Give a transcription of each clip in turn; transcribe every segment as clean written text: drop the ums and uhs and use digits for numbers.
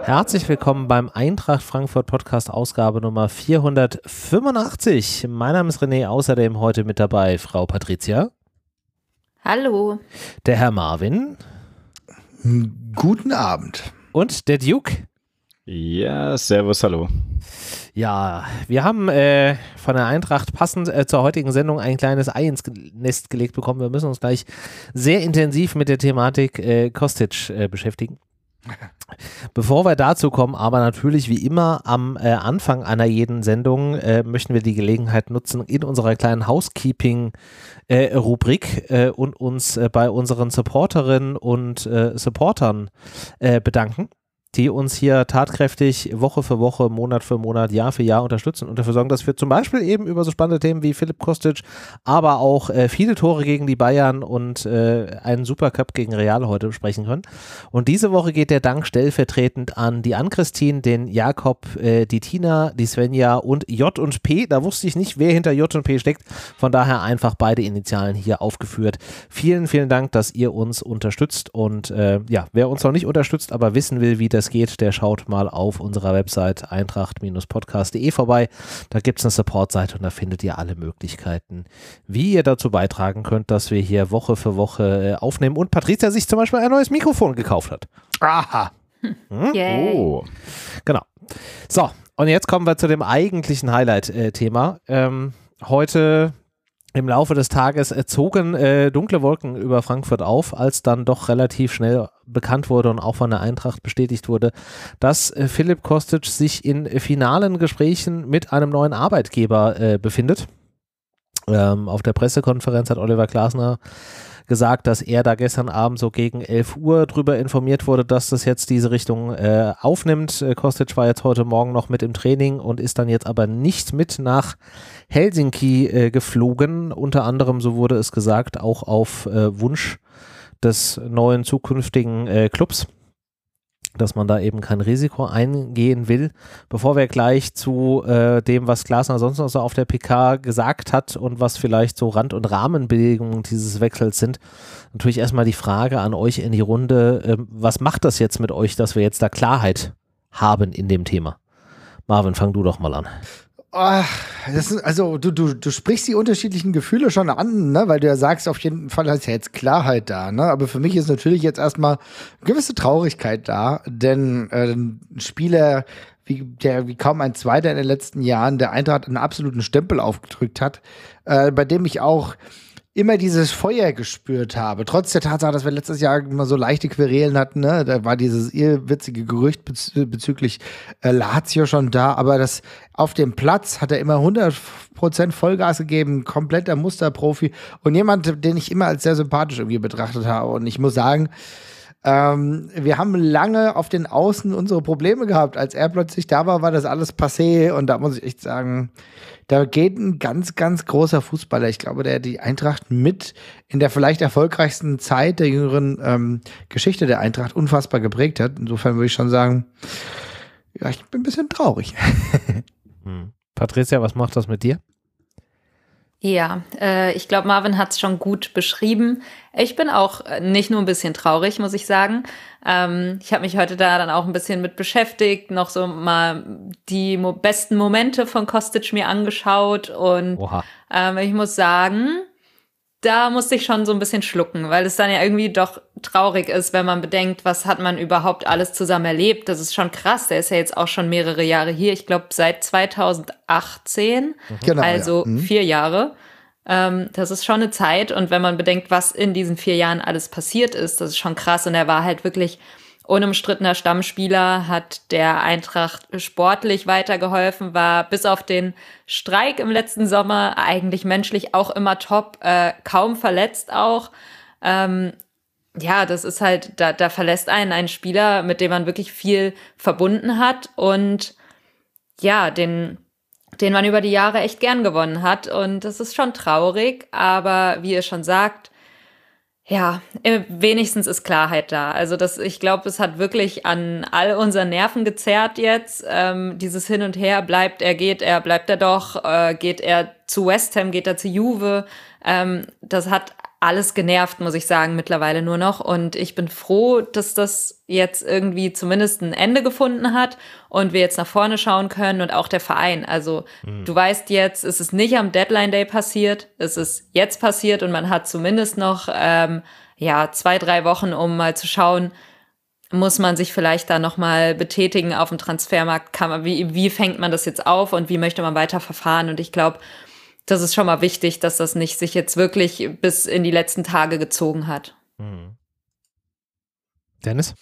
Herzlich willkommen beim Eintracht Frankfurt Podcast Ausgabe Nummer 485. Mein Name ist René, außerdem heute mit dabei Frau Patricia. Hallo. Der Herr Marvin. Guten Abend. Und der Duke. Ja, servus, hallo. Ja, wir haben von der Eintracht passend zur heutigen Sendung ein kleines Ei ins Nest gelegt bekommen. Wir müssen uns gleich sehr intensiv mit der Thematik Kostic beschäftigen. Bevor wir dazu kommen, aber natürlich wie immer am Anfang einer jeden Sendung möchten wir die Gelegenheit nutzen, in unserer kleinen Housekeeping-Rubrik und uns bei unseren Supporterinnen und Supportern bedanken, die uns hier tatkräftig Woche für Woche, Monat für Monat, Jahr für Jahr unterstützen und dafür sorgen, dass wir zum Beispiel eben über so spannende Themen wie Philipp Kostic, aber auch viele Tore gegen die Bayern und einen Supercup gegen Real heute sprechen können. Und diese Woche geht der Dank stellvertretend an die Ann-Christine, den Jakob, die Tina, die Svenja und J und P. Da wusste ich nicht, wer hinter J und P steckt. Von daher einfach beide Initialen hier aufgeführt. Vielen, vielen Dank, dass ihr uns unterstützt. Und ja, wer uns noch nicht unterstützt, aber wissen will, wie das geht, der schaut mal auf unserer Website eintracht-podcast.de vorbei. Da gibt es eine Support-Seite und da findet ihr alle Möglichkeiten, wie ihr dazu beitragen könnt, dass wir hier Woche für Woche aufnehmen und Patricia sich zum Beispiel ein neues Mikrofon gekauft hat. Aha. Oh. Genau. So, und jetzt kommen wir zu dem eigentlichen Highlight-Thema. Heute im Laufe des Tages zogen dunkle Wolken über Frankfurt auf, als dann doch relativ schnell bekannt wurde und auch von der Eintracht bestätigt wurde, dass Philipp Kostic sich in finalen Gesprächen mit einem neuen Arbeitgeber befindet. Auf der Pressekonferenz hat Oliver Glasner gesagt, dass er da gestern Abend so gegen 11 Uhr drüber informiert wurde, dass das jetzt diese Richtung aufnimmt. Kostic war jetzt heute Morgen noch mit im Training und ist dann jetzt aber nicht mit nach Helsinki geflogen. Unter anderem, so wurde es gesagt, auch auf Wunsch des neuen zukünftigen Clubs, dass man da eben kein Risiko eingehen will. Bevor wir gleich zu dem, was Glasner sonst noch so auf der PK gesagt hat und was vielleicht so Rand- und Rahmenbedingungen dieses Wechsels sind, natürlich erstmal die Frage an euch in die Runde, was macht das jetzt mit euch, dass wir jetzt da Klarheit haben in dem Thema? Marvin, fang du doch mal an. Also du sprichst die unterschiedlichen Gefühle schon an, ne? Weil du ja sagst, auf jeden Fall ist ja jetzt Klarheit da, ne? Aber für mich ist natürlich jetzt erstmal eine gewisse Traurigkeit da, denn ein Spieler wie kaum ein zweiter in den letzten Jahren der Eintracht einen absoluten Stempel aufgedrückt hat, bei dem ich auch immer dieses Feuer gespürt habe, trotz der Tatsache, dass wir letztes Jahr immer so leichte Querelen hatten, ne? Da war dieses irrwitzige Gerücht bezüglich Lazio schon da, aber das auf dem Platz hat er immer 100% Vollgas gegeben, kompletter Musterprofi und jemand, den ich immer als sehr sympathisch irgendwie betrachtet habe. Und ich muss sagen, wir haben lange auf den Außen unsere Probleme gehabt. Als er plötzlich da war, war das alles passé und da muss ich echt sagen, da geht ein ganz, ganz großer Fußballer. Ich glaube, der die Eintracht mit in der vielleicht erfolgreichsten Zeit der jüngeren Geschichte der Eintracht unfassbar geprägt hat. Insofern würde ich schon sagen, ja, ich bin ein bisschen traurig. Patricia, was macht das mit dir? Ja, ich glaube, Marvin hat es schon gut beschrieben. Ich bin auch nicht nur ein bisschen traurig, muss ich sagen. Ich habe mich heute da dann auch ein bisschen mit beschäftigt, noch so mal die besten Momente von Kostic mir angeschaut und ich muss sagen, da musste ich schon so ein bisschen schlucken, weil es dann ja irgendwie doch traurig ist, wenn man bedenkt, was hat man überhaupt alles zusammen erlebt. Das ist schon krass, der ist ja jetzt auch schon mehrere Jahre hier. Ich glaube, seit 2018, Genau, also ja. 4 Jahre. Das ist schon eine Zeit und wenn man bedenkt, was in diesen 4 Jahren alles passiert ist, das ist schon krass und er war halt wirklich unumstrittener Stammspieler, hat der Eintracht sportlich weitergeholfen, war bis auf den Streik im letzten Sommer eigentlich menschlich auch immer top, kaum verletzt auch. Ja, das ist halt, da verlässt einen ein Spieler, mit dem man wirklich viel verbunden hat und ja, den man über die Jahre echt gern gewonnen hat und das ist schon traurig, aber wie ihr schon sagt, ja, wenigstens ist Klarheit da. Also ich glaube, es hat wirklich an all unseren Nerven gezerrt jetzt. Dieses Hin und Her, bleibt er doch, geht er zu West Ham, geht er zu Juve. Das hat alles genervt, muss ich sagen, mittlerweile nur noch. Und ich bin froh, dass das jetzt irgendwie zumindest ein Ende gefunden hat und wir jetzt nach vorne schauen können und auch der Verein. Also du weißt jetzt, es ist nicht am Deadline Day passiert, es ist jetzt passiert und man hat zumindest noch 2-3 Wochen, um mal zu schauen, muss man sich vielleicht da nochmal betätigen auf dem Transfermarkt, wie fängt man das jetzt auf und wie möchte man weiter verfahren? Und ich glaube, das ist schon mal wichtig, dass das nicht sich jetzt wirklich bis in die letzten Tage gezogen hat. Dennis?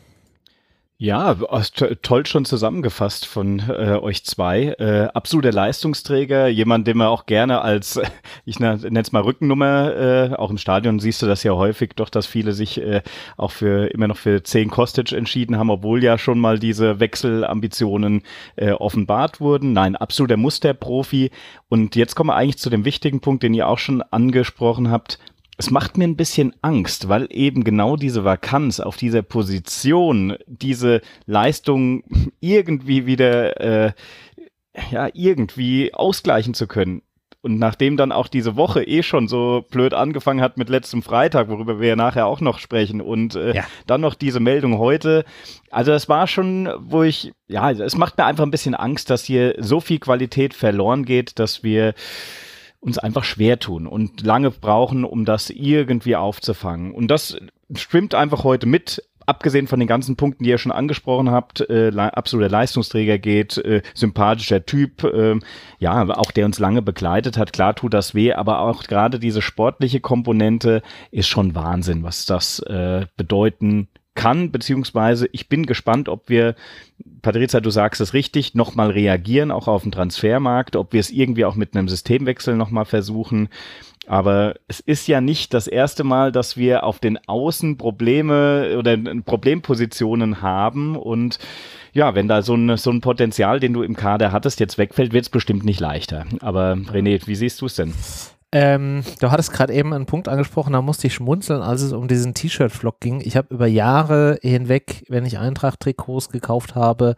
Ja, toll schon zusammengefasst von euch zwei. Absoluter Leistungsträger, jemand, den man auch gerne als, ich nenne es mal Rückennummer, auch im Stadion siehst du das ja häufig doch, dass viele sich auch immer noch für 10 Kostic entschieden haben, obwohl ja schon mal diese Wechselambitionen offenbart wurden. Nein, absoluter Musterprofi. Und jetzt kommen wir eigentlich zu dem wichtigen Punkt, den ihr auch schon angesprochen habt. Es macht mir ein bisschen Angst, weil eben genau diese Vakanz auf dieser Position, diese Leistung irgendwie wieder irgendwie ausgleichen zu können. Und nachdem dann auch diese Woche schon so blöd angefangen hat mit letztem Freitag, worüber wir ja nachher auch noch sprechen, und dann noch diese Meldung heute. Also das war schon, es macht mir einfach ein bisschen Angst, dass hier so viel Qualität verloren geht, dass wir uns einfach schwer tun und lange brauchen, um das irgendwie aufzufangen. Und das schwimmt einfach heute mit, abgesehen von den ganzen Punkten, die ihr schon angesprochen habt, absoluter Leistungsträger geht, sympathischer Typ, auch der uns lange begleitet hat, klar tut das weh, aber auch gerade diese sportliche Komponente ist schon Wahnsinn, was das bedeuten kann, beziehungsweise ich bin gespannt, ob wir, Patrizia, du sagst es richtig, nochmal reagieren, auch auf den Transfermarkt, ob wir es irgendwie auch mit einem Systemwechsel nochmal versuchen. Aber es ist ja nicht das erste Mal, dass wir auf den Außen Probleme oder Problempositionen haben. Und ja, wenn da so ein Potenzial, den du im Kader hattest, jetzt wegfällt, wird es bestimmt nicht leichter. Aber René, wie siehst du es denn? Du hattest gerade eben einen Punkt angesprochen, da musste ich schmunzeln, als es um diesen T-Shirt-Vlog ging. Ich habe über Jahre hinweg, wenn ich Eintracht-Trikots gekauft habe,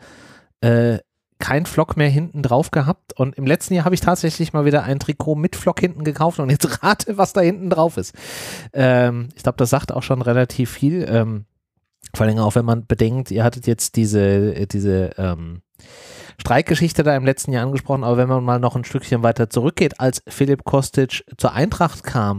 kein Vlog mehr hinten drauf gehabt, und im letzten Jahr habe ich tatsächlich mal wieder ein Trikot mit Vlog hinten gekauft und jetzt rate, was da hinten drauf ist. Ich glaube, das sagt auch schon relativ viel, vor allem auch, wenn man bedenkt, ihr hattet jetzt diese Streikgeschichte da im letzten Jahr angesprochen, aber wenn man mal noch ein Stückchen weiter zurückgeht, als Filip Kostic zur Eintracht kam,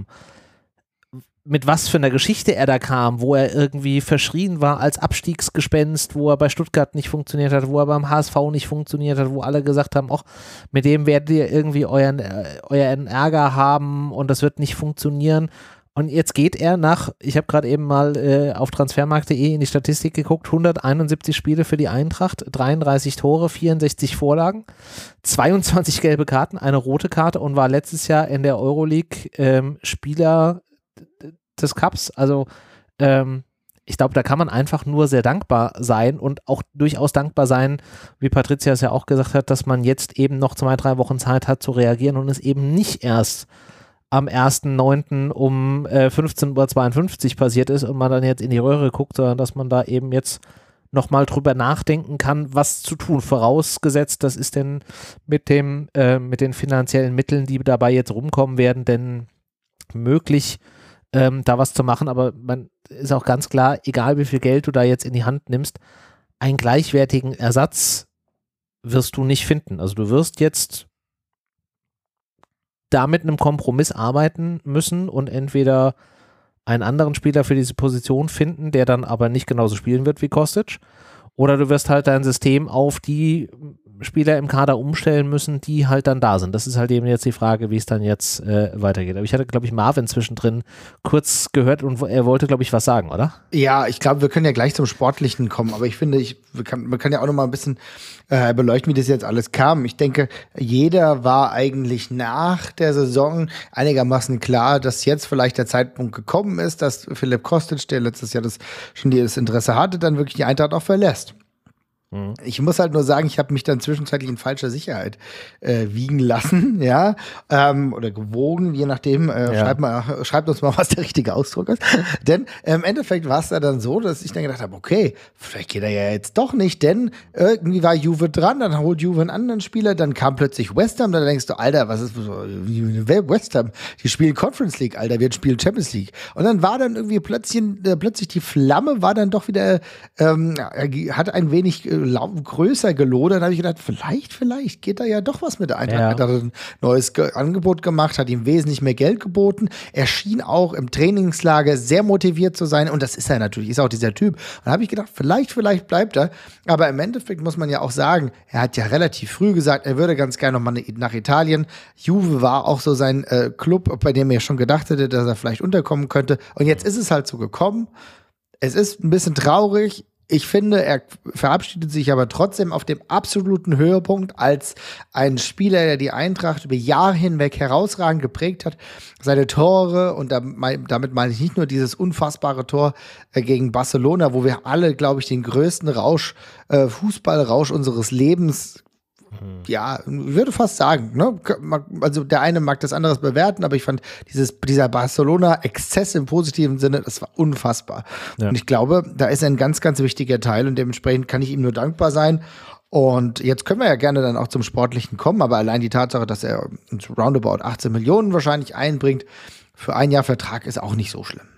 mit was für einer Geschichte er da kam, wo er irgendwie verschrien war als Abstiegsgespenst, wo er bei Stuttgart nicht funktioniert hat, wo er beim HSV nicht funktioniert hat, wo alle gesagt haben, ach, mit dem werdet ihr irgendwie euren Ärger haben und das wird nicht funktionieren. Und jetzt geht er ich habe gerade eben mal auf transfermarkt.de in die Statistik geguckt, 171 Spiele für die Eintracht, 33 Tore, 64 Vorlagen, 22 gelbe Karten, eine rote Karte und war letztes Jahr in der Euroleague Spieler des Cups. Also ich glaube, da kann man einfach nur sehr dankbar sein und auch durchaus dankbar sein, wie Patrizia es ja auch gesagt hat, dass man jetzt eben noch 2-3 Wochen Zeit hat zu reagieren und es eben nicht erst am 1.9. um 15:52 Uhr passiert ist und man dann jetzt in die Röhre guckt, sondern dass man da eben jetzt nochmal drüber nachdenken kann, was zu tun. Vorausgesetzt, das ist denn mit den finanziellen Mitteln, die dabei jetzt rumkommen werden, denn möglich, da was zu machen. Aber man ist auch ganz klar, egal wie viel Geld du da jetzt in die Hand nimmst, einen gleichwertigen Ersatz wirst du nicht finden. Also du wirst jetzt da mit einem Kompromiss arbeiten müssen und entweder einen anderen Spieler für diese Position finden, der dann aber nicht genauso spielen wird wie Kostic, oder du wirst halt dein System auf die Spieler im Kader umstellen müssen, die halt dann da sind. Das ist halt eben jetzt die Frage, wie es dann jetzt weitergeht. Aber ich hatte, glaube ich, Marvin zwischendrin kurz gehört und er wollte, glaube ich, was sagen, oder? Ja, ich glaube, wir können ja gleich zum Sportlichen kommen, aber ich finde, man kann ja auch noch mal ein bisschen beleuchten, wie das jetzt alles kam. Ich denke, jeder war eigentlich nach der Saison einigermaßen klar, dass jetzt vielleicht der Zeitpunkt gekommen ist, dass Filip Kostic, der letztes Jahr das Interesse hatte, dann wirklich die Eintracht auch verlässt. Ich muss halt nur sagen, ich habe mich dann zwischenzeitlich in falscher Sicherheit wiegen lassen, ja, oder gewogen, je nachdem. Schreibt uns mal, was der richtige Ausdruck ist. Denn im Endeffekt war es ja dann so, dass ich dann gedacht habe, okay, vielleicht geht er ja jetzt doch nicht, denn irgendwie war Juve dran, dann holt Juve einen anderen Spieler, dann kam plötzlich West Ham, dann denkst du, Alter, was ist West Ham? Die spielen Conference League, Alter, wir spielen Champions League. Und dann war dann irgendwie plötzlich die Flamme war dann doch wieder, hat ein wenig größer gelodert, da habe ich gedacht, vielleicht geht da ja doch was mit der Eintracht. Er hat ein neues Angebot gemacht, hat ihm wesentlich mehr Geld geboten. Er schien auch im Trainingslager sehr motiviert zu sein und das ist er natürlich, ist auch dieser Typ. Und da habe ich gedacht, vielleicht bleibt er. Aber im Endeffekt muss man ja auch sagen, er hat ja relativ früh gesagt, er würde ganz gerne nochmal nach Italien. Juve war auch so sein Club, bei dem er schon gedacht hätte, dass er vielleicht unterkommen könnte. Und jetzt ist es halt so gekommen. Es ist ein bisschen traurig. Ich finde, er verabschiedet sich aber trotzdem auf dem absoluten Höhepunkt als ein Spieler, der die Eintracht über Jahre hinweg herausragend geprägt hat. Seine Tore, und damit meine ich nicht nur dieses unfassbare Tor gegen Barcelona, wo wir alle, glaube ich, den größten Fußballrausch unseres Lebens, ja, ich würde fast sagen, ne? Also der eine mag das anderes bewerten, aber ich fand dieser Barcelona-Exzess im positiven Sinne, das war unfassbar. Ja. Und ich glaube, da ist ein ganz, ganz wichtiger Teil und dementsprechend kann ich ihm nur dankbar sein. Und jetzt können wir ja gerne dann auch zum Sportlichen kommen, aber allein die Tatsache, dass er roundabout 18 Millionen wahrscheinlich einbringt, für ein Jahr Vertrag ist auch nicht so schlimm.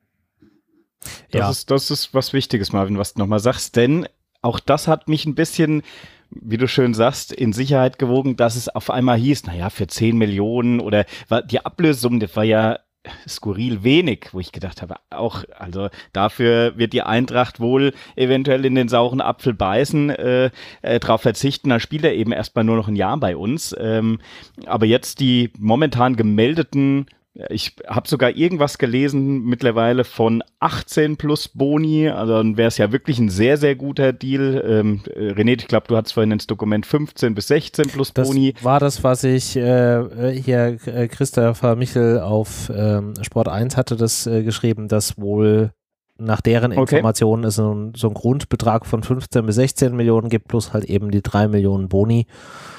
Das ist was Wichtiges, Marvin, was du nochmal sagst, denn auch das hat mich ein bisschen, wie du schön sagst, in Sicherheit gewogen, dass es auf einmal hieß, naja, für 10 Millionen oder die Ablösesumme, das war ja skurril wenig, wo ich gedacht habe, auch, also dafür wird die Eintracht wohl eventuell in den sauren Apfel beißen, drauf verzichten, dann spielt er eben erstmal nur noch ein Jahr bei uns. Aber jetzt die momentan gemeldeten, ich habe sogar irgendwas gelesen mittlerweile von 18 plus Boni, also dann wäre es ja wirklich ein sehr, sehr guter Deal. René, ich glaube, du hattest vorhin ins Dokument 15 bis 16 plus Boni. Das war das, was ich hier Christopher Michel auf Sport 1 hatte das geschrieben, dass wohl nach deren Informationen es so ein Grundbetrag von 15 bis 16 Millionen gibt, plus halt eben die 3 Millionen Boni.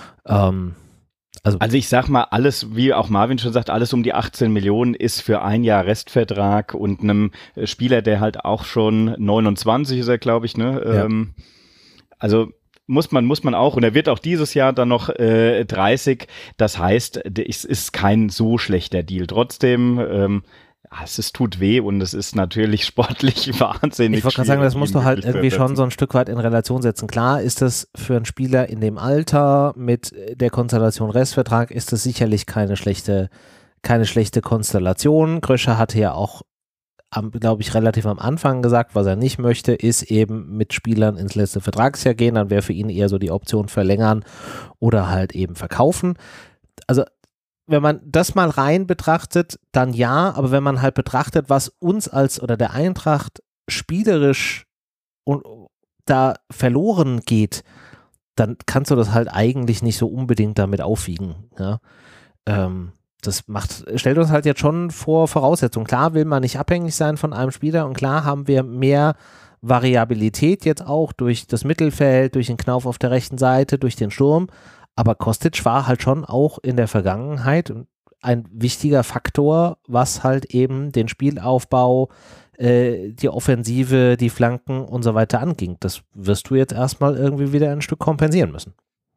Also ich sag mal, alles, wie auch Marvin schon sagt, alles um die 18 Millionen ist für ein Jahr Restvertrag und einem Spieler, der halt auch schon 29 ist er, glaube ich, ne? Ja. Also muss man auch, und er wird auch dieses Jahr dann noch 30, das heißt, es ist kein so schlechter Deal. Trotzdem, es tut weh und es ist natürlich sportlich wahnsinnig. Ich wollte gerade sagen, das musst du halt irgendwie schon so ein Stück weit in Relation setzen. Klar ist das für einen Spieler in dem Alter mit der Konstellation Restvertrag ist das sicherlich keine schlechte Konstellation. Kröscher hatte ja auch, glaube ich, relativ am Anfang gesagt, was er nicht möchte, ist eben mit Spielern ins letzte Vertragsjahr gehen. Dann wäre für ihn eher so die Option verlängern oder halt eben verkaufen. Also wenn man das mal rein betrachtet, dann ja, aber wenn man halt betrachtet, was uns oder der Eintracht spielerisch und da verloren geht, dann kannst du das halt eigentlich nicht so unbedingt damit aufwiegen. Ja? Das stellt uns halt jetzt schon vor Voraussetzungen. Klar will man nicht abhängig sein von einem Spieler und klar haben wir mehr Variabilität jetzt auch durch das Mittelfeld, durch den Knauf auf der rechten Seite, durch den Sturm. Aber Kostic war halt schon auch in der Vergangenheit ein wichtiger Faktor, was halt eben den Spielaufbau, die Offensive, die Flanken und so weiter anging. Das wirst du jetzt erstmal irgendwie wieder ein Stück kompensieren müssen.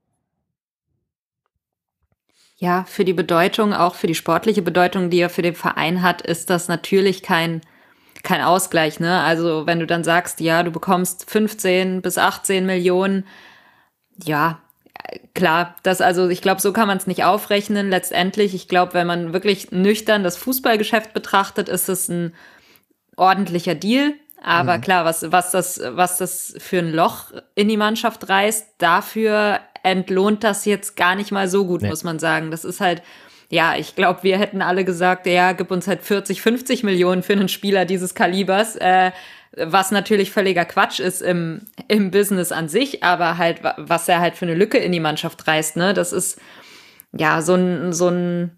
Ja, für die Bedeutung, auch für die sportliche Bedeutung, die er für den Verein hat, ist das natürlich kein Ausgleich, ne? Also wenn du dann sagst, ja, du bekommst 15 bis 18 Millionen, ja, klar, ich glaube, so kann man es nicht aufrechnen. Letztendlich, ich glaube, wenn man wirklich nüchtern das Fußballgeschäft betrachtet, ist es ein ordentlicher Deal. Aber klar, was das für ein Loch in die Mannschaft reißt, dafür entlohnt das jetzt gar nicht mal so gut, muss man sagen. Das ist halt, ja, ich glaube, wir hätten alle gesagt, ja, gib uns halt 40, 50 Millionen für einen Spieler dieses Kalibers, was natürlich völliger Quatsch ist im Business an sich, aber halt, was er halt für eine Lücke in die Mannschaft reißt, ne, das ist ja so eine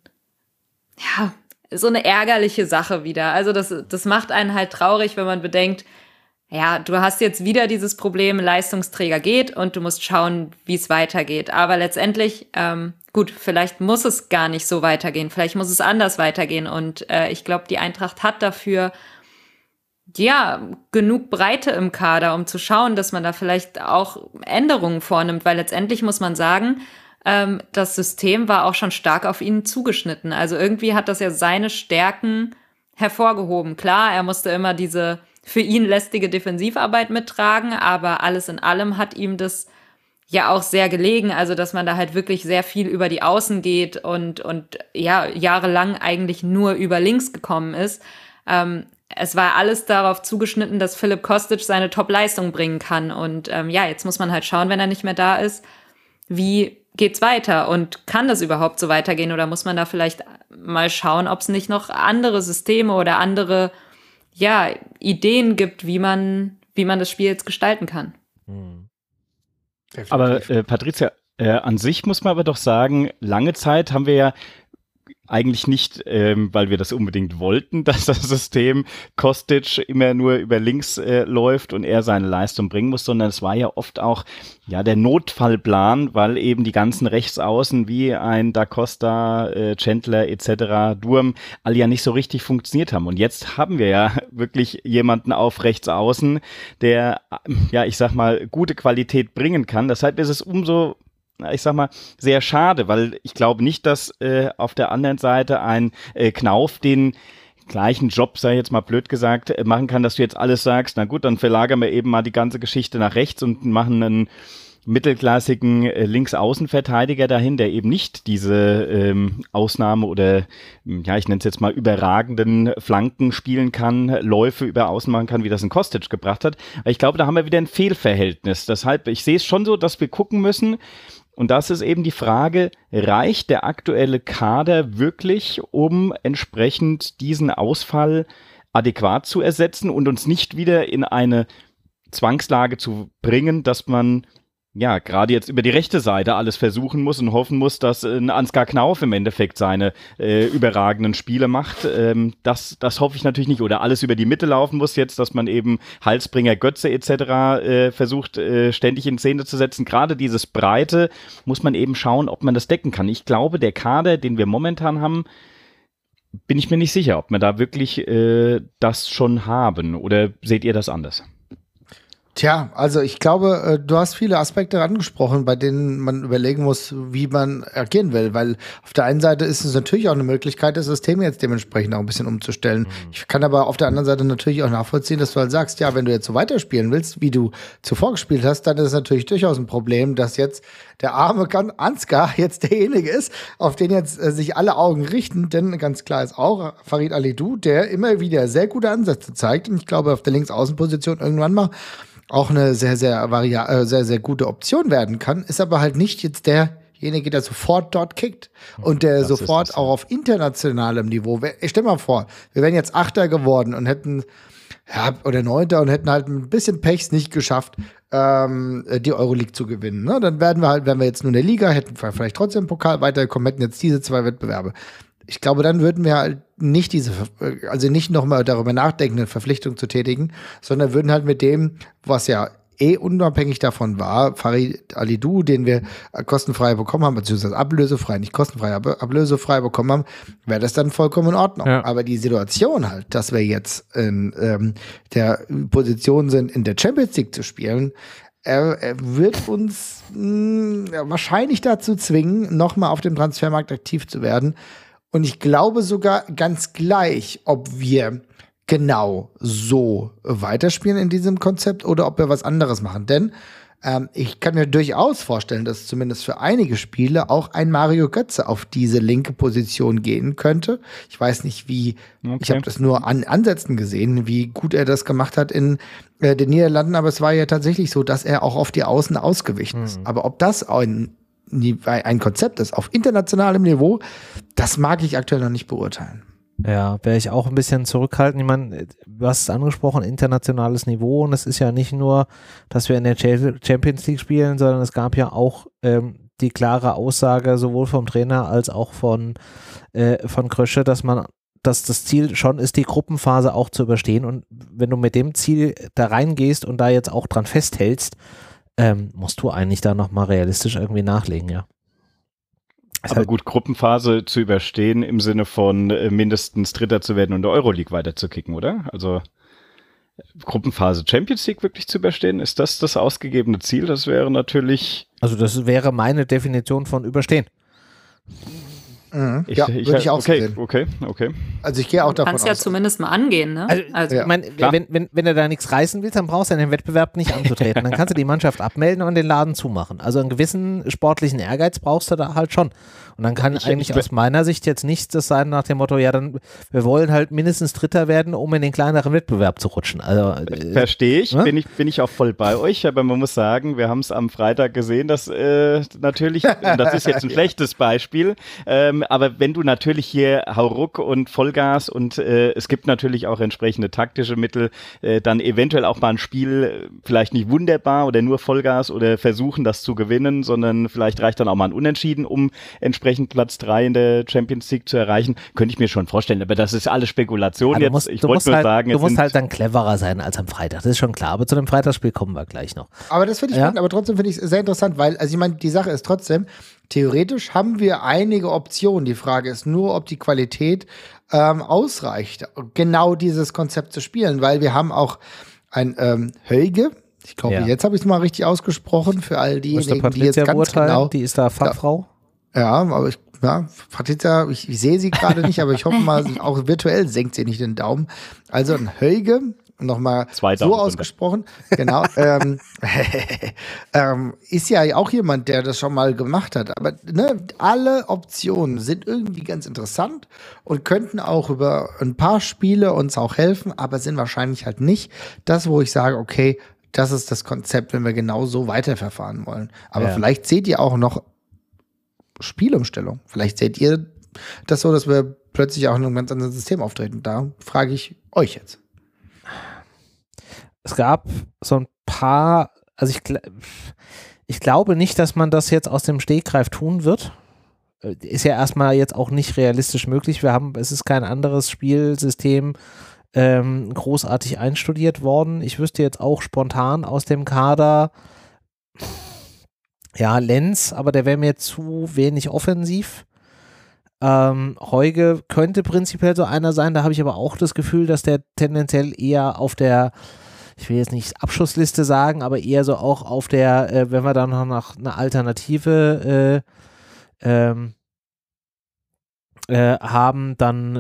ärgerliche Sache wieder. Also das macht einen halt traurig, wenn man bedenkt, ja, du hast jetzt wieder dieses Problem, Leistungsträger geht und du musst schauen, wie es weitergeht. Aber letztendlich, gut, vielleicht muss es gar nicht so weitergehen, vielleicht muss es anders weitergehen. Und ich glaube, die Eintracht hat dafür ja genug Breite im Kader, um zu schauen, dass man da vielleicht auch Änderungen vornimmt, weil letztendlich muss man sagen, das System war auch schon stark auf ihn zugeschnitten. Also irgendwie hat das ja seine Stärken hervorgehoben. Klar, er musste immer diese für ihn lästige Defensivarbeit mittragen, aber alles in allem hat ihm das ja auch sehr gelegen, also dass man da halt wirklich sehr viel über die Außen geht und ja, jahrelang eigentlich nur über links gekommen ist. Es war alles darauf zugeschnitten, dass Filip Kostic seine Top-Leistung bringen kann und ja, jetzt muss man halt schauen, wenn er nicht mehr da ist, wie geht's weiter und kann das überhaupt so weitergehen oder muss man da vielleicht mal schauen, ob es nicht noch andere Systeme oder andere Ideen gibt, wie man das Spiel jetzt gestalten kann. Aber Patricia, an sich muss man aber doch sagen, lange Zeit haben wir ja eigentlich nicht, weil wir das unbedingt wollten, dass das System Kostic immer nur über links läuft und er seine Leistung bringen muss, sondern es war ja oft auch der Notfallplan, weil eben die ganzen Rechtsaußen wie ein Da Costa, Chandler etc., Durm, alle ja nicht so richtig funktioniert haben. Und jetzt haben wir ja wirklich jemanden auf Rechtsaußen, der, ich sag mal, gute Qualität bringen kann. Deshalb ist es umso sehr schade, weil ich glaube nicht, dass auf der anderen Seite ein Knauf den gleichen Job, sei jetzt mal blöd gesagt, machen kann, dass du jetzt alles sagst, na gut, dann verlagern wir eben mal die ganze Geschichte nach rechts und machen einen mittelklassigen Linksaußenverteidiger dahin, der eben nicht diese Ausnahme oder, ich nenne es jetzt mal überragenden Flanken spielen kann, Läufe über Außen machen kann, wie das ein Kostic gebracht hat. Aber ich glaube, da haben wir wieder ein Fehlverhältnis. Deshalb, ich sehe es schon so, dass wir gucken müssen. Und das ist eben die Frage, reicht der aktuelle Kader wirklich, um entsprechend diesen Ausfall adäquat zu ersetzen und uns nicht wieder in eine Zwangslage zu bringen, dass man gerade jetzt über die rechte Seite alles versuchen muss und hoffen muss, dass ein Ansgar Knauf im Endeffekt seine überragenden Spiele macht. Das hoffe ich natürlich nicht. Oder alles über die Mitte laufen muss jetzt, dass man eben Halsbringer, Götze etc. Versucht ständig in Szene zu setzen. Gerade dieses Breite muss man eben schauen, ob man das decken kann. Ich glaube, der Kader, den wir momentan haben, bin ich mir nicht sicher, ob wir da wirklich das schon haben. Oder seht ihr das anders? Tja, also ich glaube, du hast viele Aspekte angesprochen, bei denen man überlegen muss, wie man agieren will, weil auf der einen Seite ist es natürlich auch eine Möglichkeit, das System jetzt dementsprechend auch ein bisschen umzustellen. Ich kann aber auf der anderen Seite natürlich auch nachvollziehen, dass du halt sagst, ja, wenn du jetzt so weiterspielen willst, wie du zuvor gespielt hast, dann ist es natürlich durchaus ein Problem, dass jetzt der arme Ansgar jetzt derjenige ist, auf den jetzt sich alle Augen richten, denn ganz klar ist auch Farid Alidou, der immer wieder sehr gute Ansätze zeigt und ich glaube, auf der Linksaußenposition irgendwann mal auch eine sehr, sehr gute Option werden kann, ist aber halt nicht jetzt derjenige, der sofort dort kickt und der sofort auch auf internationalem Niveau. Stell mal vor, wir wären jetzt Achter geworden und hätten oder Neunter und hätten halt ein bisschen Pechs nicht geschafft, die Euroleague zu gewinnen. Ne? Dann wären wir jetzt nur in der Liga, hätten wir vielleicht trotzdem im Pokal weitergekommen, hätten jetzt diese 2 Wettbewerbe. Ich glaube, dann würden wir halt nicht nicht nochmal darüber nachdenken, eine Verpflichtung zu tätigen, sondern würden halt mit dem, was ja unabhängig davon war, Farid Alidou, den wir kostenfrei bekommen haben, beziehungsweise ablösefrei, nicht kostenfrei, aber ablösefrei bekommen haben, wäre das dann vollkommen in Ordnung. Ja. Aber die Situation halt, dass wir jetzt in der Position sind, in der Champions League zu spielen, er wird uns wahrscheinlich dazu zwingen, nochmal auf dem Transfermarkt aktiv zu werden. Und ich glaube sogar ganz gleich, ob wir genau so weiterspielen in diesem Konzept oder ob wir was anderes machen. Denn ich kann mir durchaus vorstellen, dass zumindest für einige Spiele auch ein Mario Götze auf diese linke Position gehen könnte. Ich weiß nicht, ich habe das nur an Ansätzen gesehen, wie gut er das gemacht hat in den Niederlanden, aber es war ja tatsächlich so, dass er auch auf die Außen ausgewichen ist. Aber ob das ein Konzept ist auf internationalem Niveau, das mag ich aktuell noch nicht beurteilen. Ja, wäre ich auch ein bisschen zurückhaltend. Ich meine, du hast es angesprochen, internationales Niveau, und es ist ja nicht nur, dass wir in der Champions League spielen, sondern es gab ja auch die klare Aussage sowohl vom Trainer als auch von Krösche, dass man dass das Ziel schon ist, die Gruppenphase auch zu überstehen. Und wenn du mit dem Ziel da reingehst und da jetzt auch dran festhältst, musst du eigentlich da nochmal realistisch irgendwie nachlegen, ja. Aber gut, Gruppenphase zu überstehen im Sinne von mindestens Dritter zu werden und der Euroleague weiterzukicken, oder? Also Gruppenphase Champions League wirklich zu überstehen, ist das ausgegebene Ziel? Das wäre natürlich... Also das wäre meine Definition von überstehen. Würde ich auch sehen. Okay. Also ich gehe auch davon aus. Kannst ja zumindest mal angehen, ne? Also ich meine, wenn du da nichts reißen willst, dann brauchst du den Wettbewerb nicht anzutreten. Dann kannst du die Mannschaft abmelden und den Laden zumachen. Also einen gewissen sportlichen Ehrgeiz brauchst du da halt schon. Und dann kann eigentlich aus meiner Sicht jetzt nichts das sein nach dem Motto, ja dann, wir wollen halt mindestens Dritter werden, um in den kleineren Wettbewerb zu rutschen. Also, verstehe ich, ne? bin ich auch voll bei euch, aber man muss sagen, wir haben es am Freitag gesehen, dass natürlich, das ist jetzt ein schlechtes Beispiel, aber wenn du natürlich hier Hauruck und Vollgas und es gibt natürlich auch entsprechende taktische Mittel, dann eventuell auch mal ein Spiel vielleicht nicht wunderbar oder nur Vollgas oder versuchen das zu gewinnen, sondern vielleicht reicht dann auch mal ein Unentschieden, um entsprechend Platz 3 in der Champions League zu erreichen, könnte ich mir schon vorstellen, aber das ist alles Spekulation ja, jetzt. Ich wollte nur sagen, du musst halt dann cleverer sein als am Freitag, das ist schon klar, aber zu dem Freitagsspiel kommen wir gleich noch. Aber das finde ich spannend, aber trotzdem finde ich es sehr interessant, weil, also ich meine, die Sache ist trotzdem, theoretisch haben wir einige Optionen. Die Frage ist nur, ob die Qualität ausreicht, genau dieses Konzept zu spielen, weil wir haben auch ein Hölge, ich glaube, jetzt habe ich es mal richtig ausgesprochen, für all diejenigen, die jetzt ganz genau... Die ist da Fachfrau. Ja, aber Patricia, ich sehe sie gerade nicht, aber ich hoffe mal, auch virtuell senkt sie nicht den Daumen. Also ein Hölge, nochmal so ausgesprochen, genau, ist ja auch jemand, der das schon mal gemacht hat. Aber ne, alle Optionen sind irgendwie ganz interessant und könnten auch über ein paar Spiele uns auch helfen, aber sind wahrscheinlich halt nicht das, wo ich sage, okay, das ist das Konzept, wenn wir genau so weiterverfahren wollen. Aber vielleicht seht ihr auch noch Spielumstellung. Vielleicht seht ihr das so, dass wir plötzlich auch in einem ganz anderen System auftreten. Da frage ich euch jetzt. Es gab so ein paar, also ich glaube nicht, dass man das jetzt aus dem Stegreif tun wird. Ist ja erstmal jetzt auch nicht realistisch möglich. Es ist kein anderes Spielsystem großartig einstudiert worden. Ich wüsste jetzt auch spontan aus dem Kader, ja, Lenz, aber der wäre mir zu wenig offensiv. Heuge könnte prinzipiell so einer sein, da habe ich aber auch das Gefühl, dass der tendenziell eher auf der, ich will jetzt nicht Abschussliste sagen, aber eher so auch auf der, wenn wir dann noch nach einer Alternative haben, dann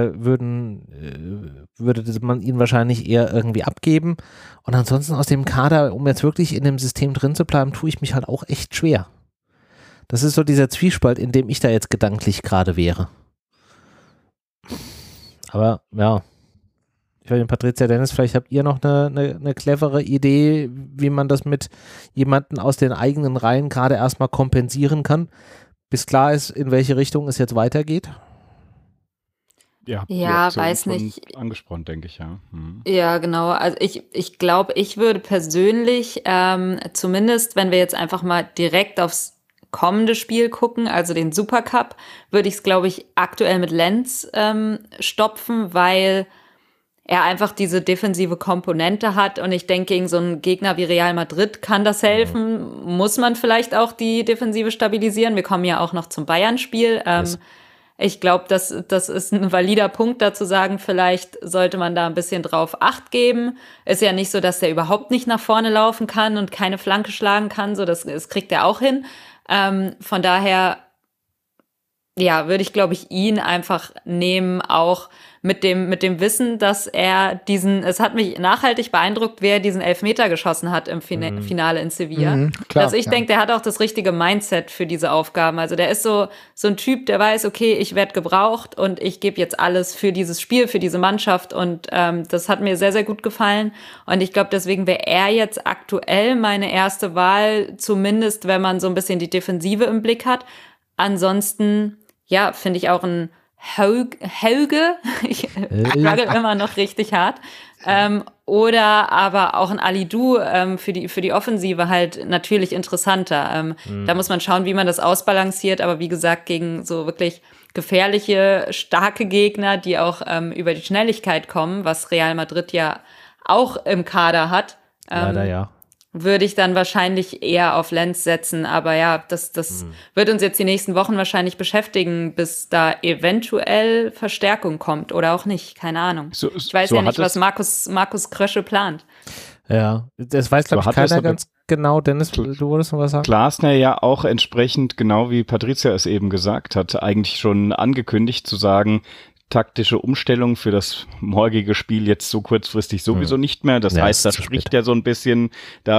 würde man ihn wahrscheinlich eher irgendwie abgeben. Und ansonsten aus dem Kader, um jetzt wirklich in dem System drin zu bleiben, tue ich mich halt auch echt schwer. Das ist so dieser Zwiespalt, in dem ich da jetzt gedanklich gerade wäre. Aber ja, ich weiß nicht, Patricia, Dennis, vielleicht habt ihr noch eine clevere Idee, wie man das mit jemandem aus den eigenen Reihen gerade erstmal kompensieren kann, bis klar ist, in welche Richtung es jetzt weitergeht? Ja, weiß nicht. Angesprochen, denke ich, ja. Ja, genau. Also ich glaube, ich würde persönlich, zumindest wenn wir jetzt einfach mal direkt aufs kommende Spiel gucken, also den Supercup, würde ich es, glaube ich, aktuell mit Lenz stopfen, weil er einfach diese defensive Komponente hat und ich denke, gegen so einen Gegner wie Real Madrid kann das helfen. Muss man vielleicht auch die Defensive stabilisieren. Wir kommen ja auch noch zum Bayern-Spiel. Ich glaube, das ist ein valider Punkt, dazu sagen, vielleicht sollte man da ein bisschen drauf Acht geben. Ist ja nicht so, dass der überhaupt nicht nach vorne laufen kann und keine Flanke schlagen kann. So, das kriegt er auch hin. Von daher, ja, würde ich, glaube ich, ihn einfach nehmen, auch mit dem Wissen, dass er es hat mich nachhaltig beeindruckt, wer diesen Elfmeter geschossen hat im Finale in Sevilla. Klar, also ich denke, der hat auch das richtige Mindset für diese Aufgaben. Also der ist so ein Typ, der weiß, okay, ich werde gebraucht und ich gebe jetzt alles für dieses Spiel, für diese Mannschaft und das hat mir sehr, sehr gut gefallen und ich glaube, deswegen wäre er jetzt aktuell meine erste Wahl, zumindest wenn man so ein bisschen die Defensive im Blick hat. Ansonsten, ja, finde ich auch ein Hauge, ich struggle immer noch richtig hart. Oder aber auch ein Alidou für die Offensive halt natürlich interessanter. Da muss man schauen, wie man das ausbalanciert. Aber wie gesagt, gegen so wirklich gefährliche, starke Gegner, die auch über die Schnelligkeit kommen, was Real Madrid ja auch im Kader hat, Leider ja. würde ich dann wahrscheinlich eher auf Lenz setzen. Aber ja, das wird uns jetzt die nächsten Wochen wahrscheinlich beschäftigen, bis da eventuell Verstärkung kommt oder auch nicht. Keine Ahnung. Ich weiß ja nicht, was Markus Krösche plant. Ja, das weiß, glaube ich, keiner ganz genau. Dennis, du wolltest noch was sagen? Glasner ja auch entsprechend, genau wie Patricia es eben gesagt hat, eigentlich schon angekündigt zu sagen, taktische Umstellung für das morgige Spiel jetzt so kurzfristig sowieso nicht mehr. Das heißt, das spricht ja so ein bisschen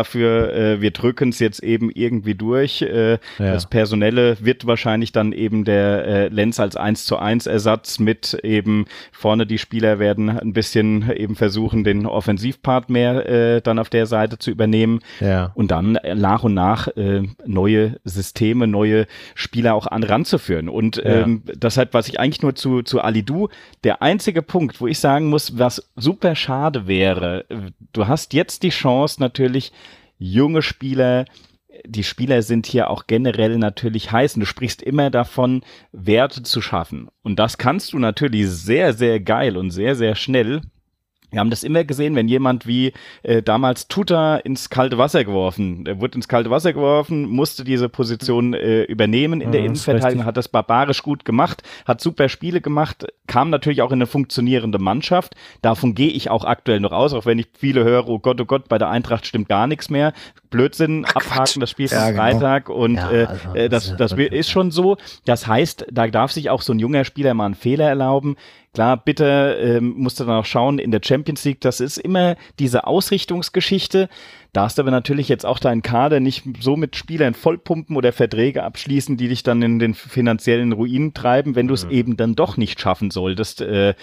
dafür, wir drücken es jetzt eben irgendwie durch. Das Personelle wird wahrscheinlich dann eben der Lenz als 1:1 Ersatz mit eben vorne die Spieler werden ein bisschen eben versuchen, den Offensivpart mehr dann auf der Seite zu übernehmen. Ja. Und dann nach und nach neue Systeme, neue Spieler auch ranzuführen. Und deshalb, was ich eigentlich nur zu Alidou, der einzige Punkt, wo ich sagen muss, was super schade wäre, du hast jetzt die Chance natürlich, junge Spieler, die Spieler sind hier auch generell natürlich heiß und du sprichst immer davon, Werte zu schaffen. Und das kannst du natürlich sehr, sehr geil und sehr, sehr schnell. Wir haben das immer gesehen, wenn jemand wie damals Tuta ins kalte Wasser geworfen, der wurde ins kalte Wasser geworfen, musste diese Position übernehmen in der Innenverteidigung, hat das barbarisch gut gemacht, hat super Spiele gemacht, kam natürlich auch in eine funktionierende Mannschaft. Davon gehe ich auch aktuell noch aus, auch wenn ich viele höre, oh Gott, bei der Eintracht stimmt gar nichts mehr. Blödsinn, abhaken, das Spiel von Freitag und das ist schon so. Das heißt, da darf sich auch so ein junger Spieler mal einen Fehler erlauben. Klar, bitte musst du dann auch schauen, in der Champions League, das ist immer diese Ausrichtungsgeschichte. Darfst aber natürlich jetzt auch deinen Kader nicht so mit Spielern vollpumpen oder Verträge abschließen, die dich dann in den finanziellen Ruin treiben, wenn du es eben dann doch nicht schaffen solltest,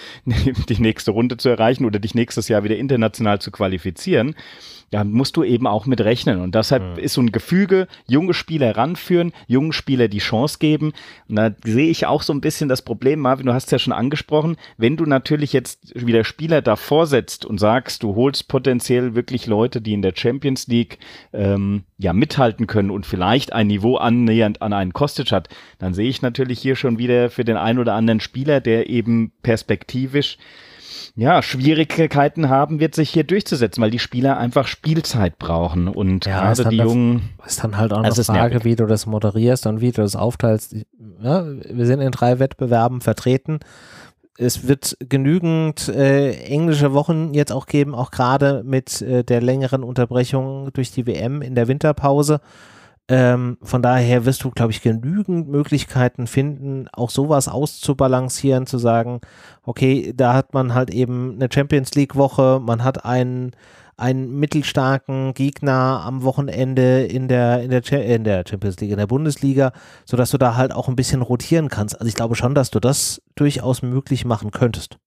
die nächste Runde zu erreichen oder dich nächstes Jahr wieder international zu qualifizieren. Da musst du eben auch mit rechnen. Und deshalb ist so ein Gefüge, junge Spieler ranführen, jungen Spieler die Chance geben. Und da sehe ich auch so ein bisschen das Problem, Marvin, du hast es ja schon angesprochen, wenn du natürlich jetzt wieder Spieler davor setzt und sagst, du holst potenziell wirklich Leute, die in der Champions League mithalten können und vielleicht ein Niveau annähernd an einen Kostic hat, dann sehe ich natürlich hier schon wieder für den einen oder anderen Spieler, der eben perspektivisch Schwierigkeiten haben wird, sich hier durchzusetzen, weil die Spieler einfach Spielzeit brauchen und gerade die Jungen. Ist dann halt auch eine Frage, wie du das moderierst und wie du das aufteilst. Ja, wir sind in 3 Wettbewerben vertreten. Es wird genügend englische Wochen jetzt auch geben, auch gerade mit der längeren Unterbrechung durch die WM in der Winterpause. Von daher wirst du, glaube ich, genügend Möglichkeiten finden, auch sowas auszubalancieren, zu sagen, okay, da hat man halt eben eine Champions-League-Woche, man hat einen mittelstarken Gegner am Wochenende in der Champions League, in der Bundesliga, sodass du da halt auch ein bisschen rotieren kannst. Also ich glaube schon, dass du das durchaus möglich machen könntest.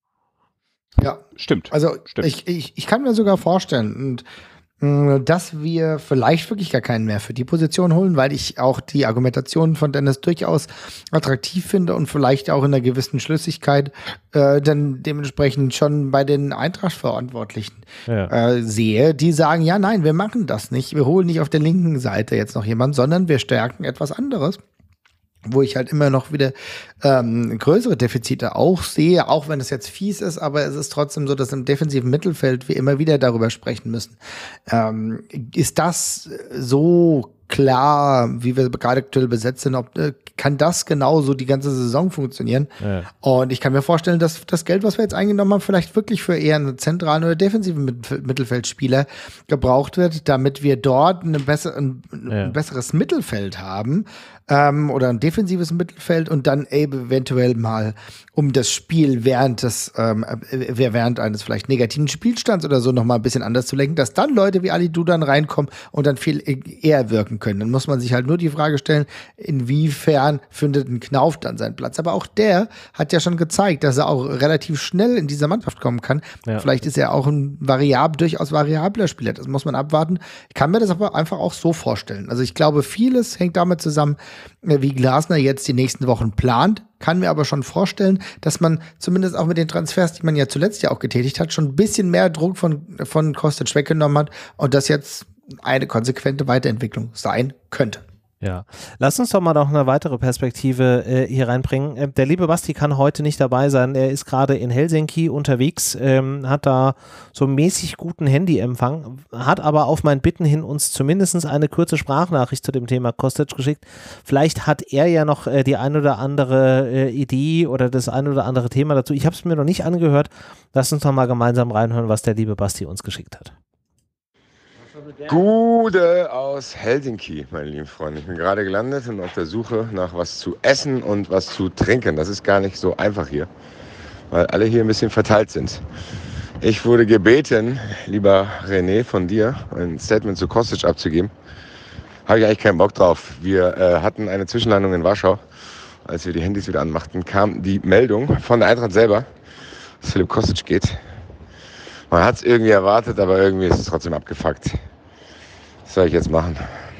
Ja, stimmt. Also ich kann mir sogar vorstellen, und dass wir vielleicht wirklich gar keinen mehr für die Position holen, weil ich auch die Argumentation von Dennis durchaus attraktiv finde und vielleicht auch in einer gewissen Schlüssigkeit dann dementsprechend schon bei den Eintracht-Verantwortlichen sehe, die sagen, ja, nein, wir machen das nicht, wir holen nicht auf der linken Seite jetzt noch jemanden, sondern wir stärken etwas anderes, wo ich halt immer noch wieder größere Defizite auch sehe, auch wenn es jetzt fies ist, aber es ist trotzdem so, dass im defensiven Mittelfeld wir immer wieder darüber sprechen müssen. Ist das so klar, wie wir gerade aktuell besetzt sind, kann das genauso die ganze Saison funktionieren? Ja. Und ich kann mir vorstellen, dass das Geld, was wir jetzt eingenommen haben, vielleicht wirklich für eher einen zentralen oder defensiven Mittelfeldspieler gebraucht wird, damit wir dort ein besseres Mittelfeld haben, oder ein defensives Mittelfeld und dann eventuell mal um das Spiel während eines vielleicht negativen Spielstands oder so noch mal ein bisschen anders zu lenken, dass dann Leute wie Alidou dann reinkommen und dann viel eher wirken werden können. Dann muss man sich halt nur die Frage stellen, inwiefern findet ein Knauf dann seinen Platz. Aber auch der hat ja schon gezeigt, dass er auch relativ schnell in dieser Mannschaft kommen kann. Ja. Vielleicht ist er auch ein durchaus variabler Spieler. Das muss man abwarten. Ich kann mir das aber einfach auch so vorstellen. Also ich glaube, vieles hängt damit zusammen, wie Glasner jetzt die nächsten Wochen plant. Kann mir aber schon vorstellen, dass man zumindest auch mit den Transfers, die man ja zuletzt ja auch getätigt hat, schon ein bisschen mehr Druck von Kostic weggenommen hat und das jetzt eine konsequente Weiterentwicklung sein könnte. Ja, lass uns doch mal noch eine weitere Perspektive hier reinbringen. Der liebe Basti kann heute nicht dabei sein. Er ist gerade in Helsinki unterwegs, hat da so mäßig guten Handyempfang, hat aber auf mein Bitten hin uns zumindest eine kurze Sprachnachricht zu dem Thema Kostic geschickt. Vielleicht hat er ja noch die ein oder andere Idee oder das ein oder andere Thema dazu. Ich habe es mir noch nicht angehört. Lass uns doch mal gemeinsam reinhören, was der liebe Basti uns geschickt hat. Gude aus Helsinki, meine lieben Freunde. Ich bin gerade gelandet und auf der Suche nach was zu essen und was zu trinken. Das ist gar nicht so einfach hier, weil alle hier ein bisschen verteilt sind. Ich wurde gebeten, lieber René, von dir ein Statement zu Kostic abzugeben. Habe ich eigentlich keinen Bock drauf. Wir hatten eine Zwischenlandung in Warschau. Als wir die Handys wieder anmachten, kam die Meldung von der Eintracht selber, dass Filip Kostic geht. Man hat es irgendwie erwartet, aber irgendwie ist es trotzdem abgefuckt. Was soll ich jetzt machen?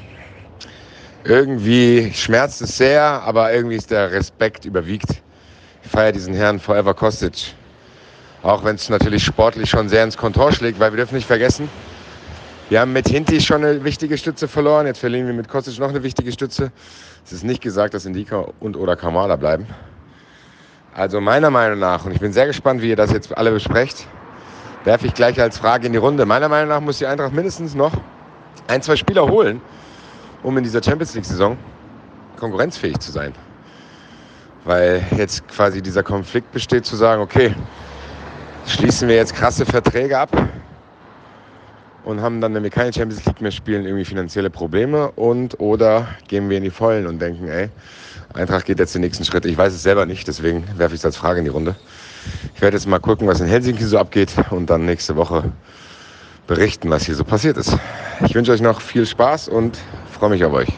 Irgendwie schmerzt es sehr, aber irgendwie ist der Respekt überwiegt. Ich feiere diesen Herrn Forever Kostic. Auch wenn es natürlich sportlich schon sehr ins Kontor schlägt, weil wir dürfen nicht vergessen, wir haben mit Hinti schon eine wichtige Stütze verloren. Jetzt verlieren wir mit Kostic noch eine wichtige Stütze. Es ist nicht gesagt, dass Indika und oder Kamada bleiben. Also meiner Meinung nach, und ich bin sehr gespannt, wie ihr das jetzt alle besprecht, werfe ich gleich als Frage in die Runde. Meiner Meinung nach muss die Eintracht mindestens noch 1-2 Spieler holen, um in dieser Champions-League-Saison konkurrenzfähig zu sein. Weil jetzt quasi dieser Konflikt besteht, zu sagen, okay, schließen wir jetzt krasse Verträge ab und haben dann, wenn wir keine Champions League mehr spielen, irgendwie finanzielle Probleme oder gehen wir in die Vollen und denken, ey, Eintracht geht jetzt den nächsten Schritt. Ich weiß es selber nicht, deswegen werfe ich es als Frage in die Runde. Ich werde jetzt mal gucken, was in Helsinki so abgeht und dann nächste Woche berichten, was hier so passiert ist. Ich wünsche euch noch viel Spaß und freue mich auf euch.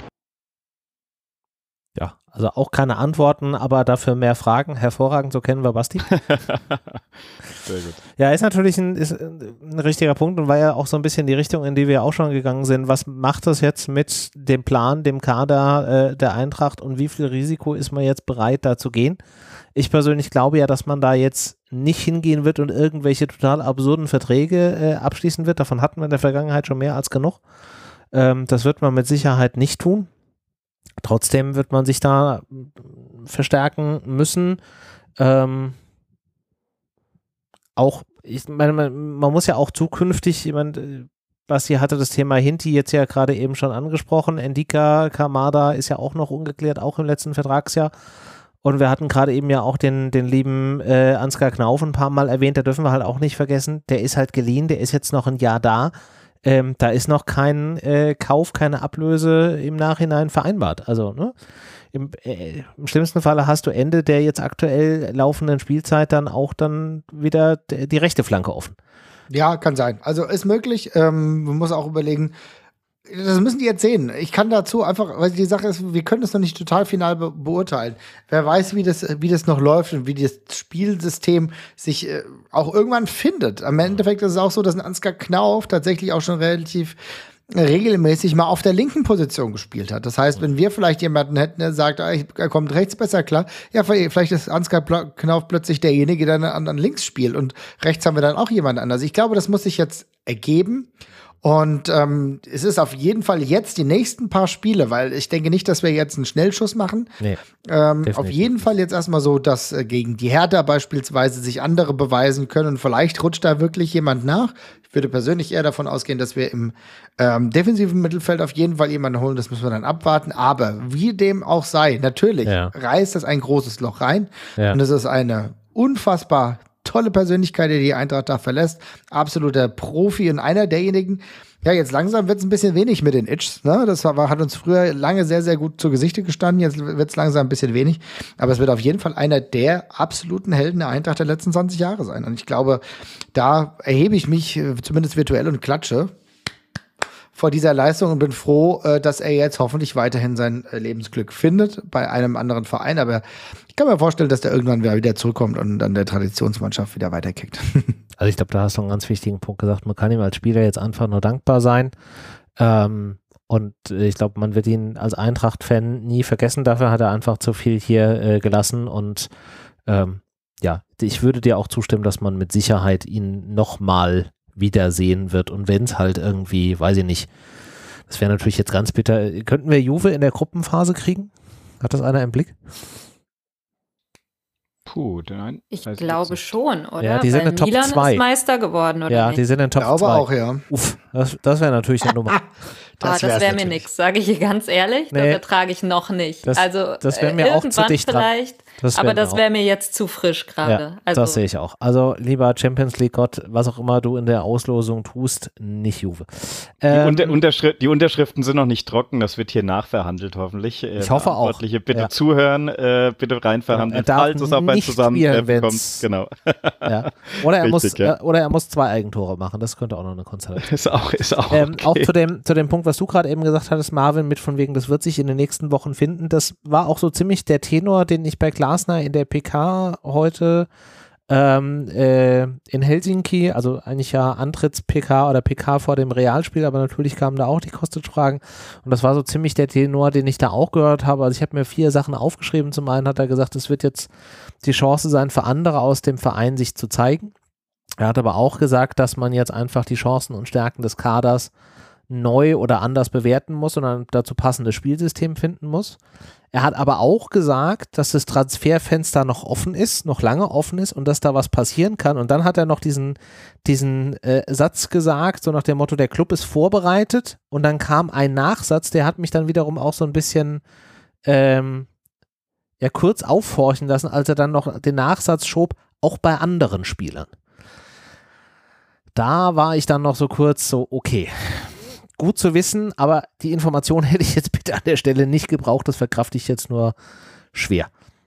Ja, also auch keine Antworten, aber dafür mehr Fragen. Hervorragend, so kennen wir Basti. Sehr gut. Ja, ist natürlich ein richtiger Punkt und war ja auch so ein bisschen die Richtung, in die wir auch schon gegangen sind. Was macht das jetzt mit dem Plan, dem Kader der Eintracht und wie viel Risiko ist man jetzt bereit, da zu gehen? Ich persönlich glaube ja, dass man da jetzt nicht hingehen wird und irgendwelche total absurden Verträge abschließen wird. Davon hatten wir in der Vergangenheit schon mehr als genug. Das wird man mit Sicherheit nicht tun. Trotzdem wird man sich da verstärken müssen. Auch, ich meine, man muss ja auch zukünftig, Basti hatte das Thema Hinti jetzt ja gerade eben schon angesprochen. Ndika, Kamada ist ja auch noch ungeklärt, auch im letzten Vertragsjahr. Und wir hatten gerade eben ja auch den lieben Ansgar Knauf ein paar Mal erwähnt, da dürfen wir halt auch nicht vergessen, der ist halt geliehen, der ist jetzt noch ein Jahr da. Da ist noch kein Kauf, keine Ablöse im Nachhinein vereinbart. Also ne? Im schlimmsten Falle hast du Ende der jetzt aktuell laufenden Spielzeit dann auch dann wieder die rechte Flanke offen. Ja, kann sein. Also ist möglich. Man muss auch überlegen, das müssen die jetzt sehen. Ich kann dazu einfach, weil die Sache ist, wir können das noch nicht total final beurteilen. Wer weiß, wie das noch läuft und wie das Spielsystem sich auch irgendwann findet. Am Endeffekt ist es auch so, dass ein Ansgar Knauf tatsächlich auch schon relativ regelmäßig mal auf der linken Position gespielt hat. Das heißt, wenn wir vielleicht jemanden hätten, der sagt, er kommt rechts besser klar, ja, vielleicht ist Ansgar Knauf plötzlich derjenige, der dann links spielt und rechts haben wir dann auch jemand anders. Ich glaube, das muss sich jetzt ergeben. Und es ist auf jeden Fall jetzt die nächsten paar Spiele, weil ich denke nicht, dass wir jetzt einen Schnellschuss machen. Nee, auf jeden Fall jetzt erstmal so, dass gegen die Hertha beispielsweise sich andere beweisen können und vielleicht rutscht da wirklich jemand nach. Ich würde persönlich eher davon ausgehen, dass wir im defensiven Mittelfeld auf jeden Fall jemanden holen, das müssen wir dann abwarten. Aber wie dem auch sei, natürlich reißt das ein großes Loch rein und es ist eine unfassbar tolle Persönlichkeit, die Eintracht da verlässt. Absoluter Profi und einer derjenigen, ja, jetzt langsam wird es ein bisschen wenig mit den Itchs, ne? Das hat uns früher lange sehr, sehr gut zu Gesichte gestanden. Jetzt wird es langsam ein bisschen wenig. Aber es wird auf jeden Fall einer der absoluten Helden der Eintracht der letzten 20 Jahre sein. Und ich glaube, da erhebe ich mich zumindest virtuell und klatsche. vor dieser Leistung und bin froh, dass er jetzt hoffentlich weiterhin sein Lebensglück findet bei einem anderen Verein. Aber ich kann mir vorstellen, dass der irgendwann wieder zurückkommt und dann der Traditionsmannschaft wieder weiterkickt. Also ich glaube, da hast du einen ganz wichtigen Punkt gesagt. Man kann ihm als Spieler jetzt einfach nur dankbar sein. Und ich glaube, man wird ihn als Eintracht-Fan nie vergessen. Dafür hat er einfach zu viel hier gelassen. Und ja, ich würde dir auch zustimmen, dass man mit Sicherheit ihn nochmal wiedersehen wird. Und wenn es halt irgendwie, weiß ich nicht, das wäre natürlich jetzt ganz bitter. Könnten wir Juve in der Gruppenphase kriegen? Hat das einer im Blick? Puh, nein. Ich glaube schon, oder? Ja, die sind in Top Milan 2. ist Meister geworden, oder Ja, nicht? die sind in Top 2. Ich glaube auch, ja. Uff, das wäre natürlich eine Nummer. Das wäre mir nichts, sage ich hier ganz ehrlich. Das ertrage ich noch nicht. Das wäre mir auch zu dicht dran. Vielleicht, aber das wäre mir jetzt zu frisch gerade. Ja, also, das sehe ich auch. Also lieber Champions League Gott, was auch immer du in der Auslosung tust, nicht Juve. Die Unterschriften sind noch nicht trocken, das wird hier nachverhandelt hoffentlich. Ich hoffe auch. Bitte zuhören, bitte reinverhandeln, falls es auf ein Zusammentreffen kommt. Genau. Ja. Oder er muss 2 Eigentore machen, das könnte auch noch eine Konstellation. Ist auch okay. Auch zu dem Punkt, was du gerade eben gesagt hattest, Marvin, mit von wegen, das wird sich in den nächsten Wochen finden, das war auch so ziemlich der Tenor, den ich bei Glasner in der PK heute in Helsinki, also eigentlich ja Antritts-PK oder PK vor dem Realspiel, aber natürlich kamen da auch die Kostic-Fragen und das war so ziemlich der Tenor, den ich da auch gehört habe. Also ich habe mir 4 Sachen aufgeschrieben. Zum einen hat er gesagt, es wird jetzt die Chance sein, für andere aus dem Verein sich zu zeigen. Er hat aber auch gesagt, dass man jetzt einfach die Chancen und Stärken des Kaders neu oder anders bewerten muss und ein dazu passendes Spielsystem finden muss. Er hat aber auch gesagt, dass das Transferfenster noch offen ist, noch lange offen ist und dass da was passieren kann. Und dann hat er noch diesen Satz gesagt, so nach dem Motto, der Club ist vorbereitet. Und dann kam ein Nachsatz, der hat mich dann wiederum auch so ein bisschen kurz aufhorchen lassen, als er dann noch den Nachsatz schob, auch bei anderen Spielern. Da war ich dann noch so kurz so, okay, gut zu wissen, aber die Information hätte ich jetzt bitte an der Stelle nicht gebraucht, das verkrafte ich jetzt nur schwer.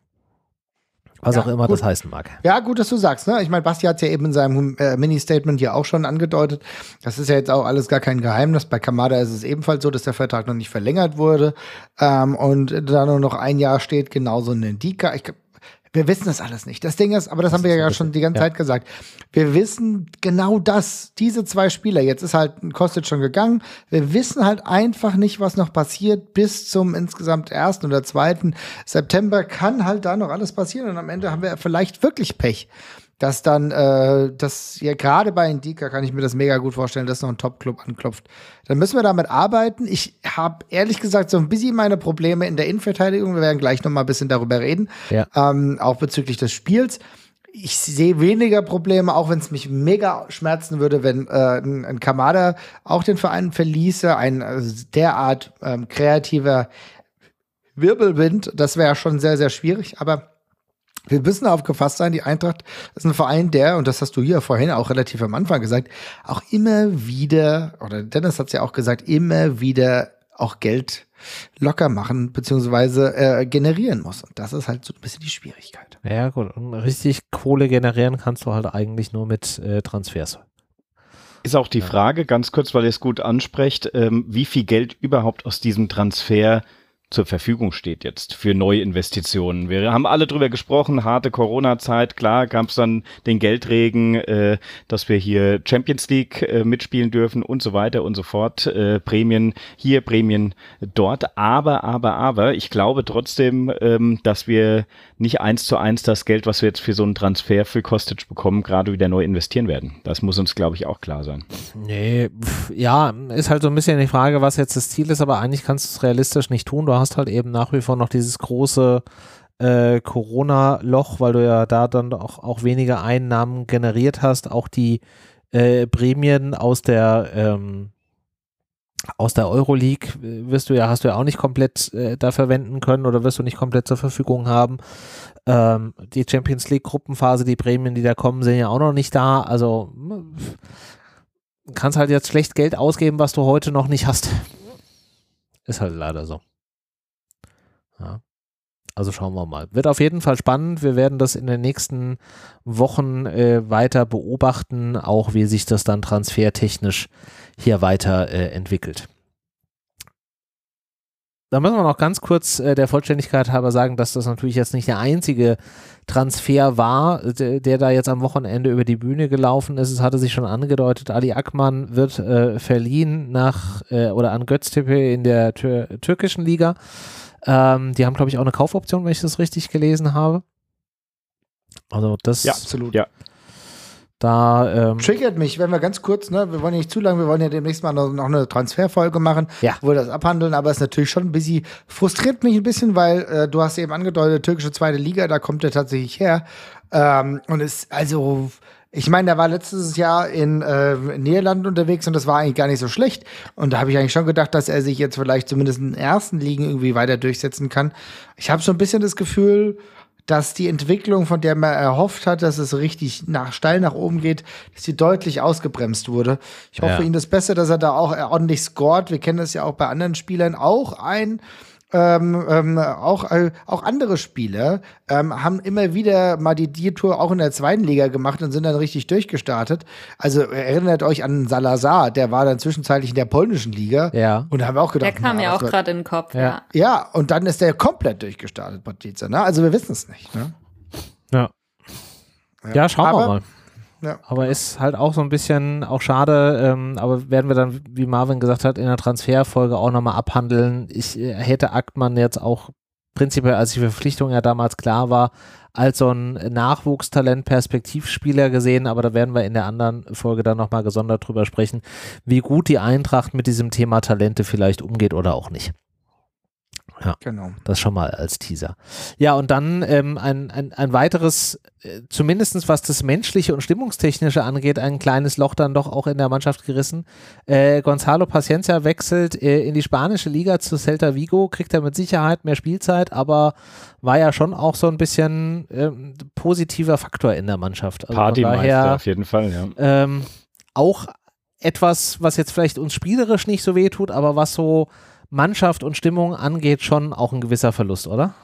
Was auch immer das heißen mag. Ja, gut, dass du sagst, ne? Ich meine, Basti hat es ja eben in seinem Mini-Statement hier auch schon angedeutet. Das ist ja jetzt auch alles gar kein Geheimnis. Bei Kamada ist es ebenfalls so, dass der Vertrag noch nicht verlängert wurde und da nur noch ein Jahr steht, genauso ein Ndika. Wir wissen das alles nicht. Das Ding ist, aber das haben wir ja schon die ganze Zeit gesagt. Wir wissen genau das. Diese 2 Spieler, jetzt ist halt ein Kostic schon gegangen. Wir wissen halt einfach nicht, was noch passiert bis zum insgesamt 1. oder 2. September. Kann halt da noch alles passieren und am Ende haben wir vielleicht wirklich Pech. Dass dann, gerade bei Ndika kann ich mir das mega gut vorstellen, dass noch ein Top-Club anklopft. Dann müssen wir damit arbeiten. Ich habe ehrlich gesagt so ein bisschen meine Probleme in der Innenverteidigung. Wir werden gleich noch mal ein bisschen darüber reden, auch bezüglich des Spiels. Ich sehe weniger Probleme, auch wenn es mich mega schmerzen würde, wenn ein Kamada auch den Verein verließe. Ein derart kreativer Wirbelwind, das wäre schon sehr, sehr schwierig, aber wir müssen darauf gefasst sein, die Eintracht ist ein Verein, der, und das hast du hier vorhin auch relativ am Anfang gesagt, auch immer wieder, oder Dennis hat es ja auch gesagt, immer wieder auch Geld locker machen, beziehungsweise generieren muss. Und das ist halt so ein bisschen die Schwierigkeit. Ja gut, und richtig Kohle generieren kannst du halt eigentlich nur mit Transfers. Ist auch die Frage, ganz kurz, weil ihr es gut ansprecht, wie viel Geld überhaupt aus diesem Transfer zur Verfügung steht jetzt für Neuinvestitionen. Wir haben alle drüber gesprochen, harte Corona-Zeit, klar gab es dann den Geldregen, dass wir hier Champions League mitspielen dürfen und so weiter und so fort, Prämien hier, Prämien dort, aber ich glaube trotzdem, dass wir nicht 1:1 das Geld, was wir jetzt für so einen Transfer für Kostic bekommen, gerade wieder neu investieren werden. Das muss uns, glaube ich, auch klar sein. Nee, ja, ist halt so ein bisschen die Frage, was jetzt das Ziel ist, aber eigentlich kannst du es realistisch nicht tun. Du hast halt eben nach wie vor noch dieses große Corona-Loch, weil du ja da dann auch weniger Einnahmen generiert hast. Auch die Prämien aus der Euroleague hast du ja auch nicht komplett da verwenden können oder wirst du nicht komplett zur Verfügung haben. Die Champions League Gruppenphase, die Prämien, die da kommen, sind ja auch noch nicht da. Also kannst halt jetzt schlecht Geld ausgeben, was du heute noch nicht hast. Ist halt leider so. Ja. Also schauen wir mal. Wird auf jeden Fall spannend. Wir werden das in den nächsten Wochen weiter beobachten, auch wie sich das dann transfertechnisch hier weiter entwickelt. Da müssen wir noch ganz kurz der Vollständigkeit halber sagen, dass das natürlich jetzt nicht der einzige Transfer war, der da jetzt am Wochenende über die Bühne gelaufen ist. Es hatte sich schon angedeutet, Ali Akman wird verliehen oder an Göztepe in der türkischen Liga. Die haben, glaube ich, auch eine Kaufoption, wenn ich das richtig gelesen habe. Also das... Ja, absolut. Ja. Da, triggert mich, wenn wir ganz kurz, ne, wir wollen ja nicht zu lange, wir wollen ja demnächst mal noch eine Transferfolge machen, wo wir das abhandeln, aber es ist natürlich schon ein bisschen, frustriert mich ein bisschen, weil du hast eben angedeutet, türkische zweite Liga, da kommt er tatsächlich her. Und ist, also, ich meine, der war letztes Jahr in Niederlanden unterwegs und das war eigentlich gar nicht so schlecht. Und da habe ich eigentlich schon gedacht, dass er sich jetzt vielleicht zumindest in den ersten Ligen irgendwie weiter durchsetzen kann. Ich habe so ein bisschen das Gefühl, dass die Entwicklung, von der man erhofft hat, dass es richtig steil nach oben geht, dass sie deutlich ausgebremst wurde. Ich hoffe für ihn das Beste, dass er da auch ordentlich scoret. Wir kennen das ja auch bei anderen Spielern. Auch andere Spieler haben immer wieder mal die Tour auch in der zweiten Liga gemacht und sind dann richtig durchgestartet. Also erinnert euch an Salazar, der war dann zwischenzeitlich in der polnischen Liga. Ja. Und da haben wir auch gedacht, der kam ja auch gerade in den Kopf. Ja. Ja, und dann ist der komplett durchgestartet, Patrizia. Ne? Also wir wissen es nicht. Ne? Ja, schauen wir mal. Ja. Aber ist halt auch so ein bisschen auch schade, aber werden wir dann, wie Marvin gesagt hat, in der Transferfolge auch nochmal abhandeln. Ich hätte Akman jetzt auch prinzipiell, als die Verpflichtung ja damals klar war, als so ein Nachwuchstalent, Perspektivspieler gesehen, aber da werden wir in der anderen Folge dann nochmal gesondert drüber sprechen, wie gut die Eintracht mit diesem Thema Talente vielleicht umgeht oder auch nicht. Ja, genau. Das schon mal als Teaser. Ja, und dann ein weiteres, zumindest was das Menschliche und Stimmungstechnische angeht, ein kleines Loch dann doch auch in der Mannschaft gerissen. Gonzalo Paciencia wechselt in die spanische Liga zu Celta Vigo, kriegt er mit Sicherheit mehr Spielzeit, aber war ja schon auch so ein bisschen positiver Faktor in der Mannschaft. Also Partymeister auf jeden Fall, ja. Auch etwas, was jetzt vielleicht uns spielerisch nicht so weh tut, aber was so Mannschaft und Stimmung angeht, schon auch ein gewisser Verlust, oder?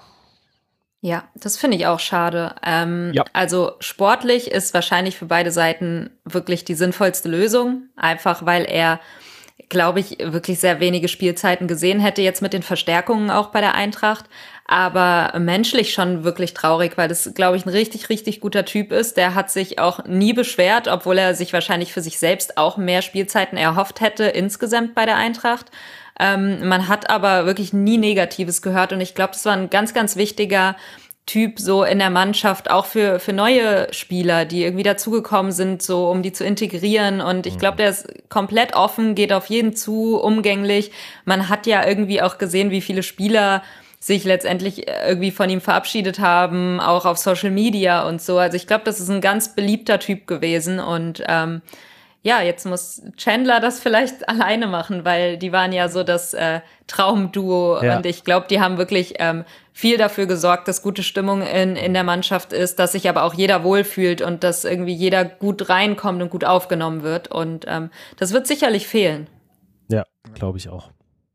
Ja, das finde ich auch schade. Also sportlich ist wahrscheinlich für beide Seiten wirklich die sinnvollste Lösung, einfach weil er, glaube ich, wirklich sehr wenige Spielzeiten gesehen hätte, jetzt mit den Verstärkungen auch bei der Eintracht. Aber menschlich schon wirklich traurig, weil das, glaube ich, ein richtig, richtig guter Typ ist. Der hat sich auch nie beschwert, obwohl er sich wahrscheinlich für sich selbst auch mehr Spielzeiten erhofft hätte insgesamt bei der Eintracht. Man hat aber wirklich nie Negatives gehört und ich glaube, das war ein ganz, ganz wichtiger Typ so in der Mannschaft, auch für neue Spieler, die irgendwie dazugekommen sind, so um die zu integrieren und ich glaube, der ist komplett offen, geht auf jeden zu, umgänglich. Man hat ja irgendwie auch gesehen, wie viele Spieler sich letztendlich irgendwie von ihm verabschiedet haben, auch auf Social Media und so. Also ich glaube, das ist ein ganz beliebter Typ gewesen und jetzt muss Chandler das vielleicht alleine machen, weil die waren ja so das Traumduo und ich glaube, die haben wirklich viel dafür gesorgt, dass gute Stimmung in der Mannschaft ist, dass sich aber auch jeder wohlfühlt und dass irgendwie jeder gut reinkommt und gut aufgenommen wird und das wird sicherlich fehlen. Ja, glaube ich auch.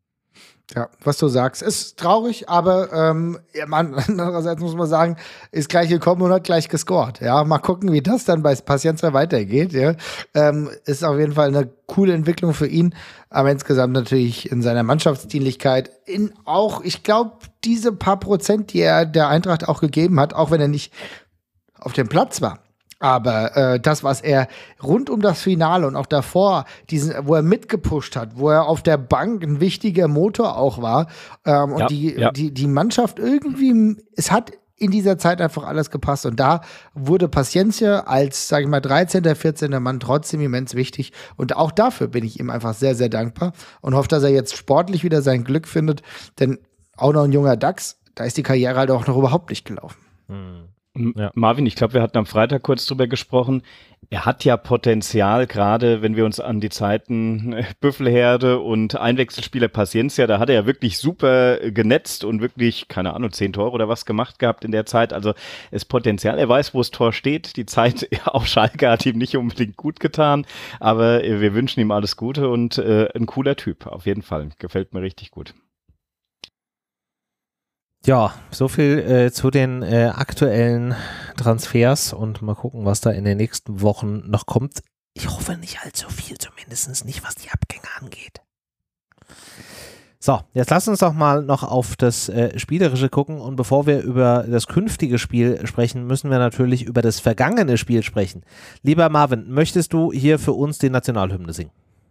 Ja, was du sagst, ist traurig, aber andererseits muss man sagen, ist gleich gekommen und hat gleich gescored. Ja, mal gucken, wie das dann bei Paciencia weitergeht. Ja, ist auf jeden Fall eine coole Entwicklung für ihn, aber insgesamt natürlich in seiner Mannschaftsdienlichkeit, ich glaube, diese paar Prozent, die er der Eintracht auch gegeben hat, auch wenn er nicht auf dem Platz war. Aber das, was er rund um das Finale und auch davor, wo er mitgepusht hat, wo er auf der Bank ein wichtiger Motor auch war, und die Mannschaft irgendwie, es hat in dieser Zeit einfach alles gepasst. Und da wurde Paciencia als, sage ich mal, 13., 14. Mann trotzdem immens wichtig. Und auch dafür bin ich ihm einfach sehr, sehr dankbar und hoffe, dass er jetzt sportlich wieder sein Glück findet. Denn auch noch ein junger Dachs, da ist die Karriere halt auch noch überhaupt nicht gelaufen. Ja. Marvin, ich glaube, wir hatten am Freitag kurz drüber gesprochen. Er hat ja Potenzial, gerade wenn wir uns an die Zeiten Büffelherde und Einwechselspieler Paciencia, da hat er ja wirklich super genetzt und wirklich, keine Ahnung, 10 Tore oder was gemacht gehabt in der Zeit. Also es ist Potenzial. Er weiß, wo das Tor steht. Die Zeit auf Schalke hat ihm nicht unbedingt gut getan, aber wir wünschen ihm alles Gute und ein cooler Typ, auf jeden Fall. Gefällt mir richtig gut. Ja, so viel zu den aktuellen Transfers und mal gucken, was da in den nächsten Wochen noch kommt. Ich hoffe nicht allzu viel, zumindest nicht, was die Abgänge angeht. So, jetzt lass uns doch mal noch auf das Spielerische gucken und bevor wir über das künftige Spiel sprechen, müssen wir natürlich über das vergangene Spiel sprechen. Lieber Marvin, möchtest du hier für uns die Nationalhymne singen?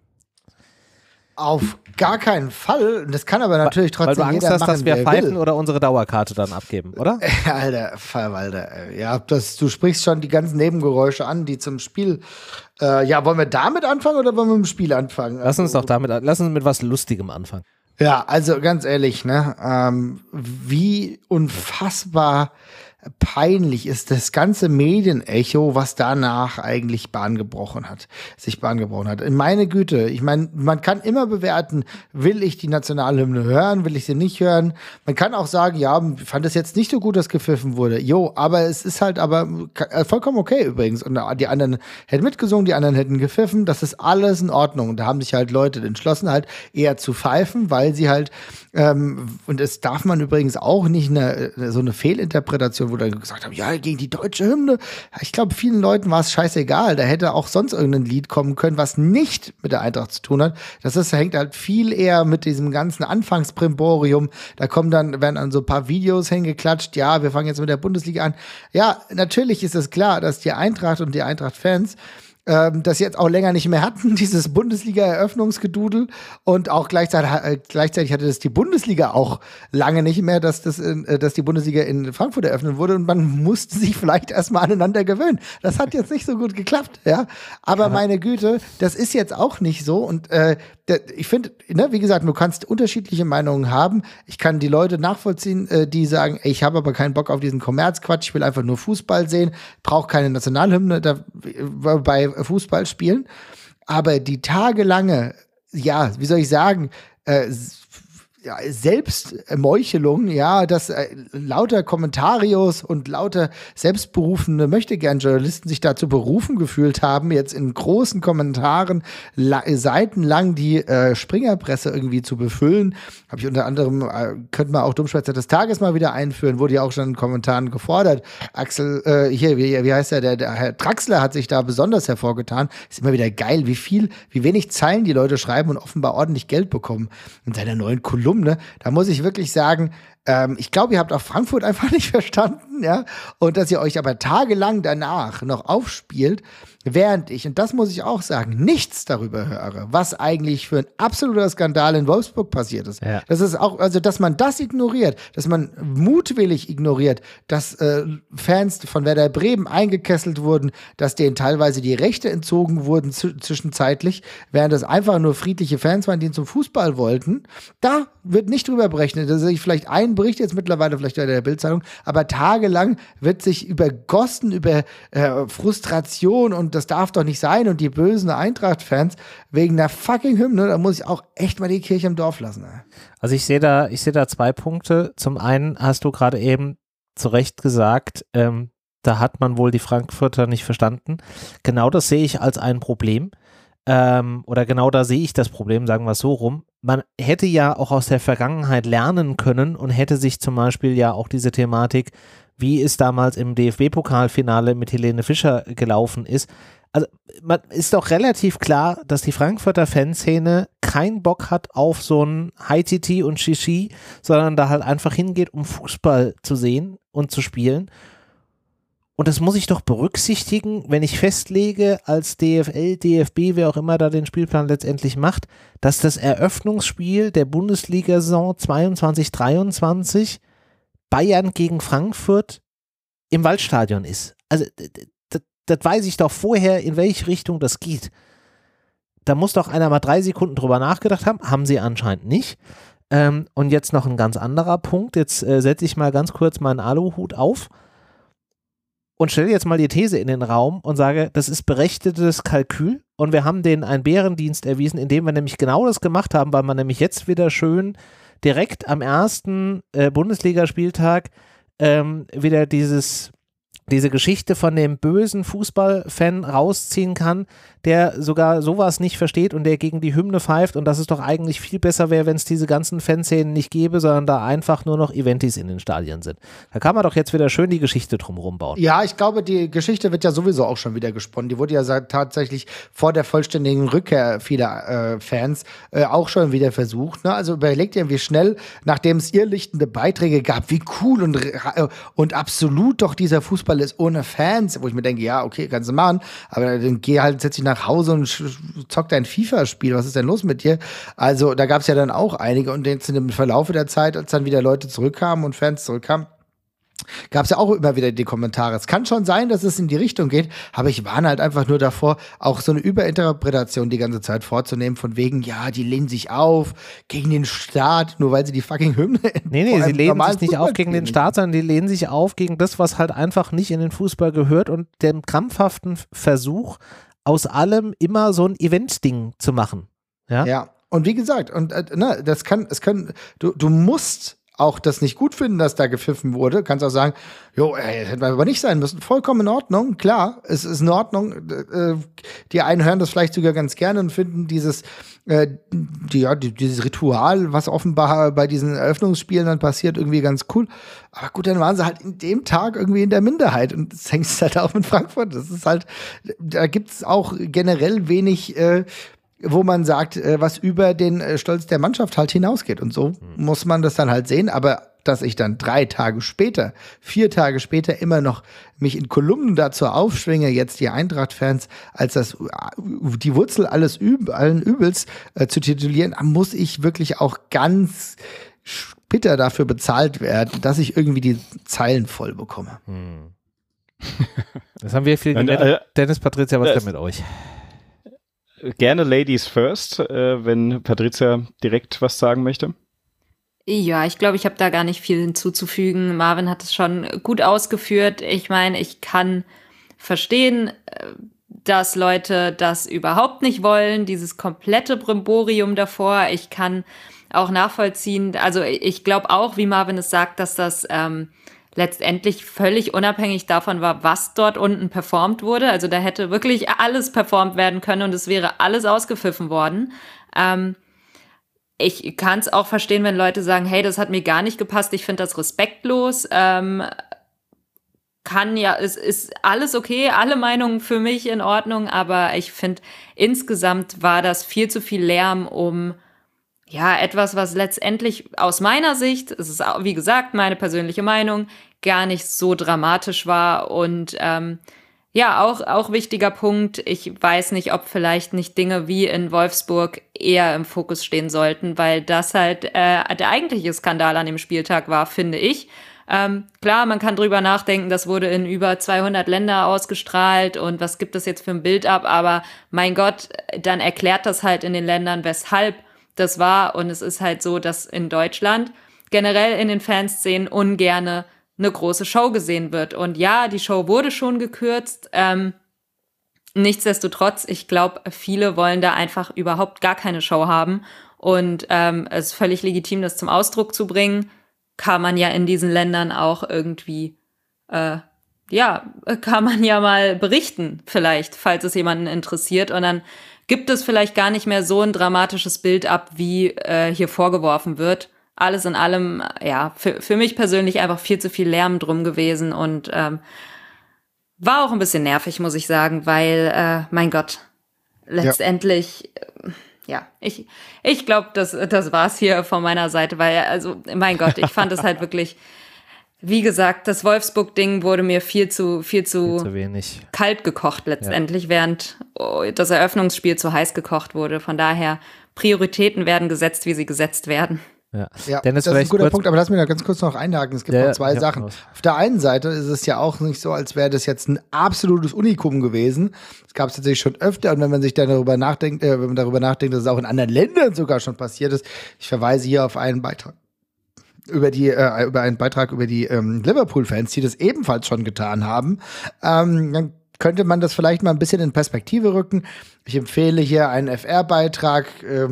Auf gar keinen Fall. Das kann aber natürlich trotzdem jeder machen. Weil du Angst hast, dass wir pfeifen oder unsere Dauerkarte dann abgeben, oder? Alter, Verwalter. Ja, du sprichst schon die ganzen Nebengeräusche an, die zum Spiel. Wollen wir damit anfangen oder wollen wir mit dem Spiel anfangen? Lass uns mit was Lustigem anfangen. Ja, also ganz ehrlich, ne, wie unfassbar peinlich ist das ganze Medienecho, was danach eigentlich sich Bahn gebrochen hat. Meine Güte, ich meine, man kann immer bewerten, will ich die Nationalhymne hören, will ich sie nicht hören. Man kann auch sagen, ja, ich fand es jetzt nicht so gut, dass gepfiffen wurde. Jo, aber es ist halt vollkommen okay übrigens. Und die anderen hätten mitgesungen, die anderen hätten gepfiffen. Das ist alles in Ordnung. Und da haben sich halt Leute entschlossen, halt eher zu pfeifen, weil sie halt, und es darf man übrigens auch nicht so eine Fehlinterpretation, wo dann gesagt haben, ja, gegen die deutsche Hymne. Ich glaube, vielen Leuten war es scheißegal. Da hätte auch sonst irgendein Lied kommen können, was nicht mit der Eintracht zu tun hat. Hängt halt viel eher mit diesem ganzen Anfangsprimborium. Da werden dann so ein paar Videos hingeklatscht. Ja, wir fangen jetzt mit der Bundesliga an. Ja, natürlich ist es klar, dass die Eintracht und die Eintracht-Fans das jetzt auch länger nicht mehr hatten, dieses Bundesliga-Eröffnungsgedudel und auch gleichzeitig hatte das die Bundesliga auch lange nicht mehr, dass die Bundesliga in Frankfurt eröffnet wurde und man musste sich vielleicht erstmal aneinander gewöhnen. Das hat jetzt nicht so gut geklappt, ja, aber meine Güte, das ist jetzt auch nicht so und ich finde, ne, wie gesagt, du kannst unterschiedliche Meinungen haben. Ich kann die Leute nachvollziehen, die sagen, ey, ich habe aber keinen Bock auf diesen Kommerzquatsch, ich will einfach nur Fußball sehen, brauche keine Nationalhymne bei Fußball spielen. Aber die tagelange, ja, wie soll ich sagen, Selbstmeuchelung, ja, dass lauter Kommentarios und lauter selbstberufene Möchtegern-Journalisten sich dazu berufen gefühlt haben, jetzt in großen Kommentaren seitenlang die Springerpresse irgendwie zu befüllen. Habe ich unter anderem, könnte man auch Dummschwätzer des Tages mal wieder einführen, wurde ja auch schon in Kommentaren gefordert. Axel, wie heißt der Herr Draxler hat sich da besonders hervorgetan. Ist immer wieder geil, wie wenig Zeilen die Leute schreiben und offenbar ordentlich Geld bekommen in seiner neuen Kolumne. Da muss ich wirklich sagen, ich glaube, ihr habt auch Frankfurt einfach nicht verstanden, ja, und dass ihr euch aber tagelang danach noch aufspielt, während ich, und das muss ich auch sagen, nichts darüber höre, was eigentlich für ein absoluter Skandal in Wolfsburg passiert ist. Ja. Das ist auch, also, dass man das ignoriert, dass man mutwillig ignoriert, dass Fans von Werder Bremen eingekesselt wurden, dass denen teilweise die Rechte entzogen wurden zwischenzeitlich, während das einfach nur friedliche Fans waren, die zum Fußball wollten. Da wird nicht drüber berechnet. Das ist vielleicht ein Bericht jetzt mittlerweile, vielleicht bei der Bildzeitung, aber tagelang wird sich übergossen über Frustration und das darf doch nicht sein und die bösen Eintracht-Fans wegen der fucking Hymne, da muss ich auch echt mal die Kirche im Dorf lassen. Also ich sehe da 2 Punkte. Zum einen hast du gerade eben zu Recht gesagt, da hat man wohl die Frankfurter nicht verstanden. Genau das sehe ich als ein Problem. Oder genau da sehe ich das Problem, sagen wir es so rum. Man hätte ja auch aus der Vergangenheit lernen können und hätte sich zum Beispiel ja auch diese Thematik, wie es damals im DFB-Pokalfinale mit Helene Fischer gelaufen ist. Also man ist doch relativ klar, dass die Frankfurter Fanszene keinen Bock hat auf so ein High-TT und Shishi, sondern da halt einfach hingeht, um Fußball zu sehen und zu spielen. Und das muss ich doch berücksichtigen, wenn ich festlege als DFL, DFB, wer auch immer da den Spielplan letztendlich macht, dass das Eröffnungsspiel der Bundesliga-Saison 22/23 Bayern gegen Frankfurt im Waldstadion ist. Also das weiß ich doch vorher, in welche Richtung das geht. Da muss doch einer mal 3 Sekunden drüber nachgedacht haben sie anscheinend nicht. Und jetzt noch ein ganz anderer Punkt, jetzt setze ich mal ganz kurz meinen Aluhut auf und stelle jetzt mal die These in den Raum und sage, das ist berechtigtes Kalkül und wir haben denen einen Bärendienst erwiesen, indem wir nämlich genau das gemacht haben, weil man nämlich jetzt wieder schön direkt am ersten Bundesligaspieltag wieder dieses diese Geschichte von dem bösen Fußballfan rausziehen kann, der sogar sowas nicht versteht und der gegen die Hymne pfeift und dass es doch eigentlich viel besser wäre, wenn es diese ganzen Fanszenen nicht gäbe, sondern da einfach nur noch Eventis in den Stadien sind. Da kann man doch jetzt wieder schön die Geschichte drumherum bauen. Ja, ich glaube, die Geschichte wird ja sowieso auch schon wieder gesponnen. Die wurde ja tatsächlich vor der vollständigen Rückkehr vieler Fans auch schon wieder versucht. Ne? Also überlegt ihr, wie schnell, nachdem es irrlichtende Beiträge gab, wie cool und absolut doch dieser Fußball ist ohne Fans, wo ich mir denke, ja, okay, kannst du machen, aber dann setz dich nach Hause und zock dein FIFA-Spiel, was ist denn los mit dir? Also da gab es ja dann auch einige und jetzt im Verlauf der Zeit, als dann wieder Leute zurückkamen und Fans zurückkamen, gab es ja auch immer wieder die Kommentare. Es kann schon sein, dass es in die Richtung geht, aber ich warne halt einfach nur davor, auch so eine Überinterpretation die ganze Zeit vorzunehmen, von wegen, ja, die lehnen sich auf gegen den Staat, nur weil sie die fucking Hymne Nee, sie lehnen sich nicht auf gegen den Staat, sondern die lehnen sich auf gegen das, was halt einfach nicht in den Fußball gehört und dem krampfhaften Versuch, aus allem immer so ein Event-Ding zu machen. Ja. Und wie gesagt, und du musst auch das nicht gut finden, dass da gepfiffen wurde. Kannst auch sagen, hätte man aber nicht sein müssen. Vollkommen in Ordnung, klar, es ist in Ordnung. Die einen hören das vielleicht sogar ganz gerne und finden dieses Ritual, was offenbar bei diesen Eröffnungsspielen dann passiert, irgendwie ganz cool. Aber gut, dann waren sie halt in dem Tag irgendwie in der Minderheit und das hängt halt auch mit Frankfurt. Das ist halt, da gibt es auch generell wenig wo man sagt, was über den Stolz der Mannschaft halt hinausgeht. Und so muss man das dann halt sehen. Aber dass ich dann 4 Tage später immer noch mich in Kolumnen dazu aufschwinge, jetzt die Eintracht-Fans als die Wurzel allen Übels zu titulieren, muss ich wirklich auch ganz bitter dafür bezahlt werden, dass ich irgendwie die Zeilen voll bekomme. Das haben wir viel gelernt. Dennis, Patricia, was denn mit euch? Gerne Ladies first, wenn Patricia direkt was sagen möchte. Ja, ich glaube, ich habe da gar nicht viel hinzuzufügen. Marvin hat es schon gut ausgeführt. Ich meine, ich kann verstehen, dass Leute das überhaupt nicht wollen, dieses komplette Brimborium davor. Ich kann auch nachvollziehen, also ich glaube auch, wie Marvin es sagt, dass das letztendlich völlig unabhängig davon war, was dort unten performt wurde. Also da hätte wirklich alles performt werden können und es wäre alles ausgepfiffen worden. Ich kann es auch verstehen, wenn Leute sagen, hey, das hat mir gar nicht gepasst, ich finde das respektlos. Es ist alles okay, alle Meinungen für mich in Ordnung, aber ich finde, insgesamt war das viel zu viel Lärm um etwas, was letztendlich aus meiner Sicht, es ist wie gesagt meine persönliche Meinung, gar nicht so dramatisch war und auch wichtiger Punkt, ich weiß nicht, ob vielleicht nicht Dinge wie in Wolfsburg eher im Fokus stehen sollten, weil das halt der eigentliche Skandal an dem Spieltag war, finde ich. Klar, man kann drüber nachdenken, das wurde in über 200 Länder ausgestrahlt und was gibt es jetzt für ein Bild ab, aber mein Gott, dann erklärt das halt in den Ländern, weshalb das war und es ist halt so, dass in Deutschland generell in den Fanszenen ungerne eine große Show gesehen wird. Und ja, die Show wurde schon gekürzt. Nichtsdestotrotz, ich glaube, viele wollen da einfach überhaupt gar keine Show haben. Und es ist völlig legitim, das zum Ausdruck zu bringen. Kann man ja in diesen Ländern auch irgendwie, kann man ja mal berichten, vielleicht, falls es jemanden interessiert. Und dann gibt es vielleicht gar nicht mehr so ein dramatisches Bild ab, wie hier vorgeworfen wird. Alles in allem, für mich persönlich einfach viel zu viel Lärm drum gewesen und war auch ein bisschen nervig, muss ich sagen, weil, mein Gott, letztendlich, ich glaube, das war's hier von meiner Seite, weil, also, mein Gott, ich fand es halt wirklich, wie gesagt, das Wolfsburg-Ding wurde mir viel zu wenig kalt gekocht letztendlich, während das Eröffnungsspiel zu heiß gekocht wurde. Von daher, Prioritäten werden gesetzt, wie sie gesetzt werden. Ja, Dennis, das ist ein guter Punkt, aber lass mich da ganz kurz noch einhaken. Es gibt noch zwei Sachen. Auf der einen Seite ist es ja auch nicht so, als wäre das jetzt ein absolutes Unikum gewesen. Das gab es tatsächlich schon öfter und wenn man sich dann darüber nachdenkt, dass es auch in anderen Ländern sogar schon passiert ist. Ich verweise hier auf einen Beitrag über die Liverpool-Fans, die das ebenfalls schon getan haben. Dann könnte man das vielleicht mal ein bisschen in Perspektive rücken. Ich empfehle hier einen FR-Beitrag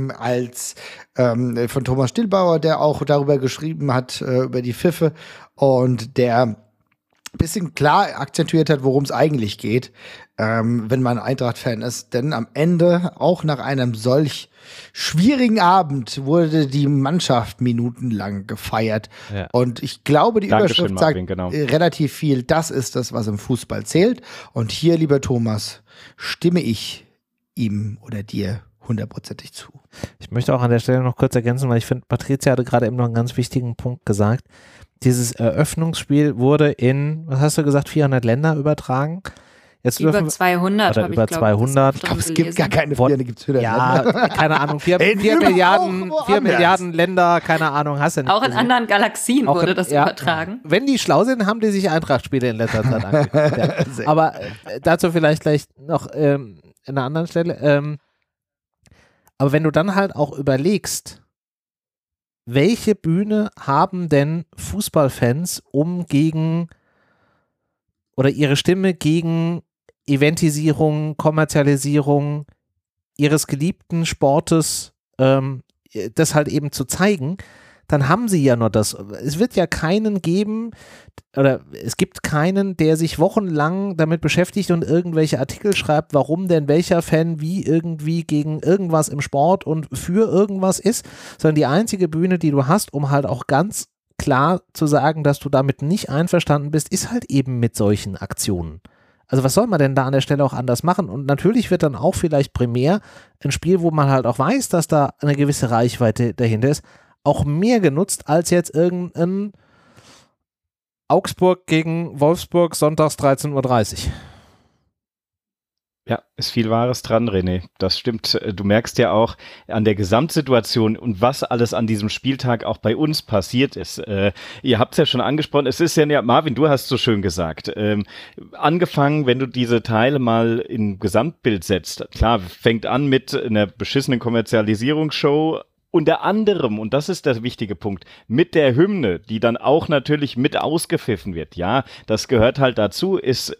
von Thomas Stillbauer, der auch darüber geschrieben hat, über die Pfiffe und der bisschen klar akzentuiert hat, worum es eigentlich geht, wenn man Eintracht-Fan ist. Denn am Ende, auch nach einem solch schwierigen Abend, wurde die Mannschaft minutenlang gefeiert. Ja. Und ich glaube, die Überschrift sagt relativ viel. Das ist das, was im Fußball zählt. Und hier, lieber Thomas, stimme ich ihm oder dir 100%ig zu. Ich möchte auch an der Stelle noch kurz ergänzen, weil ich finde, Patricia hatte gerade eben noch einen ganz wichtigen Punkt gesagt. Dieses Eröffnungsspiel wurde in, was hast du gesagt, 400 Länder übertragen. Jetzt über 200, habe ich über 200. Ich glaube, es gibt gar keine 400, gibt es 100 Länder. Ja, keine Ahnung, 4 Milliarden Länder, keine Ahnung, hast du nicht. Auch in anderen Galaxien wurde das übertragen. Wenn die schlau sind, haben die sich Eintracht-Spiele in letzter Zeit angeguckt. Ja. Aber dazu vielleicht gleich noch an einer anderen Stelle. Aber wenn du dann halt auch überlegst, welche Bühne haben denn Fußballfans, um gegen oder ihre Stimme gegen Eventisierung, Kommerzialisierung ihres geliebten Sportes das halt eben zu zeigen, dann haben sie ja nur das. Es wird ja keinen geben, oder es gibt keinen, der sich wochenlang damit beschäftigt und irgendwelche Artikel schreibt, warum denn welcher Fan wie irgendwie gegen irgendwas im Sport und für irgendwas ist, sondern die einzige Bühne, die du hast, um halt auch ganz klar zu sagen, dass du damit nicht einverstanden bist, ist halt eben mit solchen Aktionen. Also was soll man denn da an der Stelle auch anders machen? Und natürlich wird dann auch vielleicht primär ein Spiel, wo man halt auch weiß, dass da eine gewisse Reichweite dahinter ist, auch mehr genutzt als jetzt irgendein Augsburg gegen Wolfsburg sonntags 13:30 Uhr. Ja, ist viel Wahres dran, René. Das stimmt. Du merkst ja auch an der Gesamtsituation und was alles an diesem Spieltag auch bei uns passiert ist. Ihr habt es ja schon angesprochen. Es ist ja, Marvin, du hast so schön gesagt. Angefangen, wenn du diese Teile mal im Gesamtbild setzt. Klar, fängt an mit einer beschissenen Kommerzialisierungsshow. Unter anderem, und das ist der wichtige Punkt, mit der Hymne, die dann auch natürlich mit ausgepfiffen wird. Ja, das gehört halt dazu, ist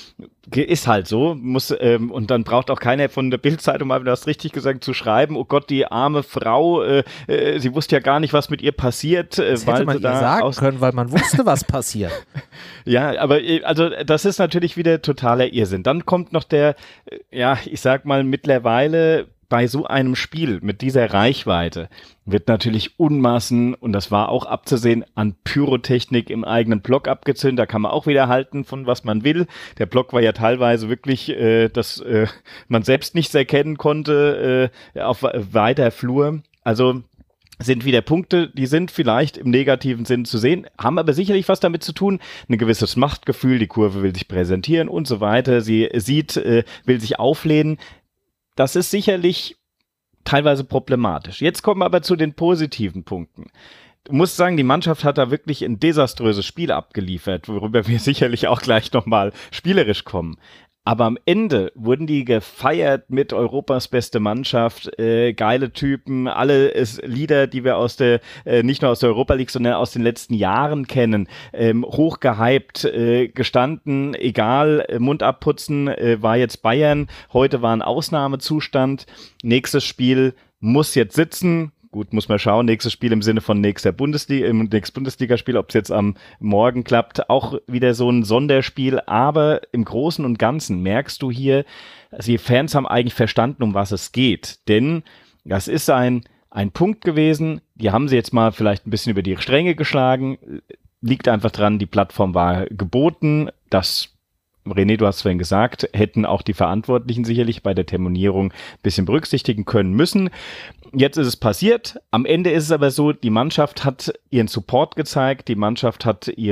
halt so, muss und dann braucht auch keiner von der Bild-Zeitung, mal, du hast richtig gesagt, zu schreiben, oh Gott, die arme Frau, sie wusste ja gar nicht, was mit ihr passiert. Das hätte man ihr sagen können, weil man wusste, was passiert. Ja, aber also das ist natürlich wieder totaler Irrsinn. Dann kommt noch der, ich sag mal mittlerweile bei so einem Spiel mit dieser Reichweite wird natürlich Unmassen, und das war auch abzusehen, an Pyrotechnik im eigenen Block abgezündet. Da kann man auch wieder halten von was man will. Der Block war ja teilweise wirklich, dass man selbst nichts erkennen konnte auf weiter Flur. Also sind wieder Punkte, die sind vielleicht im negativen Sinn zu sehen, haben aber sicherlich was damit zu tun, ein gewisses Machtgefühl, die Kurve will sich präsentieren und so weiter. Sie sieht, will sich auflehnen. Das ist sicherlich teilweise problematisch. Jetzt kommen wir aber zu den positiven Punkten. Du musst sagen, die Mannschaft hat da wirklich ein desaströses Spiel abgeliefert, worüber wir sicherlich auch gleich nochmal spielerisch kommen. Aber am Ende wurden die gefeiert mit Europas beste Mannschaft, geile Typen, alle Lieder, die wir aus der, nicht nur aus der Europa League, sondern aus den letzten Jahren kennen, hochgehypt, gestanden, egal, Mund abputzen, war jetzt Bayern, heute war ein Ausnahmezustand, nächstes Spiel muss jetzt sitzen. Gut, muss man schauen, nächstes Spiel im Sinne von nächstes Bundesligaspiel, ob es jetzt am Morgen klappt, auch wieder so ein Sonderspiel, aber im Großen und Ganzen merkst du hier, die Fans haben eigentlich verstanden, um was es geht, denn das ist ein Punkt gewesen, die haben sie jetzt mal vielleicht ein bisschen über die Stränge geschlagen, liegt einfach dran, die Plattform war geboten, das René, du hast vorhin gesagt, hätten auch die Verantwortlichen sicherlich bei der Terminierung ein bisschen berücksichtigen können müssen. Jetzt ist es passiert. Am Ende ist es aber so, die Mannschaft hat ihren Support gezeigt, die Fans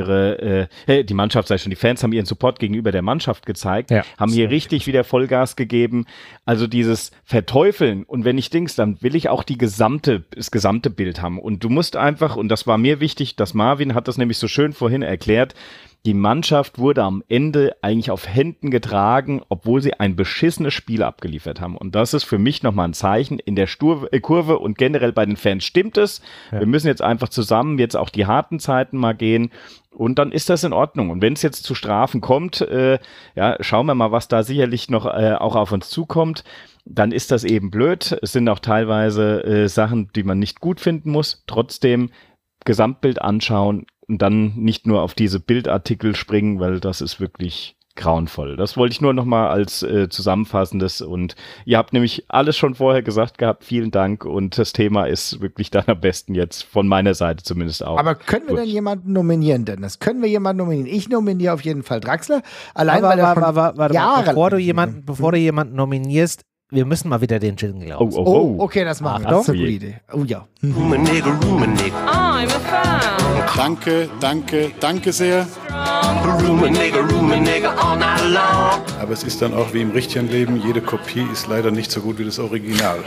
haben ihren Support gegenüber der Mannschaft gezeigt, haben hier richtig wieder Vollgas gegeben. Also dieses Verteufeln, und wenn ich dann will ich auch das gesamte Bild haben. Und du musst einfach, und das war mir wichtig, dass Marvin hat das nämlich so schön vorhin erklärt, die Mannschaft wurde am Ende eigentlich auf Händen getragen, obwohl sie ein beschissenes Spiel abgeliefert haben. Und das ist für mich nochmal ein Zeichen. In der Kurve und generell bei den Fans stimmt es. Ja. Wir müssen jetzt einfach zusammen jetzt auch die harten Zeiten mal gehen. Und dann ist das in Ordnung. Und wenn es jetzt zu Strafen kommt, schauen wir mal, was da sicherlich noch auch auf uns zukommt. Dann ist das eben blöd. Es sind auch teilweise Sachen, die man nicht gut finden muss. Trotzdem Gesamtbild anschauen und dann nicht nur auf diese Bildartikel springen, weil das ist wirklich grauenvoll. Das wollte ich nur nochmal als Zusammenfassendes, und ihr habt nämlich alles schon vorher gesagt gehabt. Vielen Dank, und das Thema ist wirklich dann am besten jetzt von meiner Seite zumindest auch. Aber können wir denn jemanden nominieren, Dennis? Können wir jemanden nominieren? Ich nominiere auf jeden Fall Draxler. Allein weil er schon bevor du jemanden nominierst, wir müssen mal wieder den Jingle aus. Oh, okay, das machen wir. Das ist eine gute Idee. Oh ja. I'm a fan. Danke sehr. Aber es ist dann auch wie im richtigen Leben, jede Kopie ist leider nicht so gut wie das Original.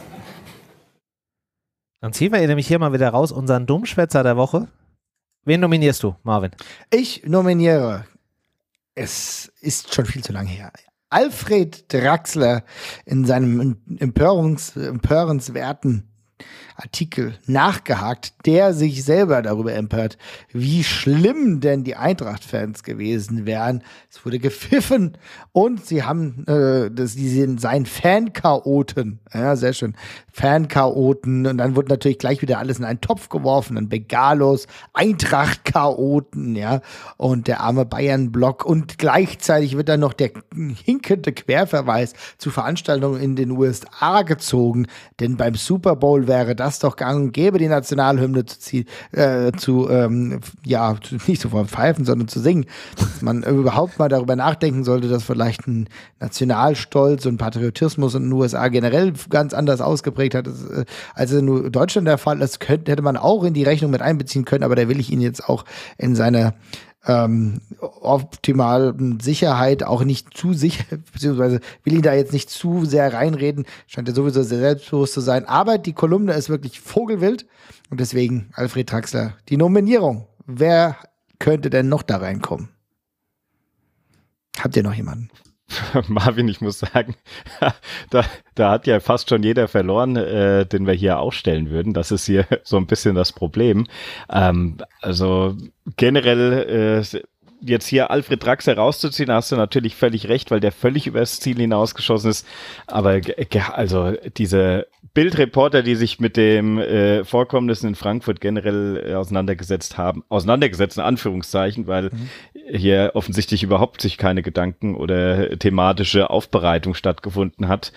Dann ziehen wir nämlich hier mal wieder raus unseren Dummschwätzer der Woche. Wen nominierst du, Marvin? Ich nominiere, es ist schon viel zu lange her, Alfred Draxler in seinem empörenswerten Artikel nachgehakt, der sich selber darüber empört, wie schlimm denn die Eintracht-Fans gewesen wären. Es wurde gepfiffen und sie haben, seien Fan-Chaoten. Ja, sehr schön. Fan-Chaoten. Und dann wurde natürlich gleich wieder alles in einen Topf geworfen. Dann Begalos, Eintracht-Chaoten, ja. Und der arme Bayern-Block. Und gleichzeitig wird dann noch der hinkende Querverweis zu Veranstaltungen in den USA gezogen. Denn beim Super Bowl wäre das doch gang und gäbe, die Nationalhymne nicht so vor pfeifen, sondern zu singen. Dass man überhaupt mal darüber nachdenken sollte, dass vielleicht ein Nationalstolz und Patriotismus in den USA generell ganz anders ausgeprägt hat, als in Deutschland der Fall ist. Hätte man auch in die Rechnung mit einbeziehen können, aber da will ich ihn jetzt auch in seine optimalen Sicherheit auch nicht zu sicher, beziehungsweise will ihn da jetzt nicht zu sehr reinreden, scheint ja sowieso sehr selbstbewusst zu sein, aber die Kolumne ist wirklich vogelwild und deswegen Alfred Draxler, die Nominierung. Wer könnte denn noch da reinkommen? Habt ihr noch jemanden? Marvin, ich muss sagen, da hat ja fast schon jeder verloren, den wir hier aufstellen würden. Das ist hier so ein bisschen das Problem. Also generell jetzt hier Alfred Draxler rauszuziehen, da hast du natürlich völlig recht, weil der völlig übers Ziel hinausgeschossen ist. Aber also diese Bildreporter, die sich mit dem Vorkommnissen in Frankfurt generell auseinandergesetzt in Anführungszeichen, weil hier offensichtlich überhaupt sich keine Gedanken oder thematische Aufbereitung stattgefunden hat.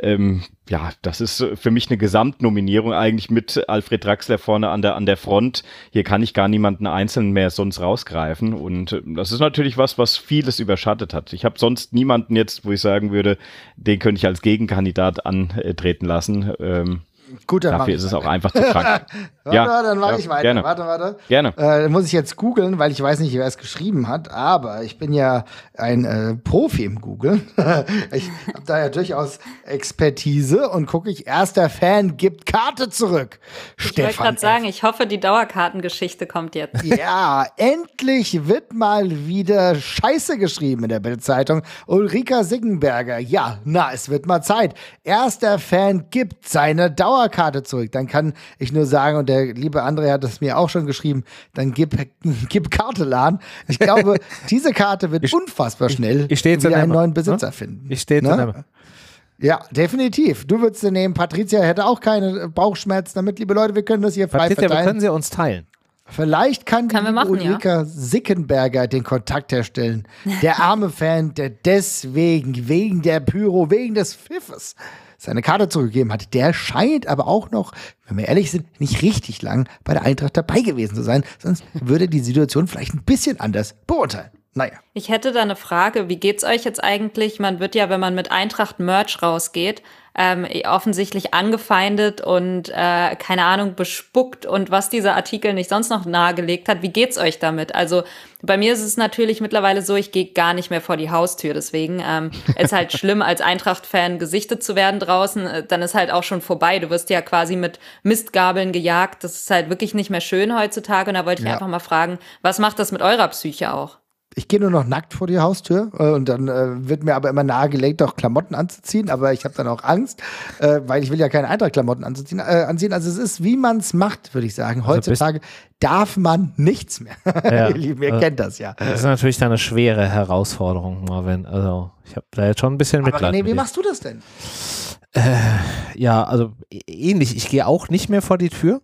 Ja, das ist für mich eine Gesamtnominierung eigentlich mit Alfred Draxler vorne an der Front. Hier kann ich gar niemanden einzeln mehr sonst rausgreifen, und das ist natürlich was vieles überschattet hat. Ich habe sonst niemanden jetzt, wo ich sagen würde, den könnte ich als Gegenkandidat antreten lassen. Gut, dann dafür ist es auch einfach zu krank. Dann mache ich weiter. Gerne. Warte. Gerne. Muss ich jetzt googeln, weil ich weiß nicht, wer es geschrieben hat, aber ich bin ja ein Profi im Googlen. Ich habe da ja durchaus Expertise und gucke ich, erster Fan gibt Karte zurück. Ich wollte gerade sagen, ich hoffe, die Dauerkartengeschichte kommt jetzt. Ja, endlich wird mal wieder Scheiße geschrieben in der Bild-Zeitung. Ulrika Sickenberger, es wird mal Zeit. Erster Fan gibt seine Dauerkarte zurück. Dann kann ich nur sagen, und der liebe André hat es mir auch schon geschrieben, dann gib Karte laden. Ich glaube, diese Karte wird unfassbar schnell wieder einen neuen Besitzer finden. Ich stehe zusammen. Ja, definitiv. Du würdest sie nehmen. Patricia hätte auch keine Bauchschmerzen damit. Liebe Leute, wir können das hier frei verteilen. Wir können sie uns teilen. Vielleicht kann Ulrika Sickenberger den Kontakt herstellen. Der arme Fan, der deswegen, wegen der Pyro, wegen des Pfiffes seine Karte zurückgegeben hat, der scheint aber auch noch, wenn wir ehrlich sind, nicht richtig lang bei der Eintracht dabei gewesen zu sein. Sonst würde die Situation vielleicht ein bisschen anders beurteilen. Naja. Ich hätte da eine Frage. Wie geht's euch jetzt eigentlich? Man wird ja, wenn man mit Eintracht-Merch rausgeht, offensichtlich angefeindet und, keine Ahnung, bespuckt und was dieser Artikel nicht sonst noch nahegelegt hat. Wie geht's euch damit? Also bei mir ist es natürlich mittlerweile so, ich gehe gar nicht mehr vor die Haustür. Deswegen ist halt schlimm, als Eintracht-Fan gesichtet zu werden draußen. Dann ist halt auch schon vorbei. Du wirst ja quasi mit Mistgabeln gejagt. Das ist halt wirklich nicht mehr schön heutzutage. Und da wollte ich einfach mal fragen, was macht das mit eurer Psyche auch? Ich gehe nur noch nackt vor die Haustür und dann wird mir aber immer nahegelegt, auch Klamotten anzuziehen, aber ich habe dann auch Angst, weil ich will ja keine Eintracht-Klamotten anziehen. Also es ist, wie man es macht, würde ich sagen. Heutzutage darf man nichts mehr. Ja. Ihr Lieben, ihr kennt das ja. Das ist natürlich dann eine schwere Herausforderung, Marvin. Also ich habe da jetzt schon ein bisschen Mitleid. Aber René, wie machst du das denn? Ja, also ähnlich. Ich gehe auch nicht mehr vor die Tür.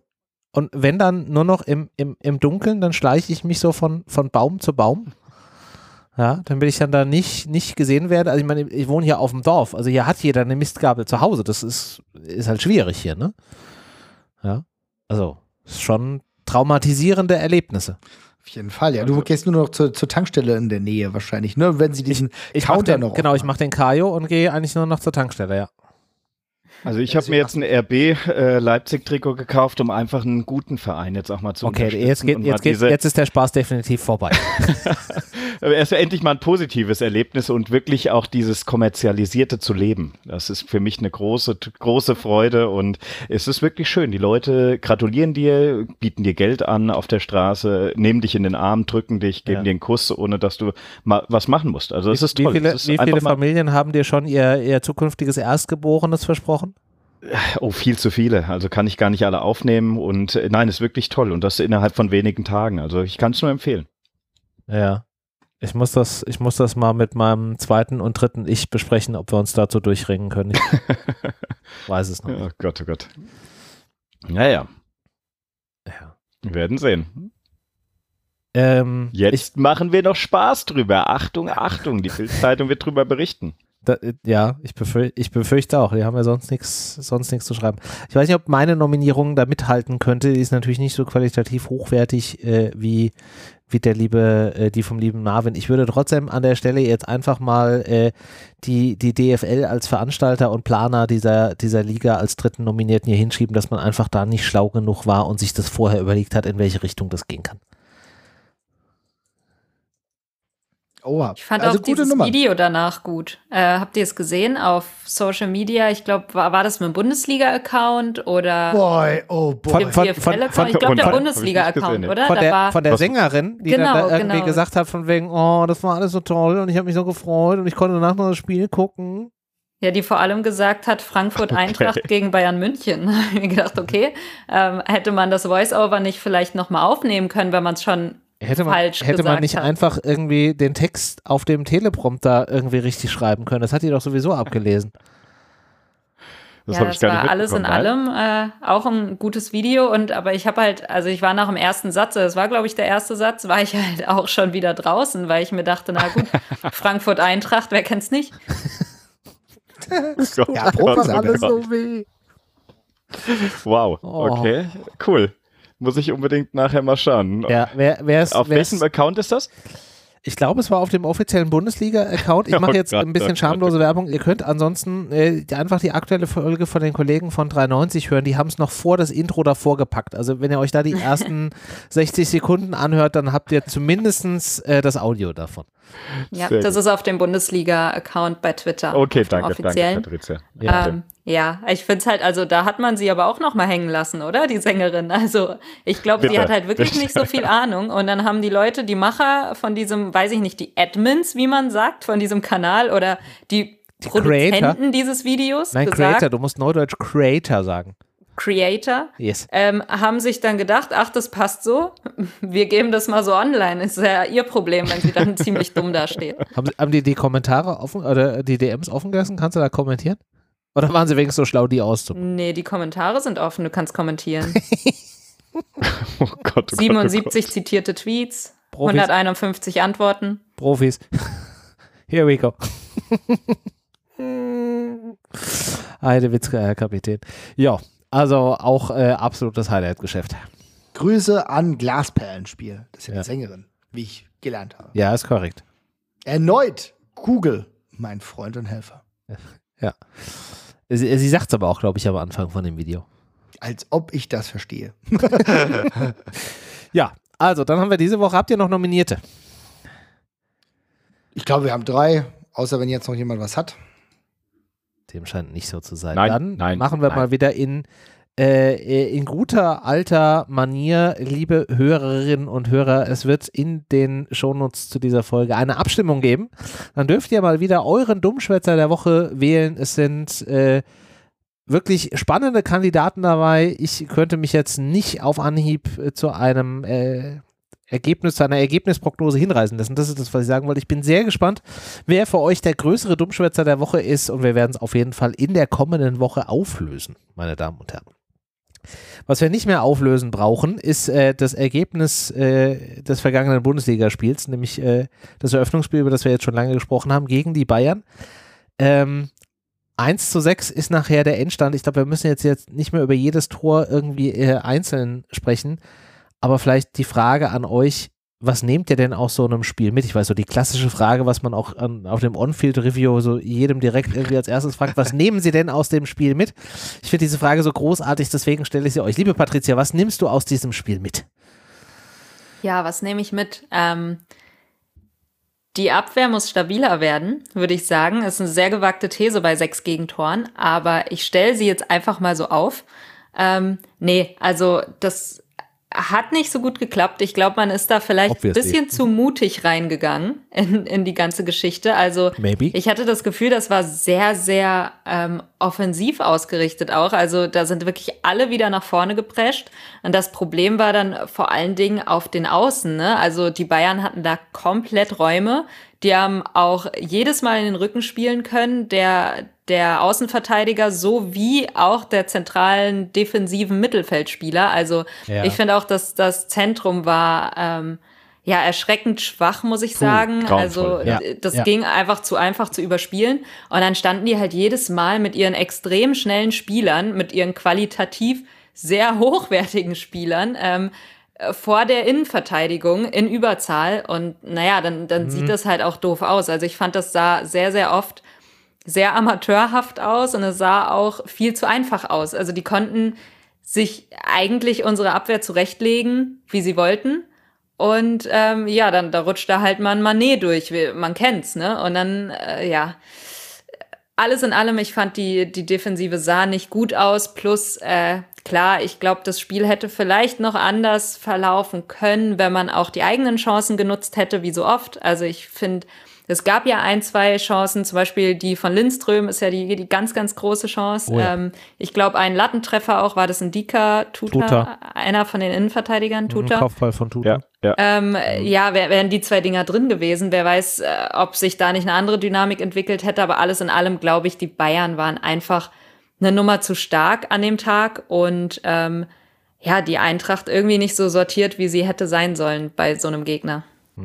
Und wenn dann nur noch im Dunkeln, dann schleiche ich mich so von Baum zu Baum. Ja, damit ich dann da nicht gesehen werde. Also ich meine, ich wohne hier auf dem Dorf. Also hier hat jeder eine Mistgabel zu Hause. Das ist halt schwierig hier, ne? Ja, also ist schon traumatisierende Erlebnisse. Auf jeden Fall, ja. Du gehst nur noch zur Tankstelle in der Nähe wahrscheinlich, ne? Wenn sie diesen Counter noch Genau, ich mache den Kajo und gehe eigentlich nur noch zur Tankstelle, ja. Also ich habe mir jetzt ein RB Leipzig-Trikot gekauft, um einfach einen guten Verein jetzt auch mal zu unterstützen. Okay, jetzt ist der Spaß definitiv vorbei. Es wäre endlich mal ein positives Erlebnis und wirklich auch dieses Kommerzialisierte zu leben. Das ist für mich eine große Freude und es ist wirklich schön. Die Leute gratulieren dir, bieten dir Geld an auf der Straße, nehmen dich in den Arm, drücken dich, geben dir einen Kuss, ohne dass du mal was machen musst. Also es ist toll. Wie viele Familien haben dir schon ihr zukünftiges Erstgeborenes versprochen? Oh, viel zu viele. Also kann ich gar nicht alle aufnehmen und nein, ist wirklich toll und das innerhalb von wenigen Tagen. Also ich kann es nur empfehlen. Ja. Ich muss das mal mit meinem zweiten und dritten Ich besprechen, ob wir uns dazu durchringen können. Ich weiß es noch nicht. Oh Gott, oh Gott. Naja. Ja. Wir werden sehen. Jetzt machen wir noch Spaß drüber. Achtung, Achtung, die Bild-Zeitung wird drüber berichten. Ich befürchte auch. Die haben ja sonst nichts zu schreiben. Ich weiß nicht, ob meine Nominierung da mithalten könnte. Die ist natürlich nicht so qualitativ hochwertig wie die vom lieben Marvin. Ich würde trotzdem an der Stelle jetzt einfach mal die DFL als Veranstalter und Planer dieser Liga als dritten Nominierten hier hinschieben, dass man einfach da nicht schlau genug war und sich das vorher überlegt hat, in welche Richtung das gehen kann. Oha. Ich fand also auch dieses Video danach gut. Habt ihr es gesehen auf Social Media? Ich glaube, war das mit dem Bundesliga-Account oder ich glaube, der Bundesliga-Account, oder? Von der Sängerin, die dann irgendwie gesagt hat von wegen, oh, das war alles so toll und ich habe mich so gefreut und ich konnte danach noch das Spiel gucken. Ja, die vor allem gesagt hat, Frankfurt-Eintracht gegen Bayern München. Da habe ich mir gedacht, okay, hätte man das Voice-Over nicht vielleicht nochmal aufnehmen können, wenn man es schon Hätte man nicht einfach irgendwie den Text auf dem Teleprompter irgendwie richtig schreiben können? Das hat die doch sowieso abgelesen. Das war alles in allem auch ein gutes Video aber ich habe ich war nach dem ersten Satz, das war glaube ich der erste Satz, war ich halt auch schon wieder draußen, weil ich mir dachte, na gut, Frankfurt-Eintracht, wer kennt's nicht? Ja, Gott, alles so weh. Wow, okay, cool. Muss ich unbedingt nachher mal schauen. Ja, auf welchem Account ist das? Ich glaube, es war auf dem offiziellen Bundesliga-Account. Ich mache jetzt ein bisschen schamlose Werbung. Ihr könnt ansonsten einfach die aktuelle Folge von den Kollegen von 93 hören. Die haben es noch vor das Intro davor gepackt. Also wenn ihr euch da die ersten 60 Sekunden anhört, dann habt ihr zumindest das Audio davon. Ja, das ist auf dem Bundesliga-Account bei Twitter. Okay, danke Patricia. Ja, ich finde es halt, also da hat man sie aber auch noch mal hängen lassen, oder? Die Sängerin. Also ich glaube, sie hat halt wirklich nicht so viel Ahnung. Und dann haben die Leute, die Macher von diesem, weiß ich nicht, die Admins, wie man sagt, von diesem Kanal oder die Produzenten Creator? Dieses Videos Nein, gesagt, Creator, du musst neudeutsch Creator sagen. Creator, yes. Haben sich dann gedacht, ach, das passt so, wir geben das mal so online. Ist ja ihr Problem, wenn sie dann ziemlich dumm dasteht. Haben die Kommentare offen oder die DMs offen gelassen? Kannst du da kommentieren? Oder waren sie wenigstens so schlau, die auszumachen? Nee, die Kommentare sind offen, du kannst kommentieren. Oh Gott, 77 zitierte Tweets, Profis. 151 Antworten. Profis. Here we go. Heidewitzka, Herr Kapitän. Ja. Also auch absolutes Highlight-Geschäft. Grüße an Glasperlenspiel. Das ist ja die Sängerin, wie ich gelernt habe. Ja, ist korrekt. Erneut Google, mein Freund und Helfer. Ja. Sie sagt es aber auch, glaube ich, am Anfang von dem Video. Als ob ich das verstehe. Ja, also dann haben wir diese Woche. Habt ihr noch Nominierte? Ich glaube, wir haben 3, außer wenn jetzt noch jemand was hat. Dem scheint nicht so zu sein. Nein, machen wir mal wieder in guter alter Manier, liebe Hörerinnen und Hörer, es wird in den Shownotes zu dieser Folge eine Abstimmung geben. Dann dürft ihr mal wieder euren Dummschwätzer der Woche wählen. Es sind wirklich spannende Kandidaten dabei. Ich könnte mich jetzt nicht auf Anhieb zu einem zu einer Ergebnisprognose hinreißen lassen. Das ist das, was ich sagen wollte. Ich bin sehr gespannt, wer für euch der größere Dummschwätzer der Woche ist und wir werden es auf jeden Fall in der kommenden Woche auflösen, meine Damen und Herren. Was wir nicht mehr auflösen brauchen, ist das Ergebnis des vergangenen Bundesligaspiels, nämlich das Eröffnungsspiel, über das wir jetzt schon lange gesprochen haben, gegen die Bayern. 1:6 ist nachher der Endstand. Ich glaube, wir müssen jetzt nicht mehr über jedes Tor irgendwie einzeln sprechen, aber vielleicht die Frage an euch, was nehmt ihr denn aus so einem Spiel mit? Ich weiß so, die klassische Frage, was man auch auf dem On-Field-Review so jedem direkt irgendwie als erstes fragt, was nehmen Sie denn aus dem Spiel mit? Ich finde diese Frage so großartig, deswegen stelle ich sie euch. Liebe Patricia, was nimmst du aus diesem Spiel mit? Ja, was nehme ich mit? Die Abwehr muss stabiler werden, würde ich sagen. Das ist eine sehr gewagte These bei 6 Gegentoren, aber ich stelle sie jetzt einfach mal so auf. Also das hat nicht so gut geklappt. Ich glaube, man ist da vielleicht ein bisschen zu mutig reingegangen in die ganze Geschichte. Also ich hatte das Gefühl, das war sehr, sehr offensiv ausgerichtet auch. Also da sind wirklich alle wieder nach vorne geprescht. Und das Problem war dann vor allen Dingen auf den Außen, ne? Also die Bayern hatten da komplett Räume. Die haben auch jedes Mal in den Rücken spielen können, der Außenverteidiger sowie auch der zentralen defensiven Mittelfeldspieler. Also ich finde auch, dass das Zentrum war erschreckend schwach, muss ich sagen. Also das ging einfach zu überspielen. Und dann standen die halt jedes Mal mit ihren extrem schnellen Spielern, mit ihren qualitativ sehr hochwertigen Spielern vor der Innenverteidigung in Überzahl. Und dann sieht das halt auch doof aus. Also ich fand, das sah sehr, sehr oft sehr amateurhaft aus und es sah auch viel zu einfach aus. Also die konnten sich eigentlich unsere Abwehr zurechtlegen, wie sie wollten. Und dann da rutscht da halt mal ein Mané durch, man kennt's, ne? Und dann, alles in allem, ich fand die Defensive sah nicht gut aus, plus, klar, ich glaube, das Spiel hätte vielleicht noch anders verlaufen können, wenn man auch die eigenen Chancen genutzt hätte, wie so oft. Also ich finde, es gab ja 1, 2 Chancen, zum Beispiel die von Lindström ist ja die ganz, ganz große Chance. Oh ja. Ich glaube, ein Lattentreffer auch, war das ein Dika, Tuta, einer von den Innenverteidigern, Tuta. Kopfball von Tuta. Wären die 2 Dinger drin gewesen. Wer weiß, ob sich da nicht eine andere Dynamik entwickelt hätte, aber alles in allem, glaube ich, die Bayern waren einfach eine Nummer zu stark an dem Tag und die Eintracht irgendwie nicht so sortiert, wie sie hätte sein sollen bei so einem Gegner.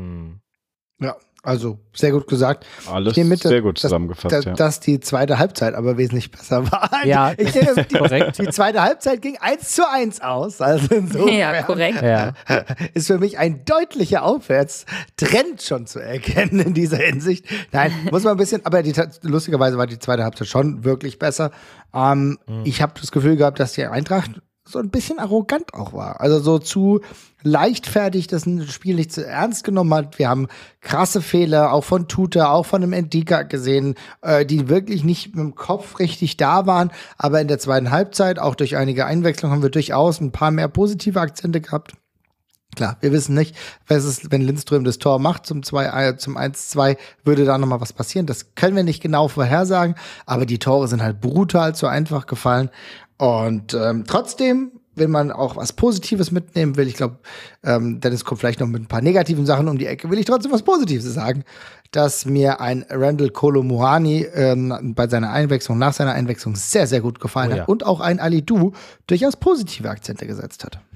Ja. Also, sehr gut gesagt. Alles sehr gut zusammengefasst, dass die zweite Halbzeit aber wesentlich besser war. Ja, korrekt. Die zweite Halbzeit ging 1:1 aus. Also insofern ja, korrekt. Ist für mich ein deutlicher Aufwärtstrend schon zu erkennen in dieser Hinsicht. Nein, muss man ein bisschen, aber lustigerweise war die zweite Halbzeit schon wirklich besser. Ich habe das Gefühl gehabt, dass die Eintracht so ein bisschen arrogant auch war. Also so zu leichtfertig das Spiel nicht zu ernst genommen hat. Wir haben krasse Fehler, auch von Tuta, auch von dem Ndika gesehen, die wirklich nicht mit dem Kopf richtig da waren. Aber in der zweiten Halbzeit, auch durch einige Einwechslungen, haben wir durchaus ein paar mehr positive Akzente gehabt. Klar, wir wissen nicht, was ist, wenn Lindström das Tor macht zum 1:2, würde da nochmal was passieren. Das können wir nicht genau vorhersagen, aber die Tore sind halt brutal zu einfach gefallen. Und trotzdem, wenn man auch was Positives mitnehmen will, ich glaube, Dennis kommt vielleicht noch mit ein paar negativen Sachen um die Ecke, will ich trotzdem was Positives sagen, dass mir ein Randall Kolo Muani bei seiner Einwechslung, nach seiner Einwechslung sehr, sehr gut gefallen hat und auch ein Alidou durchaus positive Akzente gesetzt hat.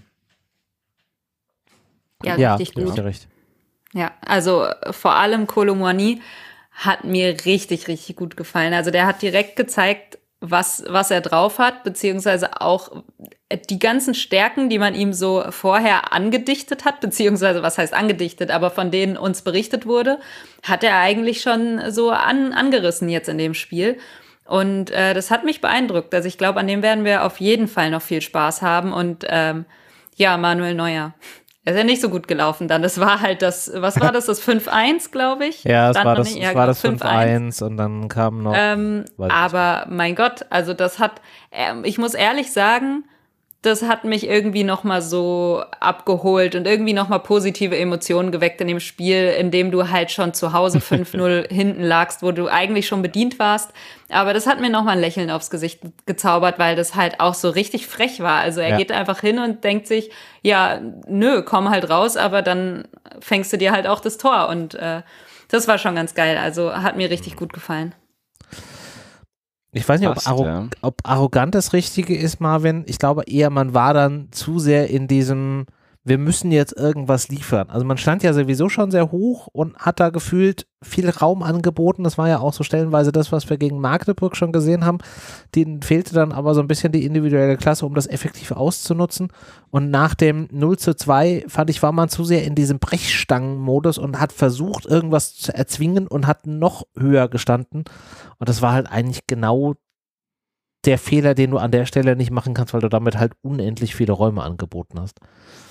Ja, richtig gut. Recht. Ja, also vor allem Kolo Muani hat mir richtig, richtig gut gefallen. Also der hat direkt gezeigt, was er drauf hat, beziehungsweise auch die ganzen Stärken, die man ihm so vorher angedichtet hat, beziehungsweise was heißt angedichtet, aber von denen uns berichtet wurde, hat er eigentlich schon so angerissen jetzt in dem Spiel. Und das hat mich beeindruckt. Also ich glaube, an dem werden wir auf jeden Fall noch viel Spaß haben. Und Manuel Neuer. Er ist ja nicht so gut gelaufen dann. Das war halt das 5:1, glaube ich. Ja, es war das 5:1 und dann kam noch. Aber mein Gott, also das hat, ich muss ehrlich sagen, das hat mich irgendwie nochmal so abgeholt und irgendwie nochmal positive Emotionen geweckt in dem Spiel, in dem du halt schon zu Hause 5:0 hinten lagst, wo du eigentlich schon bedient warst. Aber das hat mir nochmal ein Lächeln aufs Gesicht gezaubert, weil das halt auch so richtig frech war. Also er geht einfach hin und denkt sich, ja, komm halt raus, aber dann fängst du dir halt auch das Tor. Und das war schon ganz geil. Also hat mir richtig gut gefallen. Ich weiß nicht, ob arrogant das Richtige ist, Marvin. Ich glaube eher, man war dann zu sehr in diesem, wir müssen jetzt irgendwas liefern. Also man stand ja sowieso schon sehr hoch und hat da gefühlt viel Raum angeboten. Das war ja auch so stellenweise das, was wir gegen Magdeburg schon gesehen haben. Denen fehlte dann aber so ein bisschen die individuelle Klasse, um das effektiv auszunutzen. Und nach dem 0:2, fand ich, war man zu sehr in diesem Brechstangenmodus und hat versucht, irgendwas zu erzwingen und hat noch höher gestanden. Und das war halt eigentlich genau der Fehler, den du an der Stelle nicht machen kannst, weil du damit halt unendlich viele Räume angeboten hast.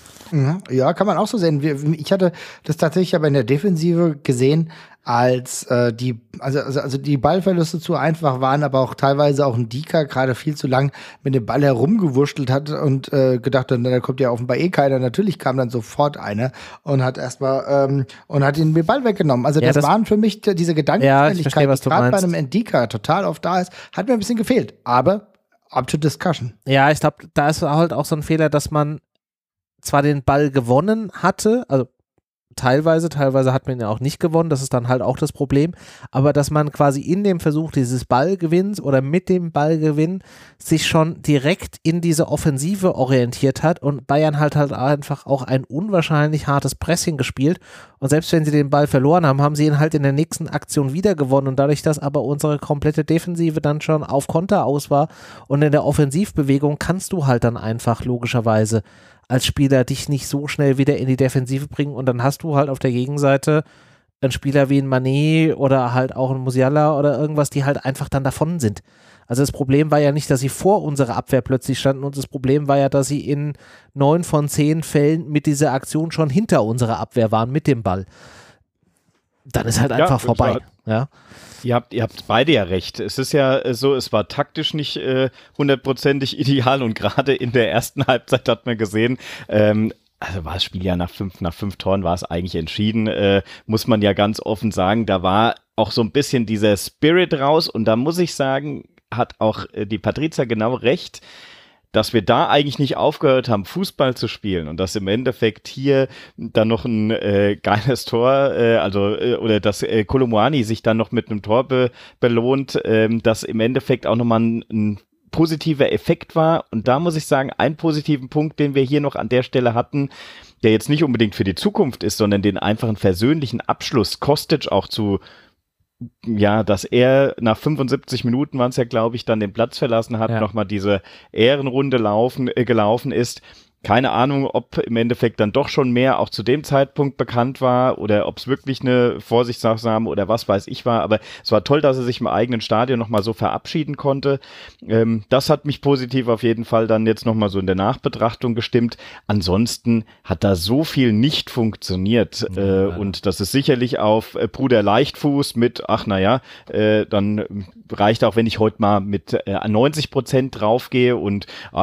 Ja, kann man auch so sehen. Ich hatte das tatsächlich aber in der Defensive gesehen, als die Ballverluste zu einfach waren, aber auch teilweise auch ein Dika gerade viel zu lang mit dem Ball herumgewurschtelt hat und gedacht hat, da kommt ja offenbar eh keiner. Natürlich kam dann sofort einer und hat erstmal und hat den Ball weggenommen. Also das waren für mich diese Gedankenschnelligkeit, die gerade bei einem Ndika total oft da ist, hat mir ein bisschen gefehlt. Aber up to discussion. Ja, ich glaube, da ist halt auch so ein Fehler, dass man zwar den Ball gewonnen hatte, also teilweise hat man ihn ja auch nicht gewonnen, das ist dann halt auch das Problem, aber dass man quasi in dem Versuch dieses Ballgewinns oder mit dem Ballgewinn sich schon direkt in diese Offensive orientiert hat und Bayern halt einfach auch ein unwahrscheinlich hartes Pressing gespielt und selbst wenn sie den Ball verloren haben, haben sie ihn halt in der nächsten Aktion wieder gewonnen und dadurch, dass aber unsere komplette Defensive dann schon auf Konter aus war und in der Offensivbewegung kannst du halt dann einfach logischerweise als Spieler dich nicht so schnell wieder in die Defensive bringen und dann hast du halt auf der Gegenseite einen Spieler wie ein Mané oder halt auch ein Musiala oder irgendwas, die halt einfach dann davon sind. Also das Problem war ja nicht, dass sie vor unserer Abwehr plötzlich standen und das Problem war ja, dass sie in 9 von 10 Fällen mit dieser Aktion schon hinter unserer Abwehr waren mit dem Ball. Dann ist halt einfach vorbei. Ja. Ihr habt beide ja recht. Es ist ja so, es war taktisch nicht hundertprozentig ideal und gerade in der ersten Halbzeit hat man gesehen, also war das Spiel ja nach fünf Toren war es eigentlich entschieden, muss man ja ganz offen sagen, da war auch so ein bisschen dieser Spirit raus und da muss ich sagen, hat auch die Patrizia genau recht, dass wir da eigentlich nicht aufgehört haben, Fußball zu spielen und dass im Endeffekt hier dann noch ein geiles Tor, oder dass Kolo Muani sich dann noch mit einem Tor belohnt, dass im Endeffekt auch nochmal ein positiver Effekt war und da muss ich sagen, einen positiven Punkt, den wir hier noch an der Stelle hatten, der jetzt nicht unbedingt für die Zukunft ist, sondern den einfachen versöhnlichen Abschluss Kostic auch dass er nach 75 Minuten waren es ja, glaube ich, dann den Platz verlassen hat, nochmal diese Ehrenrunde gelaufen ist. Keine Ahnung, ob im Endeffekt dann doch schon mehr auch zu dem Zeitpunkt bekannt war oder ob es wirklich eine Vorsichtsmaßnahme oder was weiß ich war, aber es war toll, dass er sich im eigenen Stadion nochmal so verabschieden konnte. Das hat mich positiv auf jeden Fall dann jetzt nochmal so in der Nachbetrachtung gestimmt. Ansonsten hat da so viel nicht funktioniert und das ist sicherlich auf Bruder Leichtfuß mit, dann reicht auch, wenn ich heute mal mit 90% draufgehe und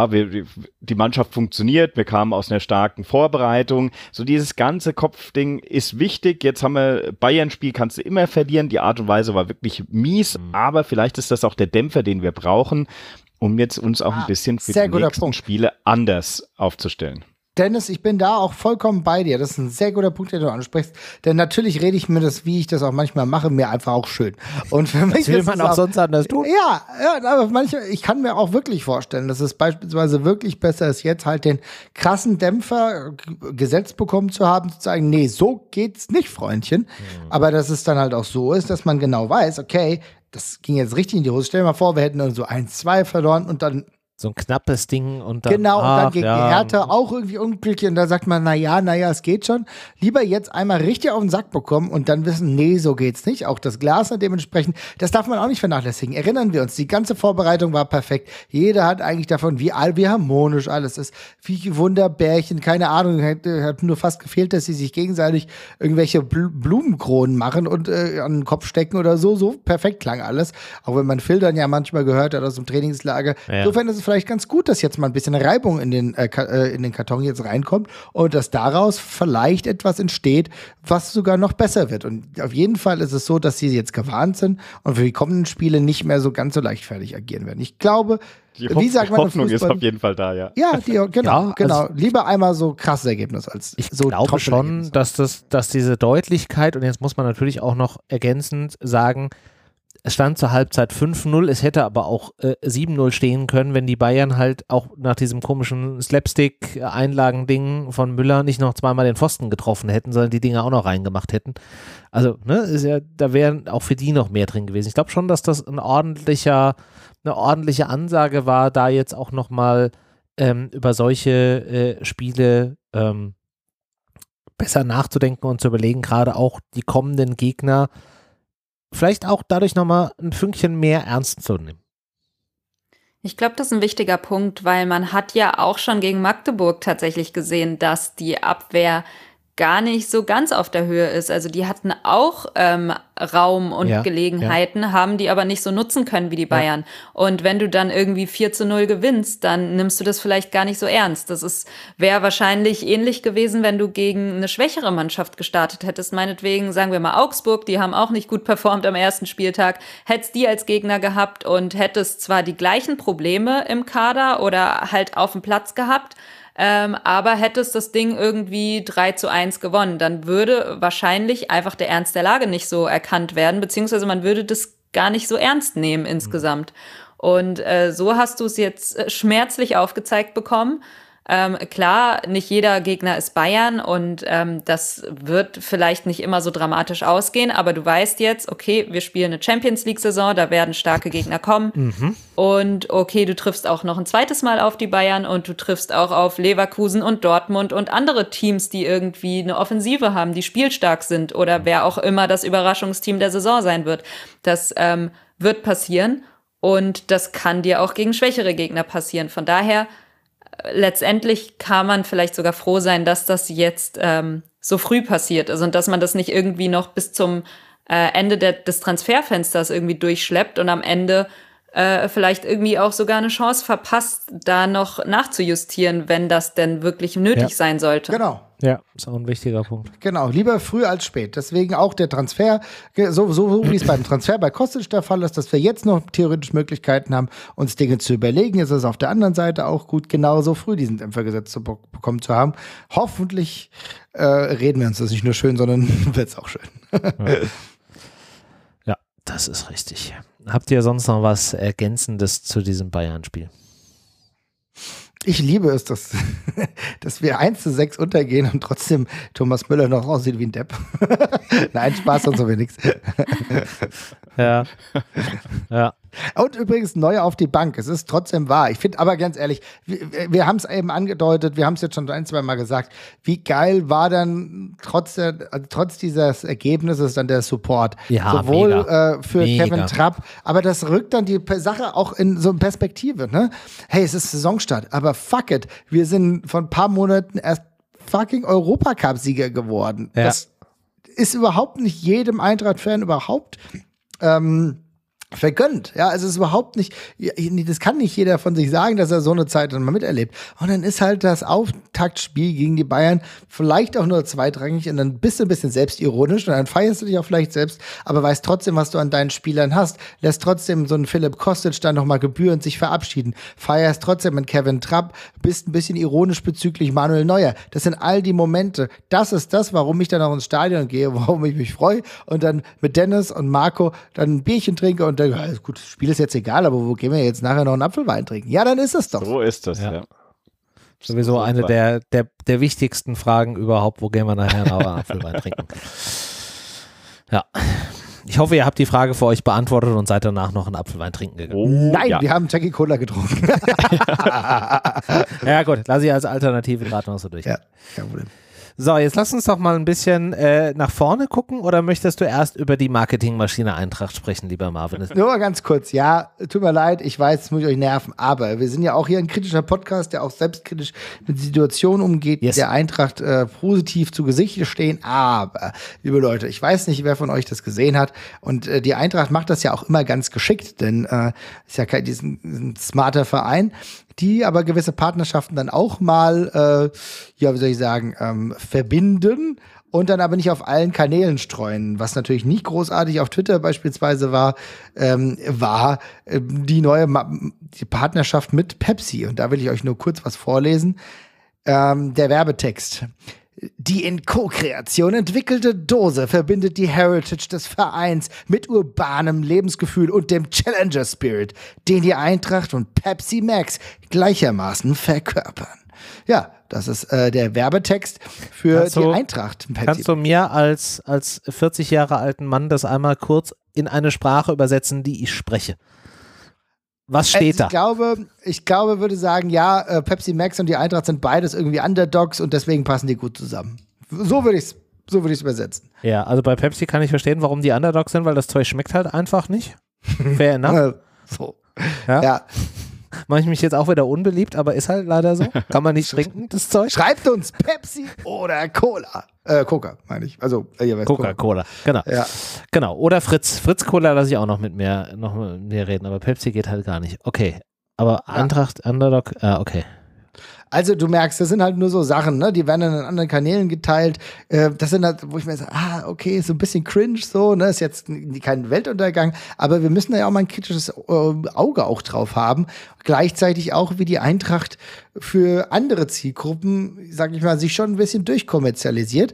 die Mannschaft funktioniert. Wir kamen aus einer starken Vorbereitung. So dieses ganze Kopfding ist wichtig. Jetzt haben wir Bayern-Spiel, kannst du immer verlieren. Die Art und Weise war wirklich mies, aber vielleicht ist das auch der Dämpfer, den wir brauchen, um jetzt uns auch ein bisschen für die nächsten Spiele anders aufzustellen. Dennis, ich bin da auch vollkommen bei dir. Das ist ein sehr guter Punkt, den du ansprichst. Denn natürlich rede ich mir das, wie ich das auch manchmal mache, mir einfach auch schön. Und für mich will man auch sonst anders tun. Ja, aber ich kann mir auch wirklich vorstellen, dass es beispielsweise wirklich besser ist, jetzt halt den krassen Dämpfer gesetzt bekommen zu haben, zu sagen, nee, so geht's nicht, Freundchen. Aber dass es dann halt auch so ist, dass man genau weiß, okay, das ging jetzt richtig in die Hose. Stell dir mal vor, wir hätten dann so 1-2 verloren und dann so ein knappes Ding und dann. Genau, und dann gegen die Hertha auch irgendwie unglücklich und da sagt man, naja, es geht schon. Lieber jetzt einmal richtig auf den Sack bekommen und dann wissen, nee, so geht's nicht. Auch das Glasner dementsprechend, das darf man auch nicht vernachlässigen. Erinnern wir uns, die ganze Vorbereitung war perfekt. Jeder hat eigentlich davon, wie harmonisch alles ist, wie Wunderbärchen, keine Ahnung, hat nur fast gefehlt, dass sie sich gegenseitig irgendwelche Blumenkronen machen und an den Kopf stecken oder so. So perfekt klang alles. Auch wenn man Phil dann ja manchmal gehört hat aus dem Trainingslager. Ja. Insofern ist es vielleicht ganz gut, dass jetzt mal ein bisschen Reibung in den Karton jetzt reinkommt und dass daraus vielleicht etwas entsteht, was sogar noch besser wird. Und auf jeden Fall ist es so, dass sie jetzt gewarnt sind und für die kommenden Spiele nicht mehr so ganz so leichtfertig agieren werden. Ich glaube, die Hoffnung ist auf jeden Fall da, ja. Ja, genau. Also lieber einmal so krasses Ergebnis als ich so glaube schon, dass diese Deutlichkeit, und jetzt muss man natürlich auch noch ergänzend sagen, Es stand zur Halbzeit 5-0, es hätte aber auch 7-0 stehen können, wenn die Bayern halt auch nach diesem komischen Slapstick-Einlagen-Ding von Müller nicht noch zweimal den Pfosten getroffen hätten, sondern die Dinger auch noch reingemacht hätten. Also, ne, ist ja, da wären auch für die noch mehr drin gewesen. Ich glaube schon, dass das eine ordentliche Ansage war, da jetzt auch nochmal über solche Spiele besser nachzudenken und zu überlegen, gerade auch die kommenden Gegner vielleicht auch dadurch nochmal ein Fünkchen mehr ernst zu nehmen. Ich glaube, das ist ein wichtiger Punkt, weil man hat ja auch schon gegen Magdeburg tatsächlich gesehen, dass die Abwehr gar nicht so ganz auf der Höhe ist. Also die hatten auch Raum und Gelegenheiten, haben die aber nicht so nutzen können wie die Bayern. Und wenn du dann irgendwie 4-0 gewinnst, dann nimmst du das vielleicht gar nicht so ernst. Das wäre wahrscheinlich ähnlich gewesen, wenn du gegen eine schwächere Mannschaft gestartet hättest. Meinetwegen, sagen wir mal Augsburg, die haben auch nicht gut performt am ersten Spieltag. Hättest die als Gegner gehabt und hättest zwar die gleichen Probleme im Kader oder halt auf dem Platz gehabt, aber hättest das Ding irgendwie 3-1 gewonnen, dann würde wahrscheinlich einfach der Ernst der Lage nicht so erkannt werden, beziehungsweise man würde das gar nicht so ernst nehmen insgesamt. Und so hast du es jetzt schmerzlich aufgezeigt bekommen. Klar, nicht jeder Gegner ist Bayern und das wird vielleicht nicht immer so dramatisch ausgehen, aber du weißt jetzt, okay, wir spielen eine Champions-League-Saison, da werden starke Gegner kommen und okay, du triffst auch noch ein zweites Mal auf die Bayern und du triffst auch auf Leverkusen und Dortmund und andere Teams, die irgendwie eine Offensive haben, die spielstark sind oder wer auch immer das Überraschungsteam der Saison sein wird. Das wird passieren und das kann dir auch gegen schwächere Gegner passieren. Von daher letztendlich kann man vielleicht sogar froh sein, dass das jetzt so früh passiert ist und dass man das nicht irgendwie noch bis zum Ende des Transferfensters irgendwie durchschleppt und am Ende vielleicht irgendwie auch sogar eine Chance verpasst, da noch nachzujustieren, wenn das denn wirklich nötig sein sollte. Genau. Ja, ist auch ein wichtiger Punkt. Genau, lieber früh als spät. Deswegen auch der Transfer, so wie es beim Transfer bei Kostic der Fall ist, dass wir jetzt noch theoretisch Möglichkeiten haben, uns Dinge zu überlegen, ist es auf der anderen Seite auch gut, genauso früh diesen Dämpfer gesetzt bekommen zu haben. Hoffentlich reden wir uns das nicht nur schön, sondern wird es auch schön. Ja, das ist richtig. Habt ihr sonst noch was Ergänzendes zu diesem Bayern-Spiel? Ich liebe es, dass wir 1-6 untergehen und trotzdem Thomas Müller noch aussieht wie ein Depp. Nein, Spaß und so wenigstens. Ja. Und übrigens neu auf die Bank. Es ist trotzdem wahr. Ich finde aber ganz ehrlich, wir haben es eben angedeutet, wir haben es jetzt schon 1-2 Mal gesagt, wie geil war dann trotz dieses Ergebnisses dann der Support. Ja, sowohl für Kevin Trapp, aber das rückt dann die Sache auch in so eine Perspektive. Ne? Hey, es ist Saisonstart, aber fuck it, wir sind vor ein paar Monaten erst fucking Europacup-Sieger geworden. Ja. Das ist überhaupt nicht jedem Eintracht-Fan überhaupt vergönnt. Ja, also es ist überhaupt nicht, das kann nicht jeder von sich sagen, dass er so eine Zeit dann mal miterlebt. Und dann ist halt das Auftaktspiel gegen die Bayern vielleicht auch nur zweitrangig und dann bist du ein bisschen selbstironisch und dann feierst du dich auch vielleicht selbst, aber weißt trotzdem, was du an deinen Spielern hast, lässt trotzdem so einen Philipp Kostic dann nochmal gebührend sich verabschieden, feierst trotzdem mit Kevin Trapp, bist ein bisschen ironisch bezüglich Manuel Neuer. Das sind all die Momente. Das ist das, warum ich dann auch ins Stadion gehe, warum ich mich freue und dann mit Dennis und Marco dann ein Bierchen trinke und dann, gut, das Spiel ist jetzt egal, aber wo gehen wir jetzt nachher noch einen Apfelwein trinken? Ja, dann ist es doch. So ist das, ja. Sowieso eine der wichtigsten Fragen überhaupt, wo gehen wir nachher noch einen Apfelwein trinken? Ja. Ich hoffe, ihr habt die Frage für euch beantwortet und seid danach noch einen Apfelwein trinken gegangen. Oh, nein, wir haben Jackie Cola getrunken. Ja gut, lass ich als Alternative gerade noch so durch. Ja, kein Problem. So, jetzt lass uns doch mal ein bisschen nach vorne gucken oder möchtest du erst über die Marketingmaschine Eintracht sprechen, lieber Marvin? Nur mal ganz kurz, ja, tut mir leid, ich weiß, es muss ich euch nerven, aber wir sind ja auch hier ein kritischer Podcast, der auch selbstkritisch mit Situationen umgeht, die der Eintracht positiv zu Gesicht stehen, aber, liebe Leute, ich weiß nicht, wer von euch das gesehen hat und die Eintracht macht das ja auch immer ganz geschickt, denn ist ja ein smarter Verein, die aber gewisse Partnerschaften dann auch mal, wie soll ich sagen, verbinden und dann aber nicht auf allen Kanälen streuen. Was natürlich nicht großartig auf Twitter beispielsweise war die neue die Partnerschaft mit Pepsi. Und da will ich euch nur kurz was vorlesen. Der Werbetext. Die in Co-Kreation entwickelte Dose verbindet die Heritage des Vereins mit urbanem Lebensgefühl und dem Challenger-Spirit, den die Eintracht und Pepsi Max gleichermaßen verkörpern. Ja, das ist der Werbetext für die Eintracht. Kannst du mir als 40 Jahre alten Mann das einmal kurz in eine Sprache übersetzen, die ich spreche? Was steht da? Ich glaube, würde sagen, ja, Pepsi Max und die Eintracht sind beides irgendwie Underdogs und deswegen passen die gut zusammen. So würde ich es übersetzen. Ja, also bei Pepsi kann ich verstehen, warum die Underdogs sind, weil das Zeug schmeckt halt einfach nicht. Fair enough. So. Ja. Mache ich mich jetzt auch wieder unbeliebt, aber ist halt leider so. Kann man nicht trinken, das Zeug. Schreibt uns Pepsi oder Cola. Coca, meine ich. Also, Coca-Cola, genau. Ja. Genau. Oder Fritz. Fritz-Cola lasse ich auch noch mit mir reden, aber Pepsi geht halt gar nicht. Okay. Aber Eintracht, Underdog, okay. Also du merkst, das sind halt nur so Sachen, ne? Die werden dann in anderen Kanälen geteilt. Das sind halt, wo ich mir sage, okay, so ein bisschen cringe so, ne? Ist jetzt kein Weltuntergang, aber wir müssen da ja auch mal ein kritisches Auge auch drauf haben. Gleichzeitig auch, wie die Eintracht für andere Zielgruppen, sag ich mal, sich schon ein bisschen durchkommerzialisiert.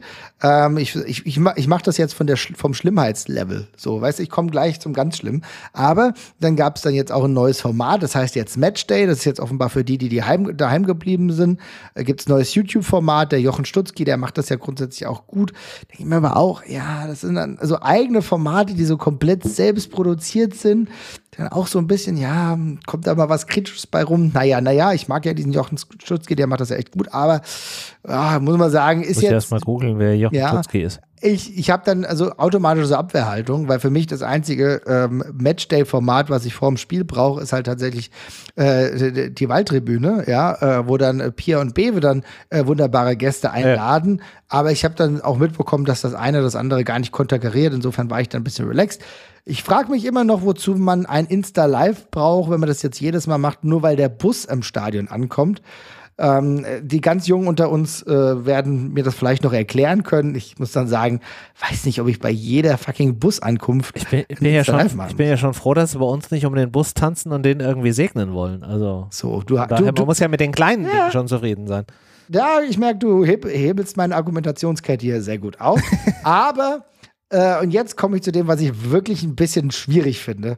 Ich mach das jetzt vom Schlimmheitslevel. So, weißt du, ich komme gleich zum ganz Schlimm. Aber dann gab es dann jetzt auch ein neues Format, das heißt jetzt Matchday. Das ist jetzt offenbar für die daheim geblieben sind. Gibt es ein neues YouTube-Format, der Jochen Stutzki, der macht das ja grundsätzlich auch gut. Denke ich mir aber auch, ja, das sind dann also eigene Formate, die so komplett selbst produziert sind. Dann auch so ein bisschen, ja, kommt da mal was Kritisches bei rum. Naja, ich mag ja diesen Jochen Stutzki, der macht das ja echt gut, aber muss man sagen, ist muss jetzt... Ich erst mal googeln, wer Jochen Stutzki ist. Ich habe dann also automatische Abwehrhaltung, weil für mich das einzige Matchday-Format, was ich vor dem Spiel brauche, ist halt tatsächlich die Wahltribüne, ja, wo dann Pia und Bewe dann wunderbare Gäste einladen. Aber ich habe dann auch mitbekommen, dass das eine das andere gar nicht konterkariert. Insofern war ich dann ein bisschen relaxed. Ich frage mich immer noch, wozu man ein Insta-Live braucht, wenn man das jetzt jedes Mal macht, nur weil der Bus im Stadion ankommt. Die ganz Jungen unter uns werden mir das vielleicht noch erklären können. Ich muss dann sagen, weiß nicht, ob ich bei jeder fucking Busankunft ich bin ja schon froh, dass sie bei uns nicht um den Bus tanzen und den irgendwie segnen wollen. Also so, man muss ja mit den kleinen Dingen schon zufrieden sein. Ja, ich merke, du hebelst meine Argumentationskette hier sehr gut auf. Aber und jetzt komme ich zu dem, was ich wirklich ein bisschen schwierig finde.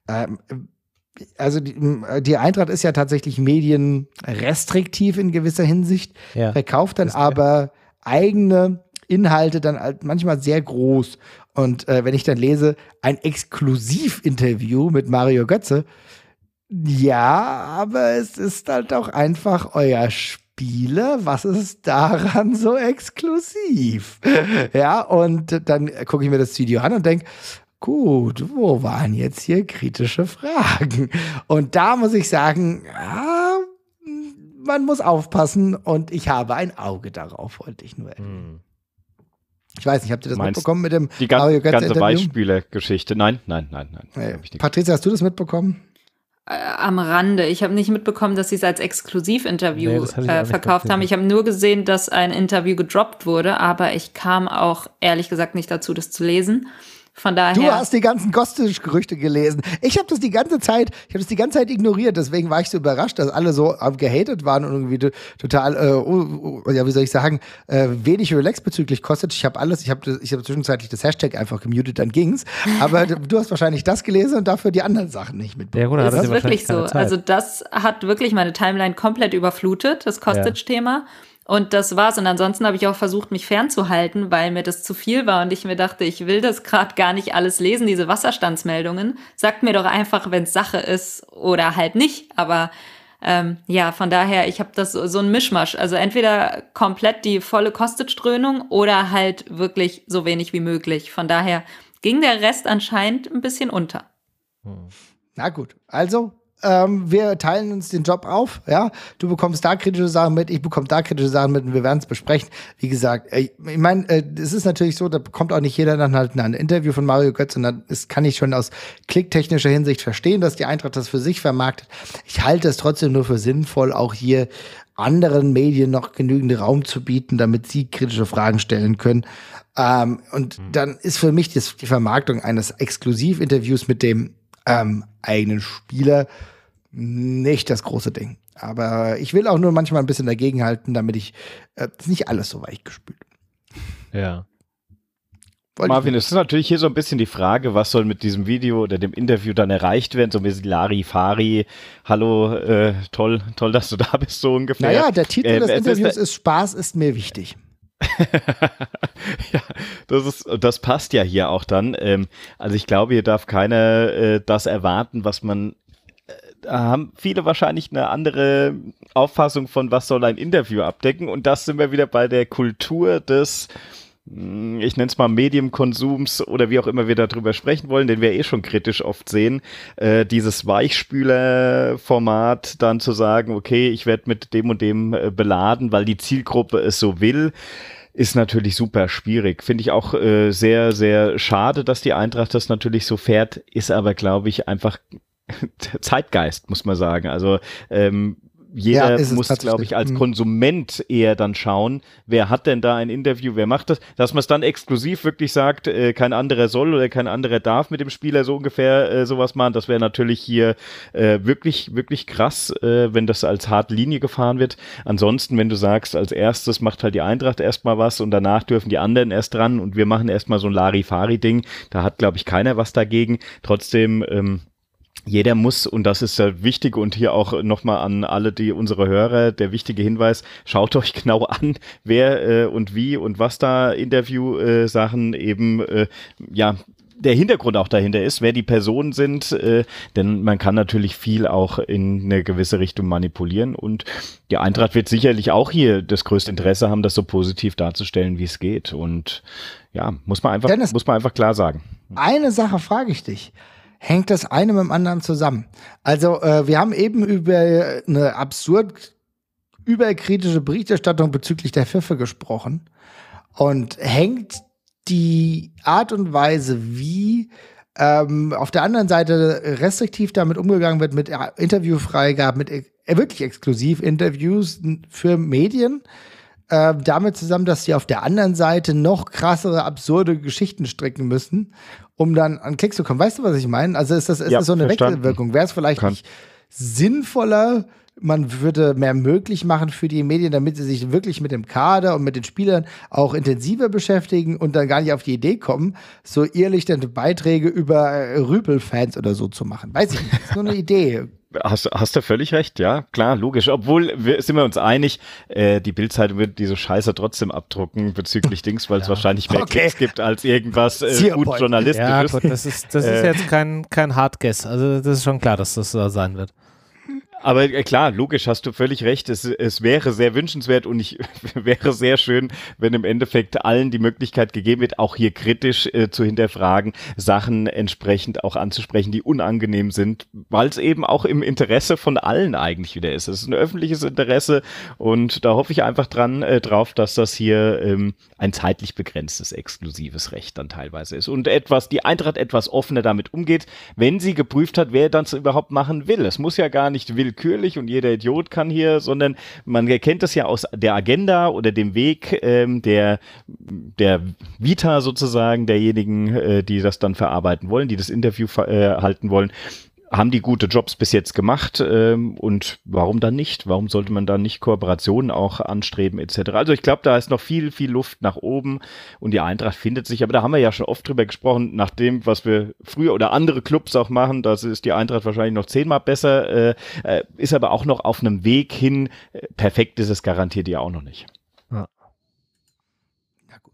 Also die Eintracht ist ja tatsächlich medienrestriktiv in gewisser Hinsicht, verkauft dann aber eigene Inhalte dann halt manchmal sehr groß. Und wenn ich dann lese, ein Exklusivinterview mit Mario Götze, ja, aber es ist halt auch einfach euer Spieler. Was ist daran so exklusiv? Ja, und dann gucke ich mir das Video an und denke, gut, wo waren jetzt hier kritische Fragen? Und da muss ich sagen, man muss aufpassen und ich habe ein Auge darauf, wollte ich nur erwähnen. Ich weiß nicht, habt ihr das mitbekommen mit dem die ganze Beispiele-Geschichte? Nein. Patricia, hast du das mitbekommen? Am Rande. Ich habe nicht mitbekommen, dass sie es als Exklusivinterview verkauft haben. Ich habe nur gesehen, dass ein Interview gedroppt wurde, aber ich kam auch ehrlich gesagt nicht dazu, das zu lesen. Von daher. Du hast die ganzen Kostisch-Gerüchte gelesen. Ich habe das die ganze Zeit ignoriert. Deswegen war ich so überrascht, dass alle so gehatet waren und irgendwie total, wie soll ich sagen, wenig relaxed bezüglich Kostic. Ich habe zwischenzeitlich das Hashtag einfach gemutet, dann ging's. Aber du hast wahrscheinlich das gelesen und dafür die anderen Sachen nicht mitbekommen. Ja, gut, das ist wirklich so. Also das hat wirklich meine Timeline komplett überflutet, das Kostic-Thema. Und das war's. Und ansonsten habe ich auch versucht, mich fernzuhalten, weil mir das zu viel war und ich mir dachte, ich will das gerade gar nicht alles lesen, diese Wasserstandsmeldungen. Sagt mir doch einfach, wenn es Sache ist oder halt nicht. Aber von daher, ich habe das so ein Mischmasch. Also entweder komplett die volle Kostic-Dröhnung oder halt wirklich so wenig wie möglich. Von daher ging der Rest anscheinend ein bisschen unter. Na gut, also wir teilen uns den Job auf, ja. Du bekommst da kritische Sachen mit, ich bekomme da kritische Sachen mit und wir werden es besprechen. Wie gesagt, ich meine, es ist natürlich so, da bekommt auch nicht jeder dann halt ein Interview von Mario Götze und dann kann ich schon aus klicktechnischer Hinsicht verstehen, dass die Eintracht das für sich vermarktet. Ich halte es trotzdem nur für sinnvoll, auch hier anderen Medien noch genügend Raum zu bieten, damit sie kritische Fragen stellen können. Und dann ist für mich die Vermarktung eines Exklusivinterviews mit dem eigenen Spieler nicht das große Ding. Aber ich will auch nur manchmal ein bisschen dagegenhalten, damit ich nicht alles so weich gespült. Ja. Marvin, es ist natürlich hier so ein bisschen die Frage, was soll mit diesem Video oder dem Interview dann erreicht werden? So ein bisschen Larifari, hallo, toll, dass du da bist, so ungefähr. Naja, der Titel des Interviews ist Spaß ist mir wichtig. Ja, das passt ja hier auch dann. Also ich glaube, hier darf keiner das erwarten, was man da haben viele wahrscheinlich eine andere Auffassung von, was soll ein Interview abdecken. Und das sind wir wieder bei der Kultur des, ich nenne es mal Medienkonsums oder wie auch immer wir darüber sprechen wollen, den wir schon kritisch oft sehen. Dieses Weichspüler-Format dann zu sagen, okay, ich werde mit dem und dem beladen, weil die Zielgruppe es so will, ist natürlich super schwierig. Finde ich auch sehr, sehr schade, dass die Eintracht das natürlich so fährt, ist aber, glaube ich, einfach Zeitgeist, muss man sagen. Also jeder muss, glaube ich, als Konsument eher dann schauen, wer hat denn da ein Interview, wer macht das, dass man es dann exklusiv wirklich sagt, kein anderer soll oder kein anderer darf mit dem Spieler so ungefähr sowas machen, das wäre natürlich hier wirklich, wirklich krass, wenn das als harte Linie gefahren wird. Ansonsten, wenn du sagst, als erstes macht halt die Eintracht erstmal was und danach dürfen die anderen erst dran und wir machen erstmal so ein Larifari-Ding, da hat, glaube ich, keiner was dagegen. Trotzdem, jeder muss, und das ist ja wichtig und hier auch nochmal an alle unsere Hörer, der wichtige Hinweis, schaut euch genau an, wer und wie und was da Interview-Sachen eben, der Hintergrund auch dahinter ist, wer die Personen sind, denn man kann natürlich viel auch in eine gewisse Richtung manipulieren und die Eintracht wird sicherlich auch hier das größte Interesse haben, das so positiv darzustellen, wie es geht und ja, muss man einfach klar sagen. Eine Sache frage ich dich. Hängt das eine mit dem anderen zusammen? Also, wir haben eben über eine absurd überkritische Berichterstattung bezüglich der Pfiffe gesprochen. Und hängt die Art und Weise, wie auf der anderen Seite restriktiv damit umgegangen wird, mit Interviewfreigaben, mit wirklich Exklusivinterviews für Medien, damit zusammen, dass sie auf der anderen Seite noch krassere, absurde Geschichten stricken müssen, um dann an Klicks zu kommen. Weißt du, was ich meine? Also ist das so eine verstanden. Wechselwirkung? Wäre es vielleicht nicht sinnvoller, man würde mehr möglich machen für die Medien, damit sie sich wirklich mit dem Kader und mit den Spielern auch intensiver beschäftigen und dann gar nicht auf die Idee kommen, so irrlichternde Beiträge über Rüpel-Fans oder so zu machen. Weiß ich nicht, das ist nur eine Idee. Hast du völlig recht, ja, klar, logisch. Obwohl, sind wir uns einig, die Bild-Zeitung wird diese Scheiße trotzdem abdrucken bezüglich Dings, weil es wahrscheinlich mehr Klicks gibt als irgendwas gut journalistisch ja, ist. Gut, das ist jetzt kein Hard Guess. Also das ist schon klar, dass das so sein wird. Aber klar, logisch, hast du völlig recht. Es wäre sehr wünschenswert und wäre sehr schön, wenn im Endeffekt allen die Möglichkeit gegeben wird, auch hier kritisch zu hinterfragen, Sachen entsprechend auch anzusprechen, die unangenehm sind, weil es eben auch im Interesse von allen eigentlich wieder ist. Es ist ein öffentliches Interesse und da hoffe ich einfach drauf, dass das hier ein zeitlich begrenztes, exklusives Recht dann teilweise ist und die Eintracht etwas offener damit umgeht, wenn sie geprüft hat, wer das überhaupt machen will. Es muss ja gar nicht willkürlich und jeder Idiot kann hier, sondern man erkennt das ja aus der Agenda oder dem Weg der Vita sozusagen derjenigen, die das dann verarbeiten wollen, die das Interview halten wollen. Haben die gute Jobs bis jetzt gemacht und warum dann nicht? Warum sollte man dann nicht Kooperationen auch anstreben etc.? Also ich glaube, da ist noch viel, viel Luft nach oben und die Eintracht findet sich, aber da haben wir ja schon oft drüber gesprochen, nach dem, was wir früher oder andere Clubs auch machen, das ist die Eintracht wahrscheinlich noch 10-mal besser, ist aber auch noch auf einem Weg hin, perfekt ist es garantiert ja auch noch nicht. Ja. Na gut.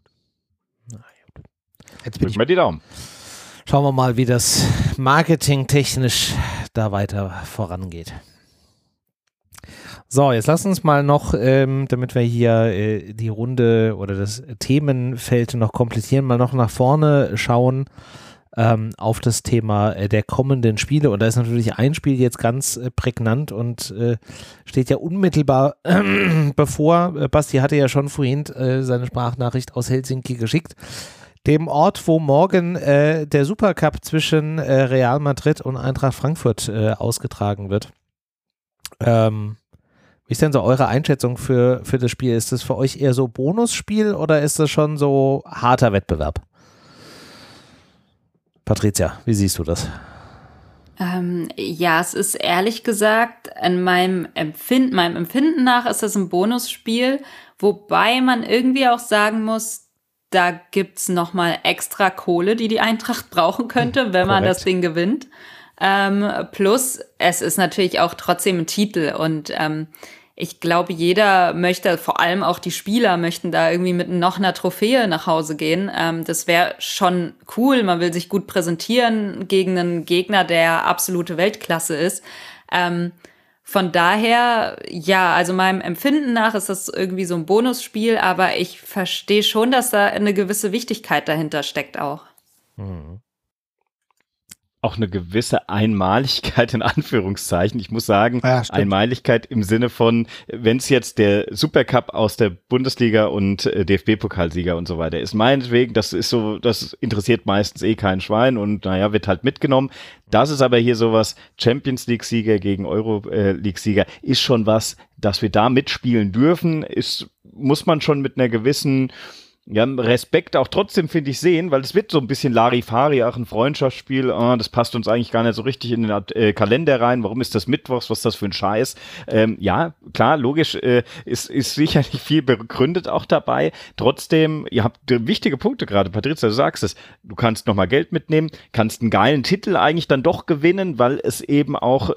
Jetzt drücken wir die Daumen. Schauen wir mal, wie das marketingtechnisch da weiter vorangeht. So, jetzt lass uns mal noch, damit wir hier die Runde oder das Themenfeld noch komplettieren, mal noch nach vorne schauen auf das Thema der kommenden Spiele. Und da ist natürlich ein Spiel jetzt ganz prägnant und steht ja unmittelbar bevor. Basti hatte ja schon vorhin seine Sprachnachricht aus Helsinki geschickt. Dem Ort, wo morgen der Supercup zwischen Real Madrid und Eintracht Frankfurt ausgetragen wird. Wie ist denn so eure Einschätzung für das Spiel? Ist das für euch eher so Bonusspiel oder ist das schon so harter Wettbewerb? Patricia, wie siehst du das? Ja, es ist ehrlich gesagt, in meinem Empfinden nach ist das ein Bonusspiel, wobei man irgendwie auch sagen muss, da gibt's nochmal extra Kohle, die Eintracht brauchen könnte, wenn man das Ding gewinnt. Plus, es ist natürlich auch trotzdem ein Titel und ich glaube, jeder möchte, vor allem auch die Spieler möchten da irgendwie mit noch einer Trophäe nach Hause gehen. Das wäre schon cool. Man will sich gut präsentieren gegen einen Gegner, der absolute Weltklasse ist. Von daher, ja, also meinem Empfinden nach ist das irgendwie so ein Bonusspiel, aber ich verstehe schon, dass da eine gewisse Wichtigkeit dahinter steckt auch. Auch eine gewisse Einmaligkeit in Anführungszeichen. Ich muss sagen, Einmaligkeit im Sinne von, wenn es jetzt der Supercup aus der Bundesliga und DFB-Pokalsieger und so weiter ist, meinetwegen, das interessiert meistens kein Schwein und naja, wird halt mitgenommen. Das ist aber hier sowas, Champions League-Sieger gegen Euro-League-Sieger, ist schon was, dass wir da mitspielen dürfen, muss man schon mit einer gewissen Respekt auch trotzdem, finde ich, sehen, weil es wird so ein bisschen Larifari, auch ein Freundschaftsspiel, das passt uns eigentlich gar nicht so richtig in den Kalender rein, warum ist das Mittwochs, was ist das für ein Scheiß? Ja, klar, logisch, ist sicherlich viel begründet auch dabei, trotzdem, ihr habt wichtige Punkte gerade, Patrizia, du sagst es, du kannst nochmal Geld mitnehmen, kannst einen geilen Titel eigentlich dann doch gewinnen, weil es eben auch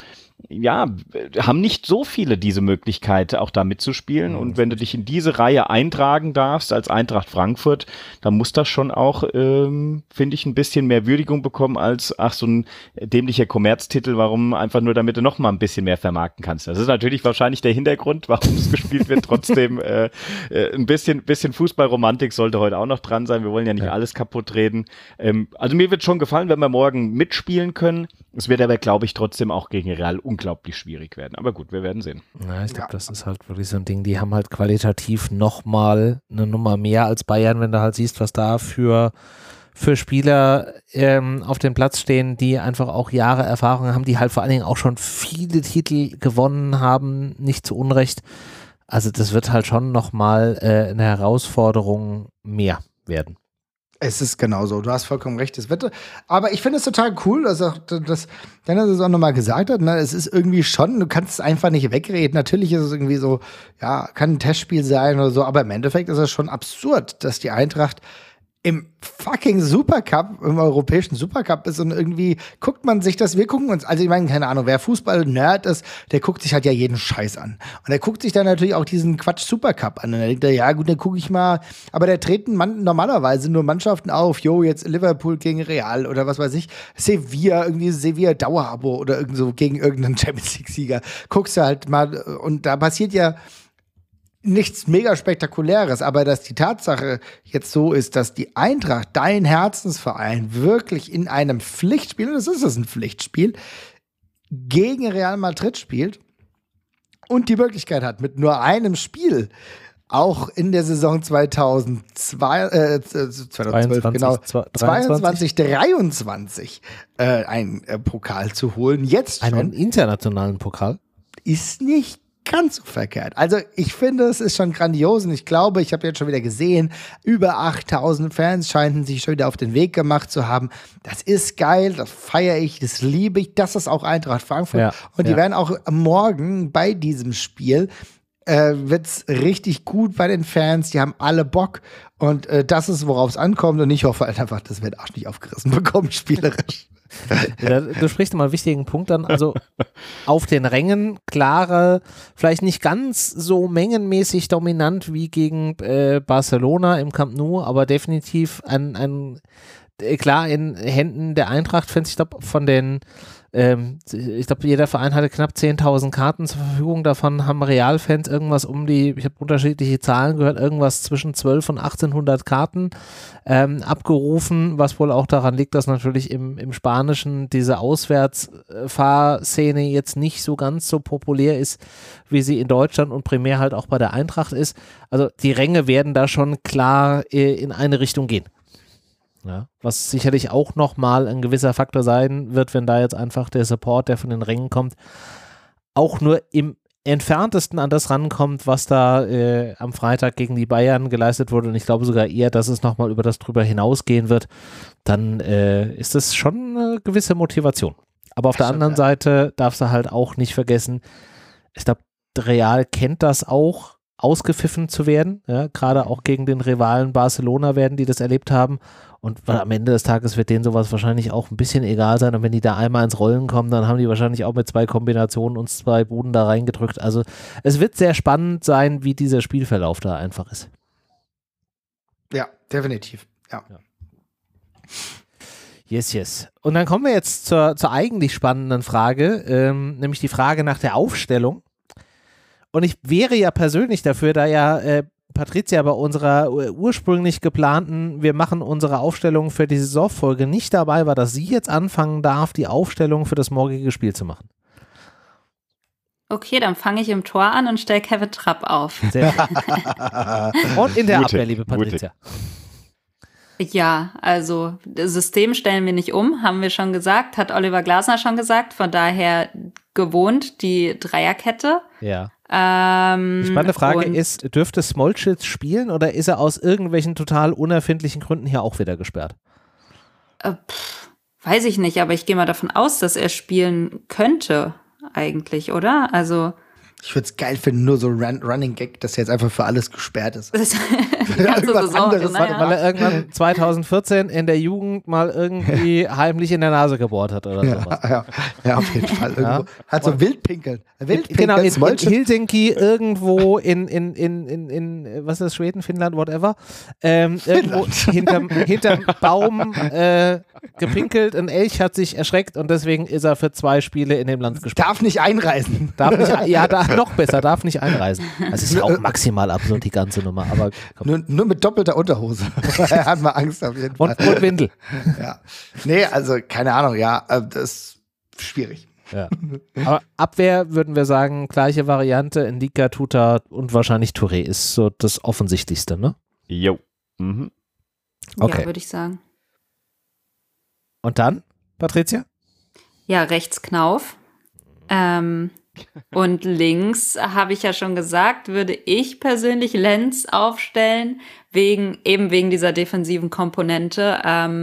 haben nicht so viele diese Möglichkeit, auch da mitzuspielen. Und wenn du dich in diese Reihe eintragen darfst als Eintracht Frankfurt, dann muss das schon auch, finde ich, ein bisschen mehr Würdigung bekommen als, so ein dämlicher Kommerztitel, warum einfach nur, damit du noch mal ein bisschen mehr vermarkten kannst. Das ist natürlich wahrscheinlich der Hintergrund, warum es gespielt wird. Trotzdem ein bisschen Fußballromantik sollte heute auch noch dran sein. Wir wollen ja nicht alles kaputt reden. Also mir wird schon gefallen, wenn wir morgen mitspielen können. Es wird aber, glaube ich, trotzdem auch gegen Real unglaublich schwierig werden. Aber gut, wir werden sehen. Ja, ich glaube, das ist halt wirklich so ein Ding, die haben halt qualitativ nochmal eine Nummer mehr als Bayern, wenn du halt siehst, was da für Spieler auf dem Platz stehen, die einfach auch Jahre Erfahrung haben, die halt vor allen Dingen auch schon viele Titel gewonnen haben, nicht zu Unrecht. Also das wird halt schon nochmal eine Herausforderung mehr werden. Es ist genauso, du hast vollkommen recht, das Wetter. Aber ich finde es total cool, dass Dennis es auch nochmal gesagt hat, ne? Es ist irgendwie schon, du kannst es einfach nicht wegreden. Natürlich ist es irgendwie so, ja, kann ein Testspiel sein oder so, aber im Endeffekt ist es schon absurd, dass die Eintracht im fucking Supercup, im europäischen Supercup ist und irgendwie guckt man sich das, wir gucken uns, also ich meine, keine Ahnung, wer Fußball-Nerd ist, der guckt sich halt ja jeden Scheiß an. Und der guckt sich dann natürlich auch diesen Quatsch-Supercup an und dann denkt er, ja gut, dann gucke ich mal, aber da treten normalerweise nur Mannschaften auf, jetzt Liverpool gegen Real oder was weiß ich, Sevilla Dauerabo oder irgend so gegen irgendeinen Champions-League-Sieger. Guckst du halt mal und da passiert ja nichts mega Spektakuläres, aber dass die Tatsache jetzt so ist, dass die Eintracht, dein Herzensverein, wirklich in einem Pflichtspiel, und das ist ein Pflichtspiel, gegen Real Madrid spielt und die Möglichkeit hat, mit nur einem Spiel auch in der Saison 2023 einen Pokal zu holen. Jetzt schon. Einen internationalen Pokal? Ist nicht ganz so verkehrt. Also ich finde, es ist schon grandios und ich glaube, ich habe jetzt schon wieder gesehen, über 8000 Fans scheinen sich schon wieder auf den Weg gemacht zu haben. Das ist geil, das feiere ich, das liebe ich, das ist auch Eintracht Frankfurt und die werden auch morgen bei diesem Spiel wird's richtig gut bei den Fans, die haben alle Bock und das ist, worauf es ankommt und ich hoffe halt einfach, dass wir den Arsch nicht aufgerissen bekommen, spielerisch. Du sprichst mal einen wichtigen Punkt an, also auf den Rängen klare, vielleicht nicht ganz so mengenmäßig dominant wie gegen Barcelona im Camp Nou, aber definitiv klar in Händen der Eintracht-Fans, ich glaube von den ich glaube, jeder Verein hatte knapp 10.000 Karten zur Verfügung, davon haben Real-Fans irgendwas ich habe unterschiedliche Zahlen gehört, irgendwas zwischen 12 und 1800 Karten abgerufen, was wohl auch daran liegt, dass natürlich im Spanischen diese Auswärtsfahrszene jetzt nicht so ganz so populär ist, wie sie in Deutschland und primär halt auch bei der Eintracht ist. Also die Ränge werden da schon klar in eine Richtung gehen. Ja, was sicherlich auch nochmal ein gewisser Faktor sein wird, wenn da jetzt einfach der Support, der von den Rängen kommt, auch nur im entferntesten an das rankommt, was da am Freitag gegen die Bayern geleistet wurde. Und ich glaube sogar eher, dass es nochmal über das drüber hinausgehen wird. Dann ist das schon eine gewisse Motivation. Aber auf der anderen Seite darfst du halt auch nicht vergessen, ich glaube, Real kennt das auch, ausgepfiffen zu werden. Ja, gerade auch gegen den Rivalen Barcelona werden die das erlebt haben. Und am Ende des Tages wird denen sowas wahrscheinlich auch ein bisschen egal sein. Und wenn die da einmal ins Rollen kommen, dann haben die wahrscheinlich auch mit 2 Kombinationen uns 2 Buden da reingedrückt. Also es wird sehr spannend sein, wie dieser Spielverlauf da einfach ist. Ja, definitiv. Ja. Yes. Und dann kommen wir jetzt zur eigentlich spannenden Frage, nämlich die Frage nach der Aufstellung. Und ich wäre ja persönlich dafür, da ja Patricia bei unserer ursprünglich geplanten, wir machen unsere Aufstellung für die Saisonfolge nicht dabei war, dass sie jetzt anfangen darf, die Aufstellung für das morgige Spiel zu machen. Okay, dann fange ich im Tor an und stelle Kevin Trapp auf. Sehr gut. Und in der Abwehr, liebe Patricia. Ja, also das System stellen wir nicht um, haben wir schon gesagt, hat Oliver Glasner schon gesagt, von daher gewohnt die Dreierkette. Ja. Die spannende Frage ist, dürfte Smolcic spielen oder ist er aus irgendwelchen total unerfindlichen Gründen hier auch wieder gesperrt? Weiß ich nicht, aber ich gehe mal davon aus, dass er spielen könnte eigentlich, oder? Also ich würde es geil finden, nur so Running Gag, dass er jetzt einfach für alles gesperrt ist. Die ganze Saison, anderes, weil er irgendwann 2014 in der Jugend mal irgendwie heimlich in der Nase gebohrt hat oder sowas. Ja, auf jeden Fall. Irgendwo. Hat so Wildpinkeln. Genau, in Helsinki irgendwo in was ist das, Schweden, Finnland, whatever, irgendwo hinterm Baum gepinkelt, ein Elch hat sich erschreckt und deswegen ist er für 2 Spiele in dem Land gesperrt. Darf nicht einreisen. Noch besser, darf nicht einreisen. Das ist ja auch maximal absurd, die ganze Nummer. Aber nur mit doppelter Unterhose. Er hat mal Angst auf jeden Fall. Und Windel. Ja. Nee, also keine Ahnung, ja, das ist schwierig. Ja. Aber Abwehr würden wir sagen, gleiche Variante, Ndika, Tuta und wahrscheinlich Touré ist so das Offensichtlichste, ne? Jo. Mhm. Okay. Ja, würde ich sagen. Und dann, Patricia? Ja, rechts Knauf. Und links, habe ich ja schon gesagt, würde ich persönlich Lenz aufstellen, wegen dieser defensiven Komponente.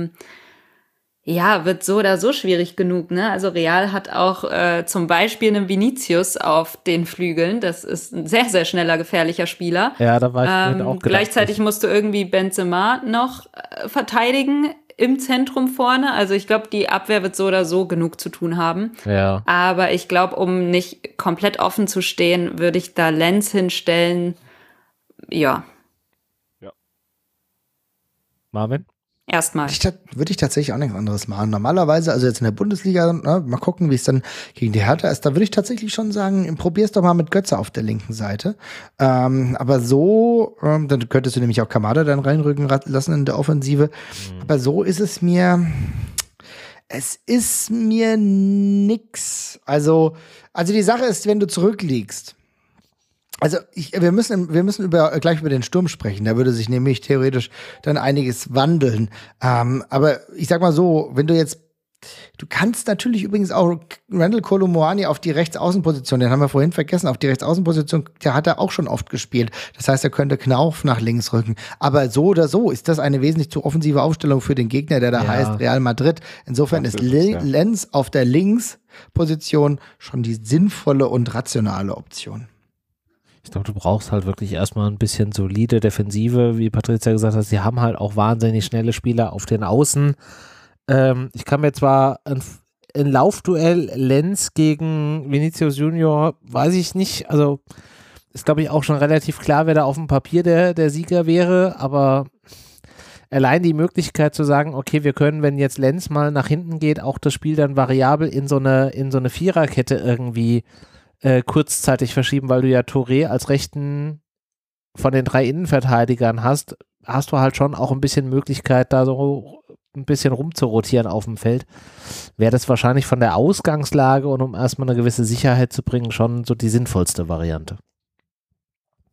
Ja, wird so oder so schwierig genug, ne? Also Real hat auch zum Beispiel einen Vinicius auf den Flügeln. Das ist ein sehr, sehr schneller, gefährlicher Spieler. Ja, da war ich auch gedacht. Gleichzeitig musst du irgendwie Benzema noch verteidigen im Zentrum vorne. Also ich glaube, die Abwehr wird so oder so genug zu tun haben. Ja. Aber ich glaube, um nicht komplett offen zu stehen, würde ich da Lenz hinstellen. Ja. Marvin? Erstmal. Würde ich tatsächlich auch nichts anderes machen. Normalerweise, also jetzt in der Bundesliga, mal gucken, wie es dann gegen die Hertha ist, da würde ich tatsächlich schon sagen, probier's doch mal mit Götze auf der linken Seite. Aber so, dann könntest du nämlich auch Kamada dann reinrücken lassen in der Offensive. Aber so ist es mir nix. Also die Sache ist, wenn du zurückliegst, also wir müssen gleich über den Sturm sprechen. Da würde sich nämlich theoretisch dann einiges wandeln. Aber ich sag mal so, du kannst natürlich übrigens auch Randall Kolo Muani auf die Rechtsaußenposition, den haben wir vorhin vergessen, auf die Rechtsaußenposition, der hat er auch schon oft gespielt. Das heißt, er könnte Knauf nach links rücken. Aber so oder so ist das eine wesentlich zu offensive Aufstellung für den Gegner, der da heißt Real Madrid. Insofern ist Lenz auf der Linksposition schon die sinnvolle und rationale Option. Ich glaube, du brauchst halt wirklich erstmal ein bisschen solide Defensive, wie Patricia gesagt hat. Sie haben halt auch wahnsinnig schnelle Spieler auf den Außen. Ich kann mir zwar ein Laufduell Lenz gegen Vinicius Junior, weiß ich nicht, also ist glaube ich auch schon relativ klar, wer da auf dem Papier der Sieger wäre, aber allein die Möglichkeit zu sagen, okay, wir können, wenn jetzt Lenz mal nach hinten geht, auch das Spiel dann variabel in so eine Viererkette irgendwie kurzzeitig verschieben, weil du ja Touré als rechten von den 3 Innenverteidigern hast du halt schon auch ein bisschen Möglichkeit, da so ein bisschen rumzurotieren auf dem Feld. Wäre das wahrscheinlich von der Ausgangslage und um erstmal eine gewisse Sicherheit zu bringen, schon so die sinnvollste Variante.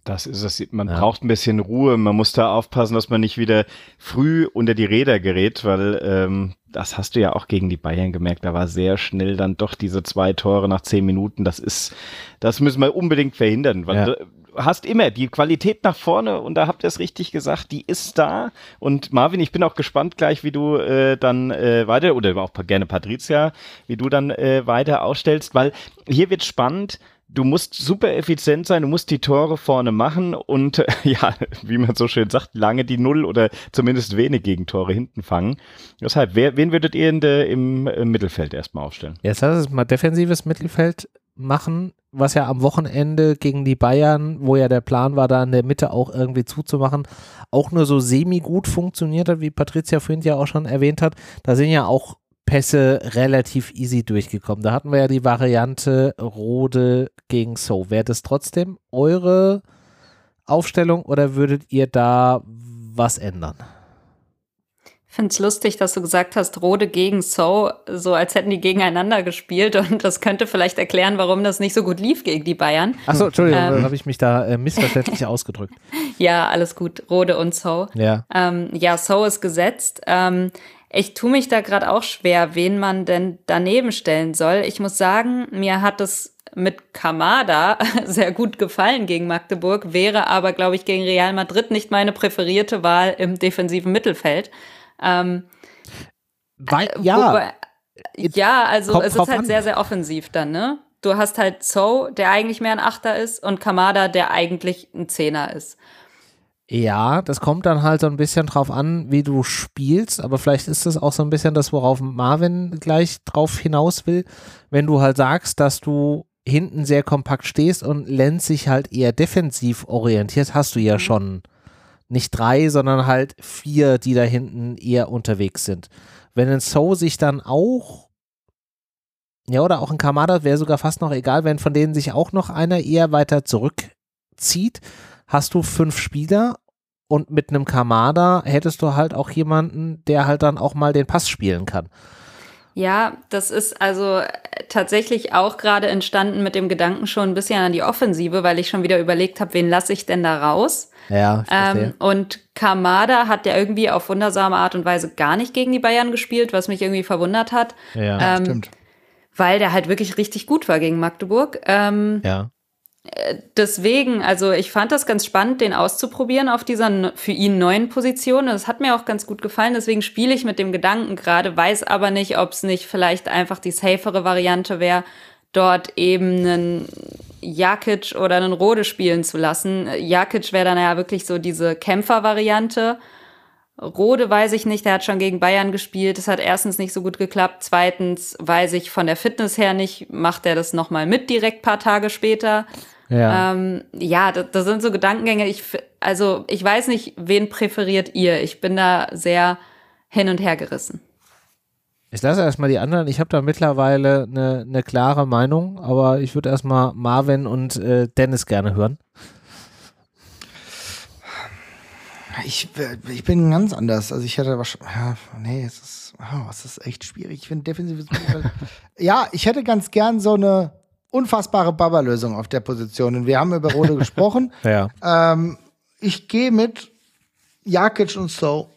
Das ist es. Man braucht ein bisschen Ruhe. Man muss da aufpassen, dass man nicht wieder früh unter die Räder gerät, weil das hast du ja auch gegen die Bayern gemerkt. Da war sehr schnell dann doch diese 2 Tore nach 10 Minuten. Das müssen wir unbedingt verhindern, weil du hast immer die Qualität nach vorne und da habt ihr es richtig gesagt, die ist da. Und Marvin, ich bin auch gespannt gleich, wie du dann weiter, oder auch gerne Patricia, wie du dann weiter ausstellst, weil hier wird spannend. Du musst super effizient sein, du musst die Tore vorne machen und ja, wie man so schön sagt, lange die Null oder zumindest wenig Gegentore hinten fangen. Deshalb, wen würdet ihr im Mittelfeld erstmal aufstellen? Jetzt lass uns mal defensives Mittelfeld machen, was ja am Wochenende gegen die Bayern, wo ja der Plan war, da in der Mitte auch irgendwie zuzumachen, auch nur so semi-gut funktioniert hat, wie Patricia vorhin ja auch schon erwähnt hat. Da sind ja auch Pässe relativ easy durchgekommen. Da hatten wir ja die Variante Rode gegen So. Wäre das trotzdem eure Aufstellung oder würdet ihr da was ändern? Ich finde es lustig, dass du gesagt hast, Rode gegen So, so als hätten die gegeneinander gespielt und das könnte vielleicht erklären, warum das nicht so gut lief gegen die Bayern. Achso, Entschuldigung, habe ich mich da missverständlich ausgedrückt. Ja, alles gut, Rode und So. Ja, So ist gesetzt. Ich tue mich da gerade auch schwer, wen man denn daneben stellen soll. Ich muss sagen, mir hat es mit Kamada sehr gut gefallen gegen Magdeburg, wäre aber, glaube ich, gegen Real Madrid nicht meine präferierte Wahl im defensiven Mittelfeld. Also es ist halt sehr, sehr offensiv dann, ne? Du hast halt So, der eigentlich mehr ein Achter ist, und Kamada, der eigentlich ein Zehner ist. Ja, das kommt dann halt so ein bisschen drauf an, wie du spielst, aber vielleicht ist das auch so ein bisschen das, worauf Marvin gleich drauf hinaus will, wenn du halt sagst, dass du hinten sehr kompakt stehst und Lenz sich halt eher defensiv orientiert, hast du ja schon nicht 3, sondern halt 4, die da hinten eher unterwegs sind. Wenn ein So sich dann auch, ja, oder auch ein Kamada, wäre sogar fast noch egal, wenn von denen sich auch noch einer eher weiter zurückzieht, hast du 5 Spieler und mit einem Kamada hättest du halt auch jemanden, der halt dann auch mal den Pass spielen kann. Ja, das ist also tatsächlich auch gerade entstanden mit dem Gedanken schon ein bisschen an die Offensive, weil ich schon wieder überlegt habe, wen lasse ich denn da raus? Ja, ich verstehe. Und Kamada hat ja irgendwie auf wundersame Art und Weise gar nicht gegen die Bayern gespielt, was mich irgendwie verwundert hat. Ja, stimmt. Weil der halt wirklich richtig gut war gegen Magdeburg. Ja. Deswegen, also ich fand das ganz spannend, den auszuprobieren auf dieser für ihn neuen Position. Das hat mir auch ganz gut gefallen, deswegen spiele ich mit dem Gedanken gerade, weiß aber nicht, ob es nicht vielleicht einfach die safere Variante wäre, dort eben einen Jakic oder einen Rode spielen zu lassen. Jakic wäre dann ja wirklich so diese Kämpfer-Variante. Rode weiß ich nicht, der hat schon gegen Bayern gespielt. Das hat erstens nicht so gut geklappt. Zweitens weiß ich von der Fitness her nicht, macht er das nochmal mit direkt ein paar Tage später. Ja, Das sind so Gedankengänge. Ich weiß nicht, wen präferiert ihr? Ich bin da sehr hin und her gerissen. ich lasse erstmal die anderen. Ich habe da mittlerweile eine klare Meinung, aber ich würde erstmal Marvin und Dennis gerne hören. Ich bin ganz anders. Also ich hätte wahrscheinlich, es ist echt schwierig. Ich finde defensives Mittelfeld. Ja, ich hätte ganz gern so eine unfassbare Baba-Lösung auf der Position. Und wir haben über Rode gesprochen. Ja. Ich gehe mit Jakic und So.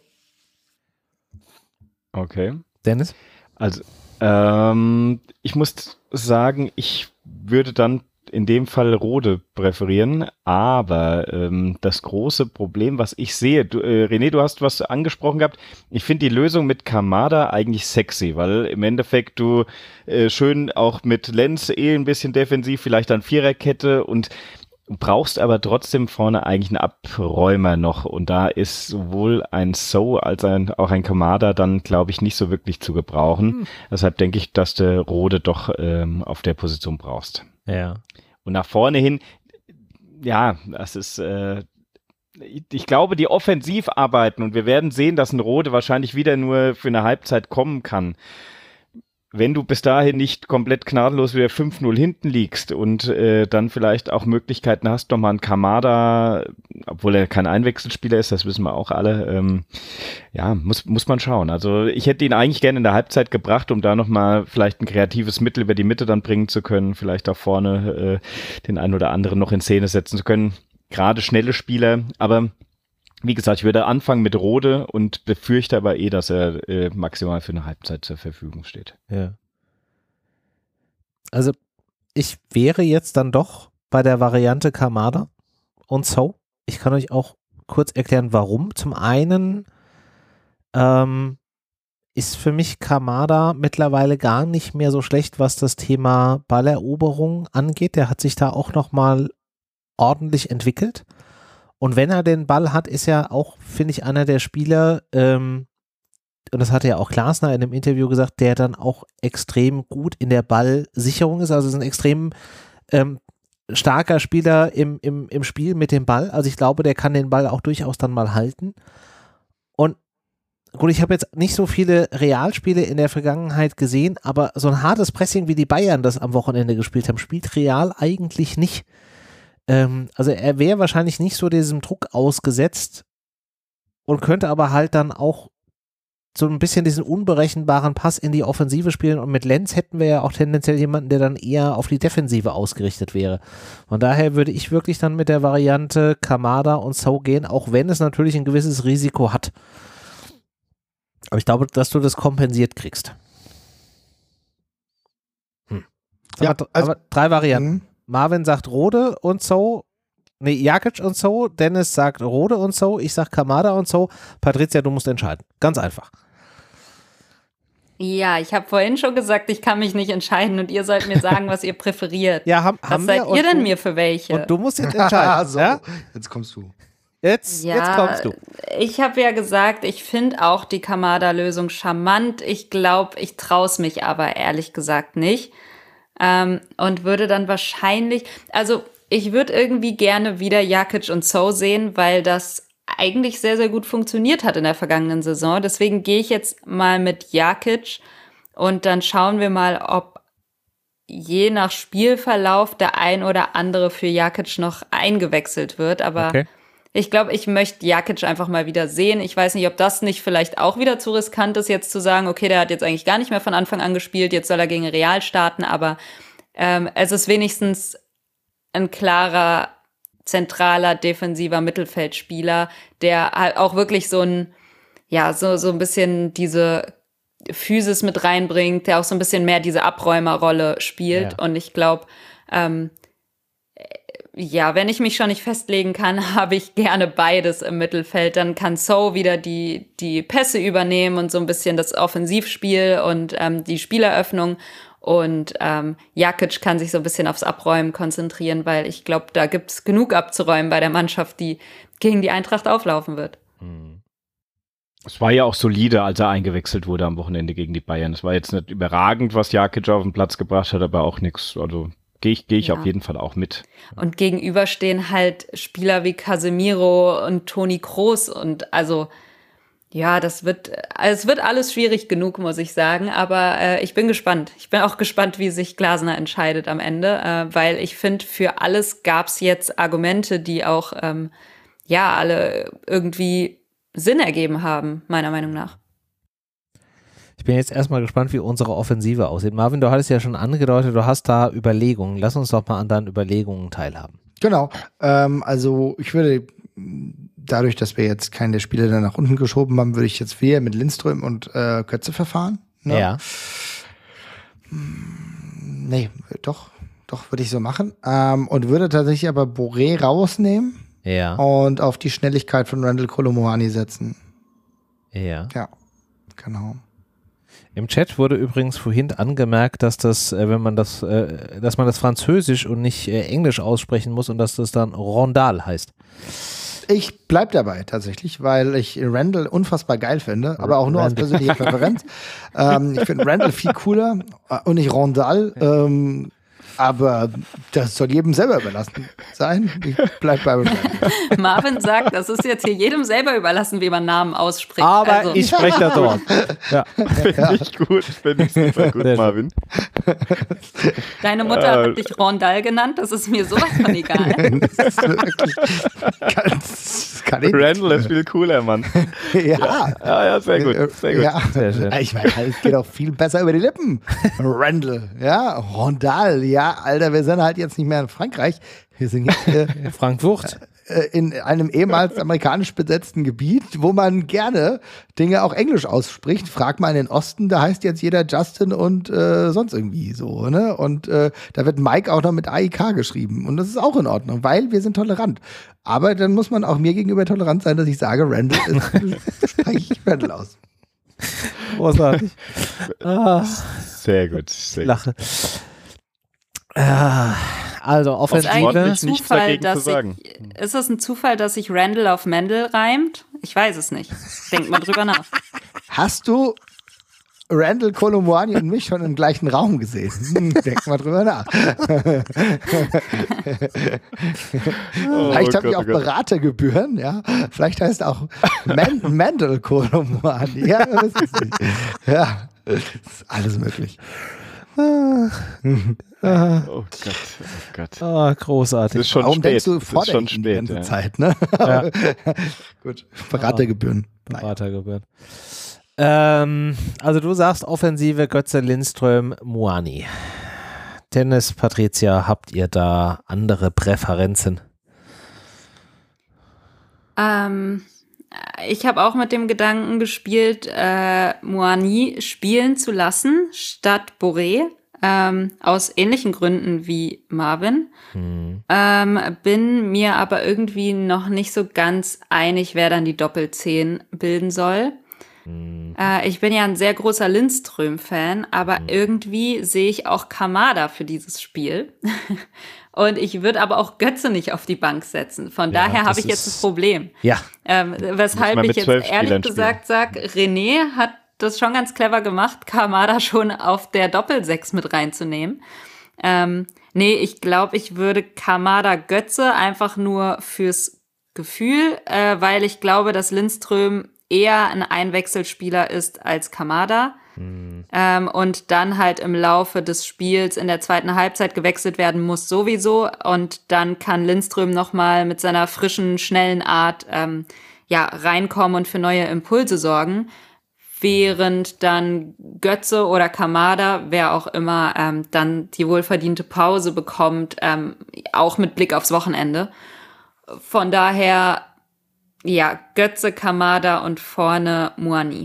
Okay. Dennis? Also, ich muss sagen, ich würde dann in dem Fall Rode präferieren, aber das große Problem, was ich sehe, René, du hast was angesprochen gehabt, ich finde die Lösung mit Kamada eigentlich sexy, weil im Endeffekt du schön auch mit Lenz ein bisschen defensiv, vielleicht dann Viererkette und brauchst aber trotzdem vorne eigentlich einen Abräumer noch und da ist sowohl ein So als auch ein Kamada dann, glaube ich, nicht so wirklich zu gebrauchen. Deshalb denke ich, dass du Rode doch auf der Position brauchst. Ja. Und nach vorne hin, ja, das ist, ich glaube, die Offensivarbeiten, und wir werden sehen, dass ein Rode wahrscheinlich wieder nur für eine Halbzeit kommen kann. Wenn du bis dahin nicht komplett gnadenlos wieder 5-0 hinten liegst und dann vielleicht auch Möglichkeiten hast, nochmal einen Kamada, obwohl er kein Einwechselspieler ist, das wissen wir auch alle, muss man schauen. Also ich hätte ihn eigentlich gerne in der Halbzeit gebracht, um da nochmal vielleicht ein kreatives Mittel über die Mitte dann bringen zu können, vielleicht auch vorne den einen oder anderen noch in Szene setzen zu können. gerade schnelle Spieler, aber wie gesagt, ich würde anfangen mit Rode und befürchte aber dass er maximal für eine Halbzeit zur Verfügung steht. Ja. Also ich wäre jetzt dann doch bei der Variante Kamada und So. Ich kann euch auch kurz erklären, warum. Zum einen ist für mich Kamada mittlerweile gar nicht mehr so schlecht, was das Thema Balleroberung angeht. Der hat sich da auch nochmal ordentlich entwickelt. Und wenn er den Ball hat, ist er auch, finde ich, einer der Spieler, und das hatte ja auch Glasner in einem Interview gesagt, der dann auch extrem gut in der Ballsicherung ist. Also ist ein extrem starker Spieler im Spiel mit dem Ball. Also ich glaube, der kann den Ball auch durchaus dann mal halten. Und gut, ich habe jetzt nicht so viele Realspiele in der Vergangenheit gesehen, aber so ein hartes Pressing, wie die Bayern das am Wochenende gespielt haben, spielt Real eigentlich nicht. Also er wäre wahrscheinlich nicht so diesem Druck ausgesetzt und könnte aber halt dann auch so ein bisschen diesen unberechenbaren Pass in die Offensive spielen, und mit Lenz hätten wir ja auch tendenziell jemanden, der dann eher auf die Defensive ausgerichtet wäre. Von daher würde ich wirklich dann mit der Variante Kamada und So gehen, auch wenn es natürlich ein gewisses Risiko hat. Aber ich glaube, dass du das kompensiert kriegst. Ja, aber 3 Varianten. Marvin sagt Rode und So. Nee, Jakic und So. Dennis sagt Rode und So. Ich sag Kamada und So. Patricia, du musst entscheiden. Ganz einfach. Ja, ich habe vorhin schon gesagt, ich kann mich nicht entscheiden und ihr sollt mir sagen, was ihr präferiert. Ja, haben was seid ihr denn mir für welche? Und du musst jetzt entscheiden. So, ja? Jetzt kommst du. Jetzt kommst du. Ich habe ja gesagt, ich finde auch die Kamada-Lösung charmant. Ich glaube, ich traue es mich aber ehrlich gesagt nicht. Und würde dann wahrscheinlich, also ich würde irgendwie gerne wieder Jakic und So sehen, weil das eigentlich sehr, sehr gut funktioniert hat in der vergangenen Saison. Deswegen gehe ich jetzt mal mit Jakic und dann schauen wir mal, ob je nach Spielverlauf der ein oder andere für Jakic noch eingewechselt wird. Aber ich glaube, ich möchte Jakic einfach mal wieder sehen. Ich weiß nicht, ob das nicht vielleicht auch wieder zu riskant ist, jetzt zu sagen, okay, der hat jetzt eigentlich gar nicht mehr von Anfang an gespielt, jetzt soll er gegen Real starten, aber es ist wenigstens ein klarer, zentraler, defensiver Mittelfeldspieler, der halt auch wirklich so ein bisschen diese Physis mit reinbringt, der auch so ein bisschen mehr diese Abräumerrolle spielt. Ja. Und ich glaube, wenn ich mich schon nicht festlegen kann, habe ich gerne beides im Mittelfeld. Dann kann So wieder die Pässe übernehmen und so ein bisschen das Offensivspiel und die Spieleröffnung. Und Jakic kann sich so ein bisschen aufs Abräumen konzentrieren, weil ich glaube, da gibt es genug abzuräumen bei der Mannschaft, die gegen die Eintracht auflaufen wird. Es war ja auch solide, als er eingewechselt wurde am Wochenende gegen die Bayern. Es war jetzt nicht überragend, was Jakic auf den Platz gebracht hat, aber auch nichts. Also gehe ich auf jeden Fall auch mit. Und gegenüber stehen halt Spieler wie Casemiro und Toni Kroos und also ja, es wird alles schwierig genug, muss ich sagen, aber ich bin gespannt. Ich bin auch gespannt, wie sich Glasner entscheidet am Ende, weil ich finde, für alles gab es jetzt Argumente, die auch alle irgendwie Sinn ergeben haben, meiner Meinung nach. Ich bin jetzt erstmal gespannt, wie unsere Offensive aussieht. Marvin, du hattest ja schon angedeutet, du hast da Überlegungen. Lass uns doch mal an deinen Überlegungen teilhaben. Genau. Also ich würde, dadurch, dass wir jetzt keine der Spiele dann nach unten geschoben haben, würde ich jetzt wieder mit Lindström und Kötze verfahren. Ne? Ja. Nee, doch würde ich so machen. Und würde tatsächlich aber Boré rausnehmen. Ja. Und auf die Schnelligkeit von Randall Kolo Muani setzen. Ja. Ja, genau. Im Chat wurde übrigens vorhin angemerkt, dass das, dass man das Französisch und nicht Englisch aussprechen muss und dass das dann Rondal heißt. Ich bleib dabei tatsächlich, weil ich Randall unfassbar geil finde, aber auch nur aus persönlicher Präferenz. Ich finde Randall viel cooler und nicht Rondal. Aber das soll jedem selber überlassen sein. Ich bleib bei Randall. Marvin sagt, das ist jetzt hier jedem selber überlassen, wie man Namen ausspricht. Aber also, ich spreche das Wort. Ja. Finde ich gut. Finde ich super gut, Marvin. Deine Mutter hat dich Rondal genannt, das ist mir sowas von egal. Das ist wirklich kann ich Randall ist viel cooler, Mann. Ja, sehr gut. Sehr gut. Ja. Sehr schön. Ich meine, es geht auch viel besser über die Lippen. Randall, ja, Rondal, ja, Alter, wir sind halt jetzt nicht mehr in Frankreich. Wir sind jetzt Frankfurt. in einem ehemals amerikanisch besetzten Gebiet, wo man gerne Dinge auch Englisch ausspricht. Frag mal in den Osten, da heißt jetzt jeder Justin und sonst irgendwie so, ne? Und da wird Mike auch noch mit AIK geschrieben. Und das ist auch in Ordnung, weil wir sind tolerant. Aber dann muss man auch mir gegenüber tolerant sein, dass ich sage, Randall spreche ich Randall aus. Großartig. Sehr gut. Sehr Lache. Also Offensive. Ist es ein Zufall, dass sich Randall auf Mendel reimt? Ich weiß es nicht. Denkt mal drüber nach. Hast du Randall Colomuani und mich schon im gleichen Raum gesehen? Denk mal drüber nach. Vielleicht habe ich auch Beratergebühren, ja. Vielleicht heißt auch Mendel Colomuani. Ja, das ist nicht. Ja, ist alles möglich. Oh Gott. Oh, großartig. Das ist schon Warum spät. denkst du vor der ganze Zeit, ne? Ja. Gut, Beratergebühren. Beratergebühren. Also du sagst Offensive Götze, Lindström, Muani. Dennis, Patricia, habt ihr da andere Präferenzen? Ich habe auch mit dem Gedanken gespielt, Muani spielen zu lassen statt Boré, aus ähnlichen Gründen wie Marvin. Bin mir aber irgendwie noch nicht so ganz einig, wer dann die Doppel-10 bilden soll. Ich bin ja ein sehr großer Lindström-Fan, aber irgendwie sehe ich auch Kamada für dieses Spiel. Und ich würde aber auch Götze nicht auf die Bank setzen. Von daher habe ich jetzt ein Problem. Ja. Weshalb ich jetzt ehrlich gesagt sage, René hat das schon ganz clever gemacht, Kamada schon auf der Doppel-6 mit reinzunehmen. Nee, ich glaube, ich würde Kamada Götze einfach nur fürs Gefühl, weil ich glaube, dass Lindström eher ein Einwechselspieler ist als Kamada. Und dann halt im Laufe des Spiels in der zweiten Halbzeit gewechselt werden muss sowieso. Und dann kann Lindström nochmal mit seiner frischen, schnellen Art reinkommen und für neue Impulse sorgen. Während dann Götze oder Kamada, wer auch immer, dann die wohlverdiente Pause bekommt, auch mit Blick aufs Wochenende. Von daher, ja, Götze, Kamada und vorne Muani.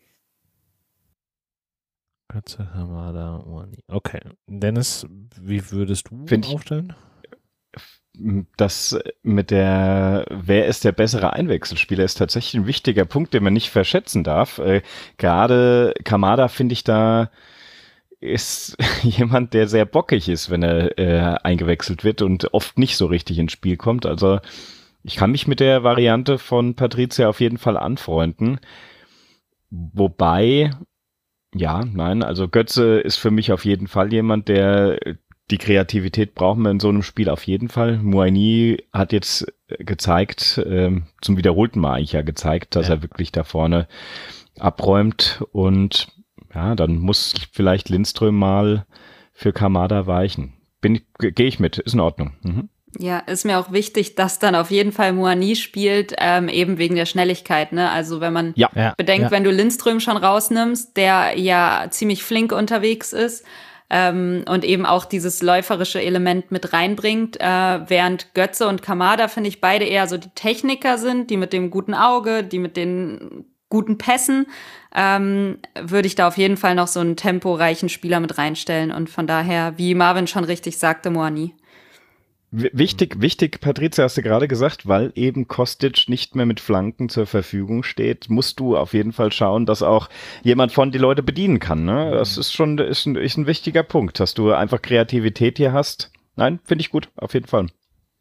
Götze, Kamada, Muani. Okay. Dennis, wie würdest du aufstellen? Das mit wer ist der bessere Einwechselspieler, ist tatsächlich ein wichtiger Punkt, den man nicht verschätzen darf. Gerade Kamada, finde ich, da ist jemand, der sehr bockig ist, wenn er eingewechselt wird und oft nicht so richtig ins Spiel kommt. Also ich kann mich mit der Variante von Patricia auf jeden Fall anfreunden. Wobei, also Götze ist für mich auf jeden Fall jemand, der die Kreativität brauchen wir in so einem Spiel auf jeden Fall. Muani hat jetzt gezeigt, zum wiederholten Mal eigentlich gezeigt, dass er wirklich da vorne abräumt und ja, dann muss vielleicht Lindström mal für Kamada weichen. Gehe ich mit, ist in Ordnung. Mhm. Ja, ist mir auch wichtig, dass dann auf jeden Fall Muani spielt, eben wegen der Schnelligkeit, ne? Also wenn man bedenkt, wenn du Lindström schon rausnimmst, der ja ziemlich flink unterwegs ist, und eben auch dieses läuferische Element mit reinbringt, während Götze und Kamada, finde ich, beide eher so die Techniker sind, die mit dem guten Auge, die mit den guten Pässen, würde ich da auf jeden Fall noch so einen temporeichen Spieler mit reinstellen und von daher, wie Marvin schon richtig sagte, Muani. Wichtig, Patricia, hast du gerade gesagt, weil eben Kostic nicht mehr mit Flanken zur Verfügung steht, musst du auf jeden Fall schauen, dass auch jemand von die Leute bedienen kann. Ne? Das ist schon ist ein wichtiger Punkt, dass du einfach Kreativität hier hast. Nein, finde ich gut, auf jeden Fall.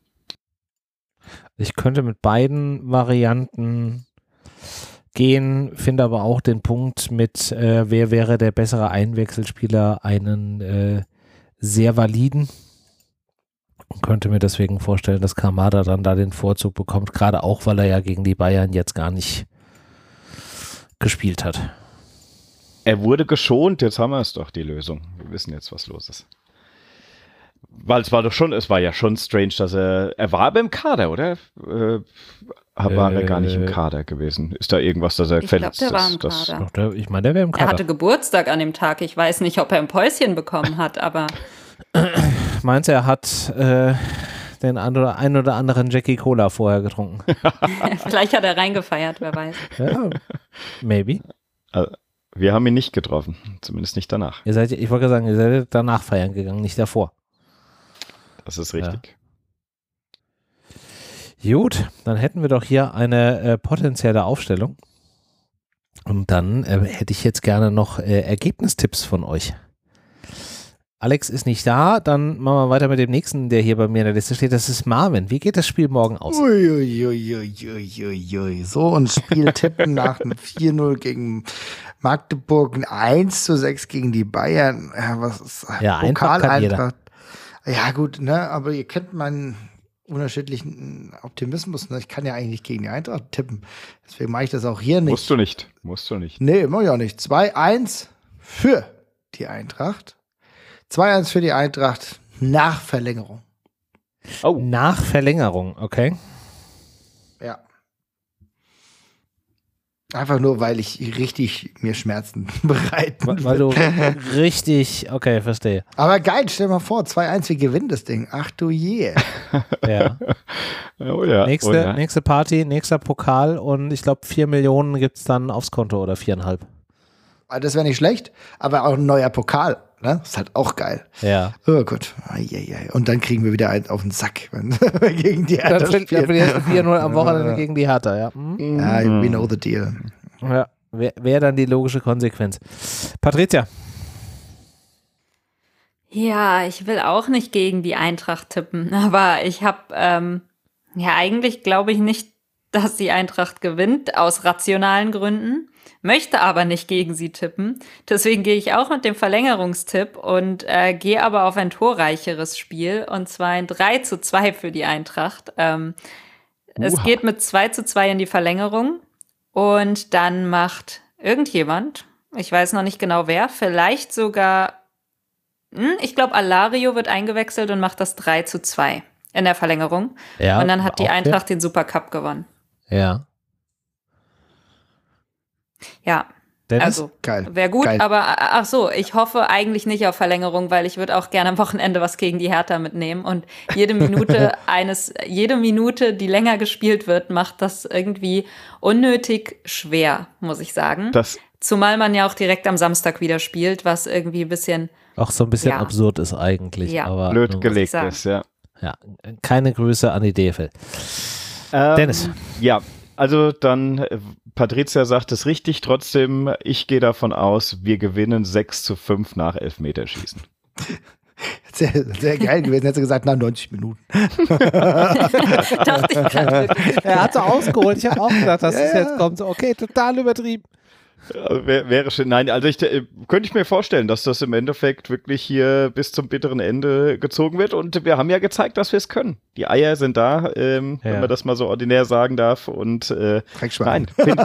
Ich könnte mit beiden Varianten gehen, finde aber auch den Punkt mit, wer wäre der bessere Einwechselspieler, einen sehr validen. Und könnte mir deswegen vorstellen, dass Kamada dann da den Vorzug bekommt, gerade auch, weil er ja gegen die Bayern jetzt gar nicht gespielt hat. Er wurde geschont, jetzt haben wir es doch, die Lösung. Wir wissen jetzt, was los ist. Weil es war ja schon strange, dass er war aber im Kader, oder? War er gar nicht im Kader gewesen? Ist da irgendwas, dass er verletzt ist? Ich glaube, der war im Kader. Ich meine, der wäre im Kader. Er hatte Geburtstag an dem Tag. Ich weiß nicht, ob er ein Päuschen bekommen hat, aber... Meinst du, er hat den ein oder anderen Jackie Cola vorher getrunken. Vielleicht hat er reingefeiert, wer weiß. Ja, maybe. Wir haben ihn nicht getroffen, zumindest nicht danach. Ich wollte sagen, ihr seid danach feiern gegangen, nicht davor. Das ist richtig. Ja. Gut, dann hätten wir doch hier eine potenzielle Aufstellung. Und dann hätte ich jetzt gerne noch Ergebnistipps von euch. Alex ist nicht da, dann machen wir weiter mit dem nächsten, der hier bei mir in der Liste steht. Das ist Marvin. Wie geht das Spiel morgen aus? Uiuiuiui. So ein Spiel tippen nach einem 4-0 gegen Magdeburg, ein 1:6 gegen die Bayern. Ja, was ist Pokal-Eintracht? Ja gut, ne, aber ihr kennt meinen unterschiedlichen Optimismus. Ne? Ich kann ja eigentlich nicht gegen die Eintracht tippen. Deswegen mache ich das auch hier nicht. Musst du nicht. Nee, mach ich auch nicht. 2-1 für die Eintracht. 2-1 für die Eintracht nach Verlängerung. Oh. Nach Verlängerung, okay. Ja. Einfach nur, weil ich richtig mir Schmerzen bereiten will. Weil du richtig, okay, verstehe. Aber geil, stell dir mal vor, 2-1, wir gewinnen das Ding. Ach du je. Ja. Oh ja. Nächste Party, nächster Pokal und ich glaube 4 Millionen gibt es dann aufs Konto oder 4,5. Das wäre nicht schlecht, aber auch ein neuer Pokal. Ne? Ist halt auch geil. Ja. Oh Gott. Und dann kriegen wir wieder einen auf den Sack, wenn wir gegen die Hertha spielen. Dann verlierst du 4-0 am Wochenende gegen die Hertha, ja. Ja, we know the deal. Ja, wäre dann die logische Konsequenz. Patricia. Ja, ich will auch nicht gegen die Eintracht tippen, aber ich habe, eigentlich glaube ich nicht, dass die Eintracht gewinnt, aus rationalen Gründen. Möchte aber nicht gegen sie tippen. Deswegen gehe ich auch mit dem Verlängerungstipp und gehe aber auf ein torreicheres Spiel, und zwar ein 3:2 für die Eintracht. Es geht mit 2:2 in die Verlängerung und dann macht irgendjemand, ich weiß noch nicht genau wer, vielleicht sogar, ich glaube Alario wird eingewechselt und macht das 3:2 in der Verlängerung. Ja, und dann hat die Eintracht den Supercup gewonnen. Ja. Ja, Dennis? Also geil. Wäre gut, geil. Aber ach so, ich hoffe eigentlich nicht auf Verlängerung, weil ich würde auch gerne am Wochenende was gegen die Hertha mitnehmen. Und jede Minute, die länger gespielt wird, macht das irgendwie unnötig schwer, muss ich sagen. Zumal man ja auch direkt am Samstag wieder spielt, was irgendwie ein bisschen auch so ein bisschen absurd ist eigentlich. Ja. Aber blöd gelegt ist, ja. Ja, keine Grüße an die DFL. Dennis. Ja, also dann, Patricia sagt es richtig, trotzdem, ich gehe davon aus, wir gewinnen 6:5 nach Elfmeterschießen. Sehr, sehr geil gewesen, hätte sie gesagt, nach 90 Minuten. Dachte ich gerade wirklich. Er hat so ausgeholt, ich habe auch gedacht, dass es jetzt kommt. So, okay, total übertrieben. Wäre schön. Nein, also könnte ich mir vorstellen, dass das im Endeffekt wirklich hier bis zum bitteren Ende gezogen wird. Und wir haben ja gezeigt, dass wir es können. Die Eier sind da, wenn man das mal so ordinär sagen darf. Und nein,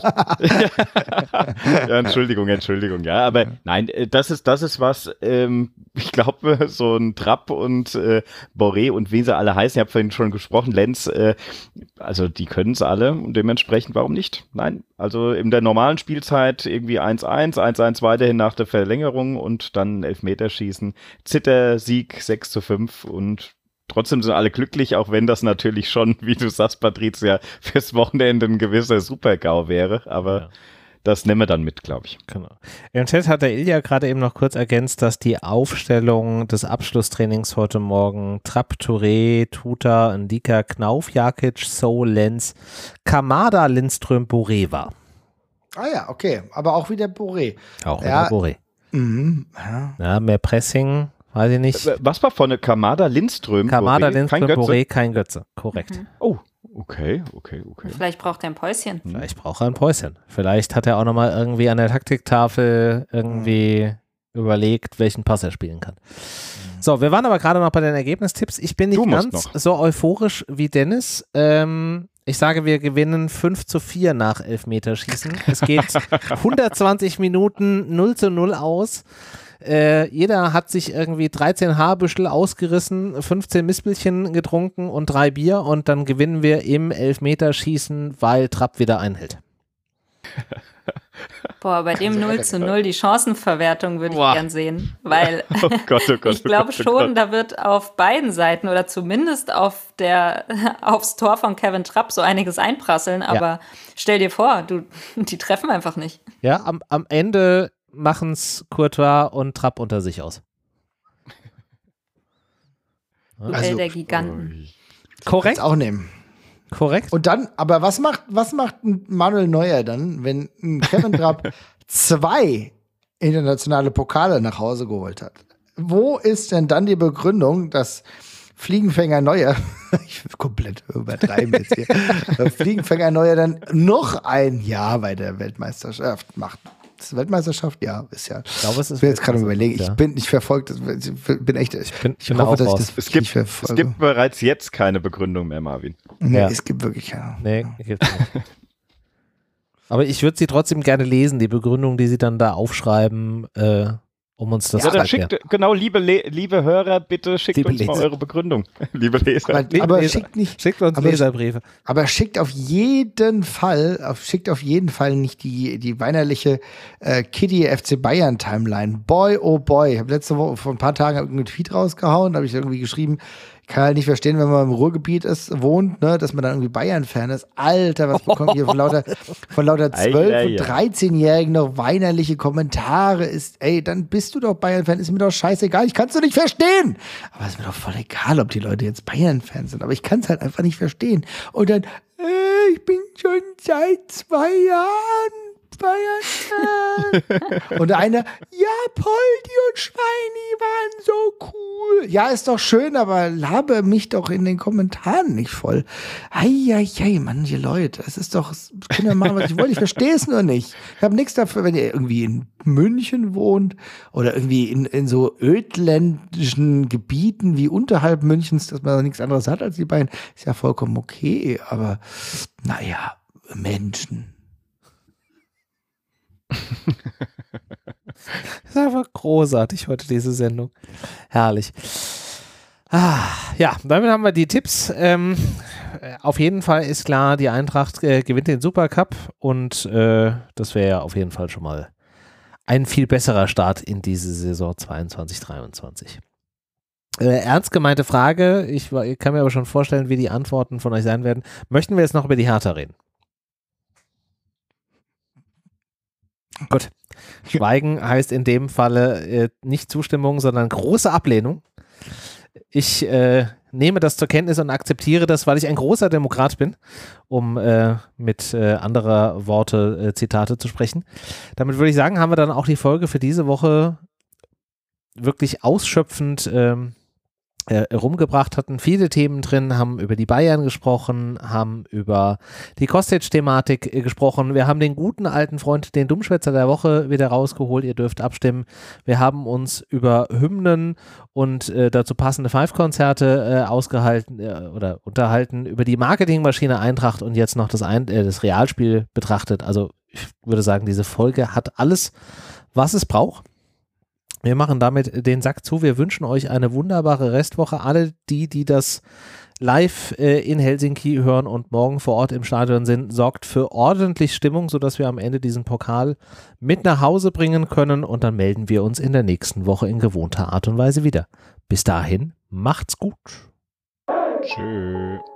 ja, Entschuldigung. Ja, aber nein, das ist was, ich glaube, so ein Trapp und Boré und wie sie alle heißen, ich habe vorhin schon gesprochen, Lenz, also die können es alle und dementsprechend, warum nicht? Nein, also in der normalen Spielzeit irgendwie 1-1, 1-1 weiterhin nach der Verlängerung und dann Elfmeterschießen. Sieg 6:5 und trotzdem sind alle glücklich, auch wenn das natürlich schon, wie du sagst, Patricia, fürs Wochenende ein gewisser Super-GAU wäre, aber das nehmen wir dann mit, glaube ich. Genau. Im Chat hat der Ilja gerade eben noch kurz ergänzt, dass die Aufstellung des Abschlusstrainings heute Morgen Trapp, Touré, Tuta, Ndika, Knauf, Jakic, So, Lenz, Kamada, Lindström, Boré war. Ah ja, okay. Aber auch wieder Boré. Auch wieder Boré. Mhm. Ja, mehr Pressing, weiß ich nicht. Was war vorne? Kamada, Lindström, Kamada, Lindström, Boré, kein Götze. Korrekt. Oh, okay. Vielleicht braucht er ein Päuschen. Vielleicht braucht er ein Päuschen. Vielleicht hat er auch nochmal irgendwie an der Taktiktafel überlegt, welchen Pass er spielen kann. So, wir waren aber gerade noch bei den Ergebnistipps. Ich bin nicht ganz so euphorisch wie Dennis. Ich sage, wir gewinnen 5:4 nach Elfmeterschießen. Es geht 120 Minuten 0:0 aus. Jeder hat sich irgendwie 13 Haarbüschel ausgerissen, 15 Mispelchen getrunken und 3 Bier und dann gewinnen wir im Elfmeterschießen, weil Trapp wieder einhält. Boah, bei dem 0:0 die Chancenverwertung würde ich gern sehen, weil Oh Gott, ich glaube schon, da wird auf beiden Seiten oder zumindest aufs Tor von Kevin Trapp so einiges einprasseln, aber stell dir vor, die treffen einfach nicht. Ja, am Ende machen es Courtois und Trapp unter sich aus. Duell der Giganten. Korrekt. Auch nehmen. Korrekt. Und dann, aber was macht ein Manuel Neuer dann, wenn ein Kevin Trapp 2 internationale Pokale nach Hause geholt hat? Wo ist denn dann die Begründung, dass Fliegenfänger Neuer, ich will komplett übertreiben jetzt hier, Fliegenfänger Neuer dann noch ein Jahr bei der Weltmeisterschaft macht? Das ist Weltmeisterschaft? Ja, ist ja. Ich glaube, es ist ich will jetzt gerade überlegen, ja. ich bin nicht verfolgt, ich hoffe, dass ich das nicht verfolge. Es gibt bereits jetzt keine Begründung mehr, Marvin. Nee, Ja. es gibt wirklich keine. Nee, gibt's nicht. Aber ich würde sie trotzdem gerne lesen, die Begründung, die sie dann da aufschreiben, um uns das Ja, zu dann erklären. schickt, genau, liebe Hörer, bitte schickt Liebe uns mal Leser. eure Begründung. Liebe Leser. Aber Leser. Schickt uns aber- Leserbriefe. Aber schickt auf jeden Fall nicht die weinerliche Kitty FC Bayern Timeline. Boy, oh boy. Ich habe letzte Woche vor ein paar Tagen einen Tweet rausgehauen, da habe ich irgendwie geschrieben, ich kann halt nicht verstehen, wenn man im Ruhrgebiet wohnt, ne, dass man dann irgendwie Bayern-Fan ist. Alter, was bekommt ihr von lauter 12- und 13-Jährigen noch weinerliche Kommentare? Dann bist du doch Bayern-Fan, ist mir doch scheißegal, ich kann es doch nicht verstehen. Aber es ist mir doch voll egal, ob die Leute jetzt Bayern-Fans sind, aber ich kann es halt einfach nicht verstehen. Und dann, ich bin schon seit 2 Jahren Bayern-Fan. Und einer, ja, Poldi und Schweini waren so cool. Ja, ist doch schön, aber laber mich doch in den Kommentaren nicht voll. Eieiei, manche Leute, es ist doch, ich kann ja machen, was ich wollte, ich verstehe es nur nicht. Ich habe nichts dafür, wenn ihr irgendwie in München wohnt oder irgendwie in so ödländischen Gebieten wie unterhalb Münchens, dass man nichts anderes hat als die Bayern, ist ja vollkommen okay, aber naja, Menschen. Das ist einfach großartig heute, diese Sendung. Herrlich. Ja, damit haben wir die Tipps. Auf jeden Fall ist klar, die Eintracht gewinnt den Supercup und das wäre ja auf jeden Fall schon mal ein viel besserer Start in diese Saison 22/23. Ernst gemeinte Frage, ich kann mir aber schon vorstellen, wie die Antworten von euch sein werden. Möchten wir jetzt noch über die Hertha reden? Gut. Schweigen heißt in dem Falle nicht Zustimmung, sondern große Ablehnung. Ich nehme das zur Kenntnis und akzeptiere das, weil ich ein großer Demokrat bin, um mit anderer Worte Zitate zu sprechen. Damit würde ich sagen, haben wir dann auch die Folge für diese Woche wirklich ausschöpfend rumgebracht, hatten viele Themen drin, haben über die Bayern gesprochen, haben über die Kostic-Thematik gesprochen. Wir haben den guten alten Freund, den Dummschwätzer der Woche wieder rausgeholt. Ihr dürft abstimmen. Wir haben uns über Hymnen und dazu passende Five-Konzerte oder unterhalten, über die Marketingmaschine Eintracht und jetzt noch das Realspiel betrachtet. Also ich würde sagen, diese Folge hat alles, was es braucht. Wir machen damit den Sack zu. Wir wünschen euch eine wunderbare Restwoche. Alle die das live in Helsinki hören und morgen vor Ort im Stadion sind, sorgt für ordentlich Stimmung, sodass wir am Ende diesen Pokal mit nach Hause bringen können und dann melden wir uns in der nächsten Woche in gewohnter Art und Weise wieder. Bis dahin, macht's gut. Tschö.